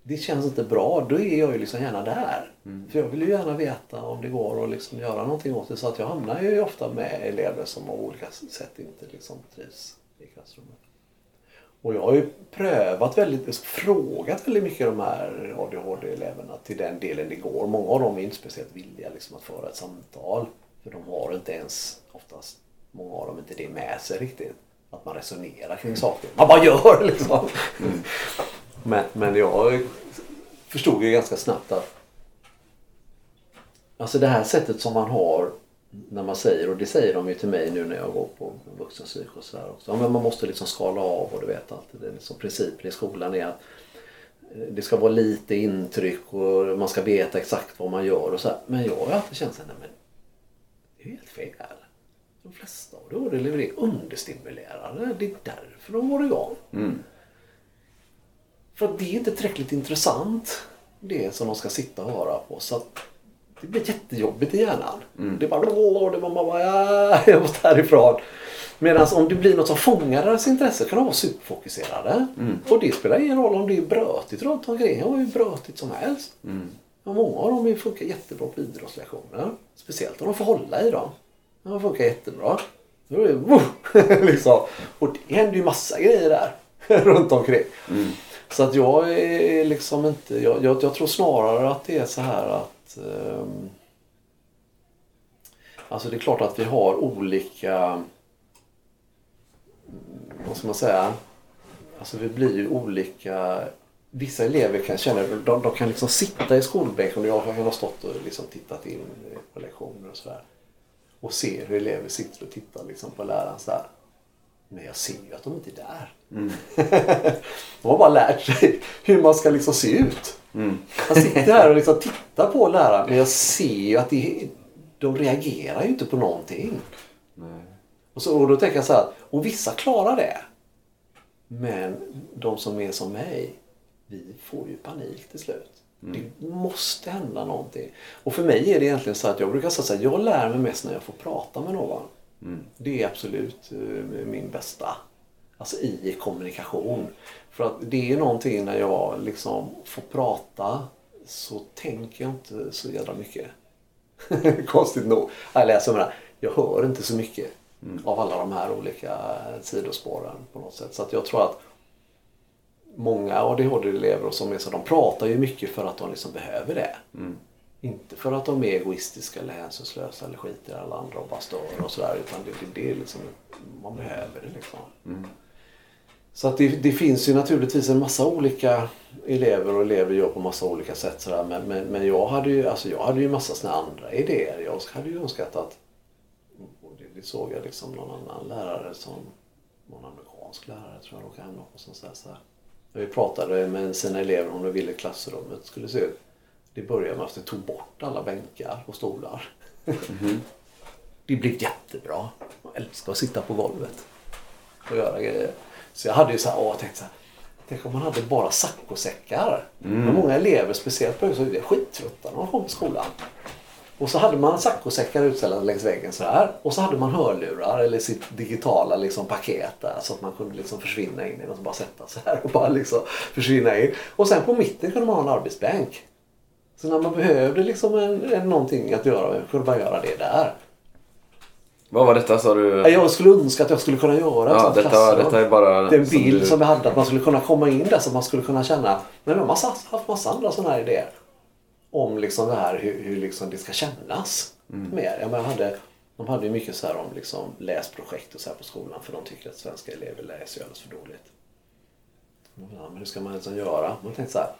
det känns inte bra, då är jag ju liksom gärna där. För jag vill ju gärna veta om det går att liksom göra någonting åt det. Så att jag hamnar ju ofta med elever som av olika sätt inte liksom trivs i klassrummet. Och jag har ju frågat väldigt mycket de här ADHD-eleverna till den delen det går. Många av dem är inte speciellt villiga liksom att föra ett samtal. För de har inte ens, oftast, många av dem inte det med sig riktigt. Att man resonerar kring saker. Man bara gör liksom. Men jag förstod ju ganska snabbt att alltså det här sättet som man har när man säger, och det säger de ju till mig nu när jag går på vuxenpsyk och så här också. Ja, men man måste liksom skala av, och du vet alltid det är liksom principen i skolan är att det ska vara lite intryck och man ska veta exakt vad man gör och så här. Men jag har alltid känt att men det är helt fel. De flesta av det är understimulerade. Det är därför de går igång. För att det är inte tillräckligt intressant det som de ska sitta och höra på. Så att det blir jättejobbigt i hjärnan. Det är bara jag måste härifrån. Medan om det blir något som fångar deras intresse kan de vara superfokuserade. Och det spelar ingen roll om det är brötigt runt omkring. Det var ju brötigt som helst. Och många av dem funkar jättebra på idrottslektioner. Speciellt om de får hålla i dem. De funkar jättebra. Då är det, liksom. Och det händer ju massa grejer där runt omkring. Så att jag är liksom inte... Jag tror snarare att det är så här att... alltså det är klart att vi har olika... Vad ska man säga? Alltså vi blir ju olika... Vissa elever kan känna... De kan liksom sitta i skolbänken, och jag har stått och liksom tittat in på lektioner och sådär. Och ser hur elever sitter och tittar liksom på läraren så här. Men jag ser ju att de inte är där. De har bara lärt sig hur man ska liksom se ut. Jag sitter här och liksom tittar på läraren, men jag ser ju att de reagerar ju inte på någonting. Nej. Och då tänker jag så här, och vissa klarar det. Men de som är som mig, vi får ju panik till slut. Det måste hända någonting. Och för mig är det egentligen så att jag brukar säga att jag lär mig mest när jag får prata med någon. Det är absolut min bästa. Alltså i kommunikation. För att det är någonting när jag liksom får prata så tänker jag inte så jävla mycket. Konstigt nog. Jag hör inte så mycket av alla de här olika sidospåren på något sätt. Så att jag tror att många ADHD-elever som är så, de pratar ju mycket för att de liksom behöver det. Inte för att de är egoistiska eller hänsynslösa eller skiter i alla andra och bara stör och sådär, utan det är liksom, man behöver det liksom. Så att det finns ju naturligtvis en massa olika elever, och elever gör på massa olika sätt sådär, men jag hade ju massa såna andra idéer. Jag hade ju önskat att, det såg jag liksom någon annan lärare, som någon amerikansk lärare tror jag kan och så här. Vi pratade med sina elever om de ville klassrummet skulle se ut. Det började med att jag tog bort alla bänkar och stolar. Det blev jättebra. Jag älskar att sitta på golvet och göra grejer. Så jag hade ju så här, jag tänkte så här, tänk om man hade bara saccosäckar. Men många elever, speciellt på högstadiet, är skittrötta när de kom till skolan. Och så hade man saccosäckar utställda längs väggen så här. Och så hade man hörlurar eller sitt digitala liksom paket där, så att man kunde liksom försvinna in i och bara sätta sig här och bara liksom försvinna in. Och sen på mitten kunde man ha en arbetsbänk. Så när man behövde liksom någonting att göra, kunde man göra det där. Vad var detta, sa du? Jag skulle önska att jag skulle kunna göra ja, detta är bara den bild som vi hade, att man skulle kunna komma in där, så att man skulle kunna känna. Men man har haft massa andra sådana här idéer om liksom det här, hur liksom det ska kännas mer. De hade ju mycket så här om liksom läsprojekt och så här på skolan, för de tycker att svenska elever läser alldeles för dåligt. Ja, men hur ska man liksom göra? Man tänkte så här,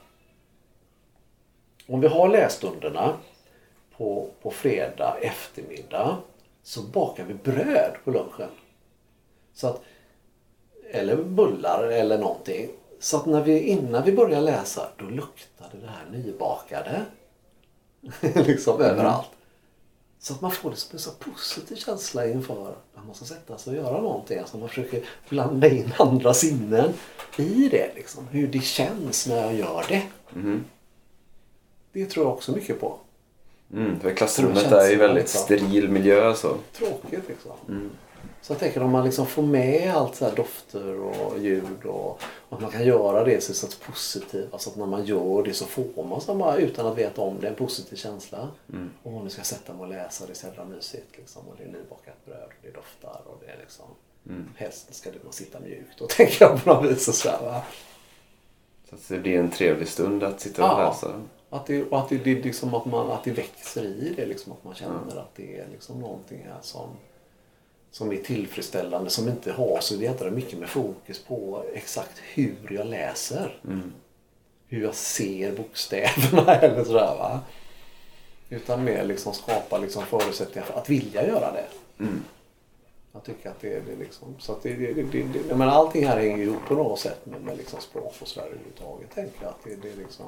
om vi har lässtunderna på fredag eftermiddag, så bakar vi bröd på lunchen. Så att, eller bullar eller någonting. Så att innan vi börjar läsa, då luktade det här nybakade. liksom överallt. Så att man får liksom en så positiv känsla inför att man ska sätta sig och göra någonting. Alltså man försöker blanda in andra sinnen i det. Liksom. Hur det känns när jag gör det. Det tror jag också mycket på. För klassrummet är ju väldigt steril miljö. Så. Tråkigt liksom. Så jag tänker om man liksom får med allt så här dofter och ljud och att man kan göra det så att positivt. Alltså att när man gör det så får man så bara utan att veta om det en positiv känsla. Och nu ska jag sätta mig och läsa, det är så jävla mysigt liksom. Och det är nybakat bröd och det doftar och det är liksom helst ska det sitta mjukt och tänker jag på något vis och så här, va? Så att det blir en trevlig stund att sitta och läsa. Att det liksom att det växer i det liksom, att man känner att det är liksom någonting här som är tillfredsställande, som inte har så jädra mycket med fokus på exakt hur jag läser. Hur jag ser bokstäverna eller sådär, va? Utan mer liksom skapa liksom förutsättningar för att vilja göra det. Jag tycker att det är liksom, så att jag menar, allting här hänger ihop på något sätt med liksom språk och sådär överhuvudtaget. Tänker jag att det är liksom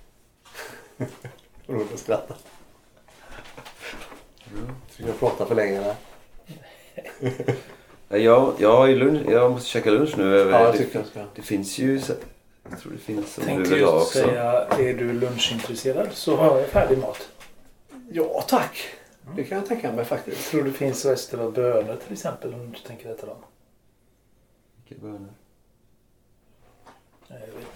roligt att skratta. Ska jag prata för länge där? Jag måste käka lunch nu. Ja, jag tycker jag ska. Det finns ju, jag tror det finns en tänkte just säga, är du lunchintresserad så har jag färdig mat. Ja, tack. Det kan jag tänka mig faktiskt. Tror du finns rester av bönor till exempel om du tänker äta dem? Vilka bönor? Nej, jag vet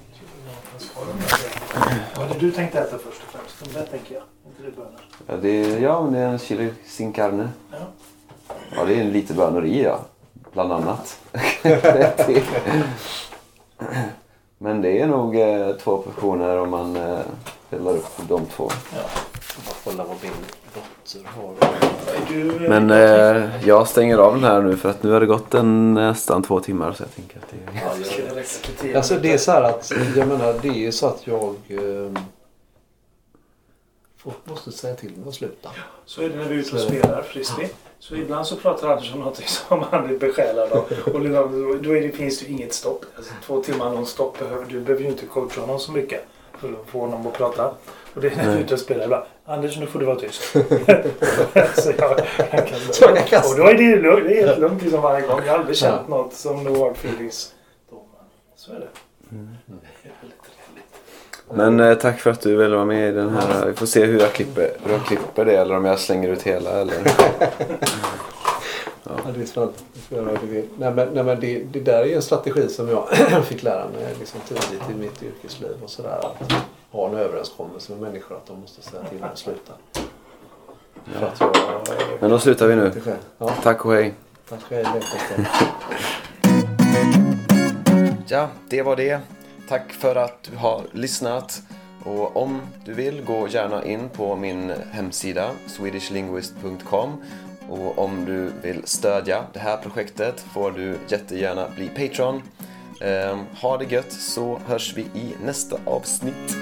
inte. Vad hade du tänkt äta först och främst? De där tänker jag. Inte det bönor? Ja, det är en chili sin carne. Ja. Ja, det är en lite bönor i, ja. Bland annat. Men det är nog 2 portioner om man delar upp de 2. Ja. Jag bara kolla vad min dotter har. Men jag stänger av den här nu för att nu har det gått nästan 2 timmar, så jag tänker att det är... Alltså det är så här att, jag menar, det är ju så att jag måste säga till mig att sluta. Så är det när vi är ute och spelar frisbee. Så ibland så pratar Anders om något som han är besjälad av. Och då finns det ju inget stopp. Alltså 2 timmar någon stopp du behöver ju inte coacha honom så mycket för att få honom att prata. Och det är när vi är ute och spelar ibland. Anders, nu får du vara tyst. Så jag kan och då är det lugnt. Det är helt lugnt liksom varje gång. Jag har aldrig känt något som Noah Felix. Så är det. Men tack för att du ville vara med i den här. Vi får se hur jag klipper det, eller om jag slänger ut hela eller. Ja, det är spännande. Nej, men det där är en strategi som jag fick lära mig liksom tidigt i mitt yrkesliv och sådär, att ha en överenskommelse med människor att de måste säga till att sluta. För att men då slutar vi nu. Ja. Tack och hej. Tack och hej. Ja, det var det. Tack för att du har lyssnat. Och om du vill, gå gärna in på min hemsida swedishlinguist.com. Och om du vill stödja det här projektet får du jättegärna bli Patreon. Ha det gött, så hörs vi i nästa avsnitt.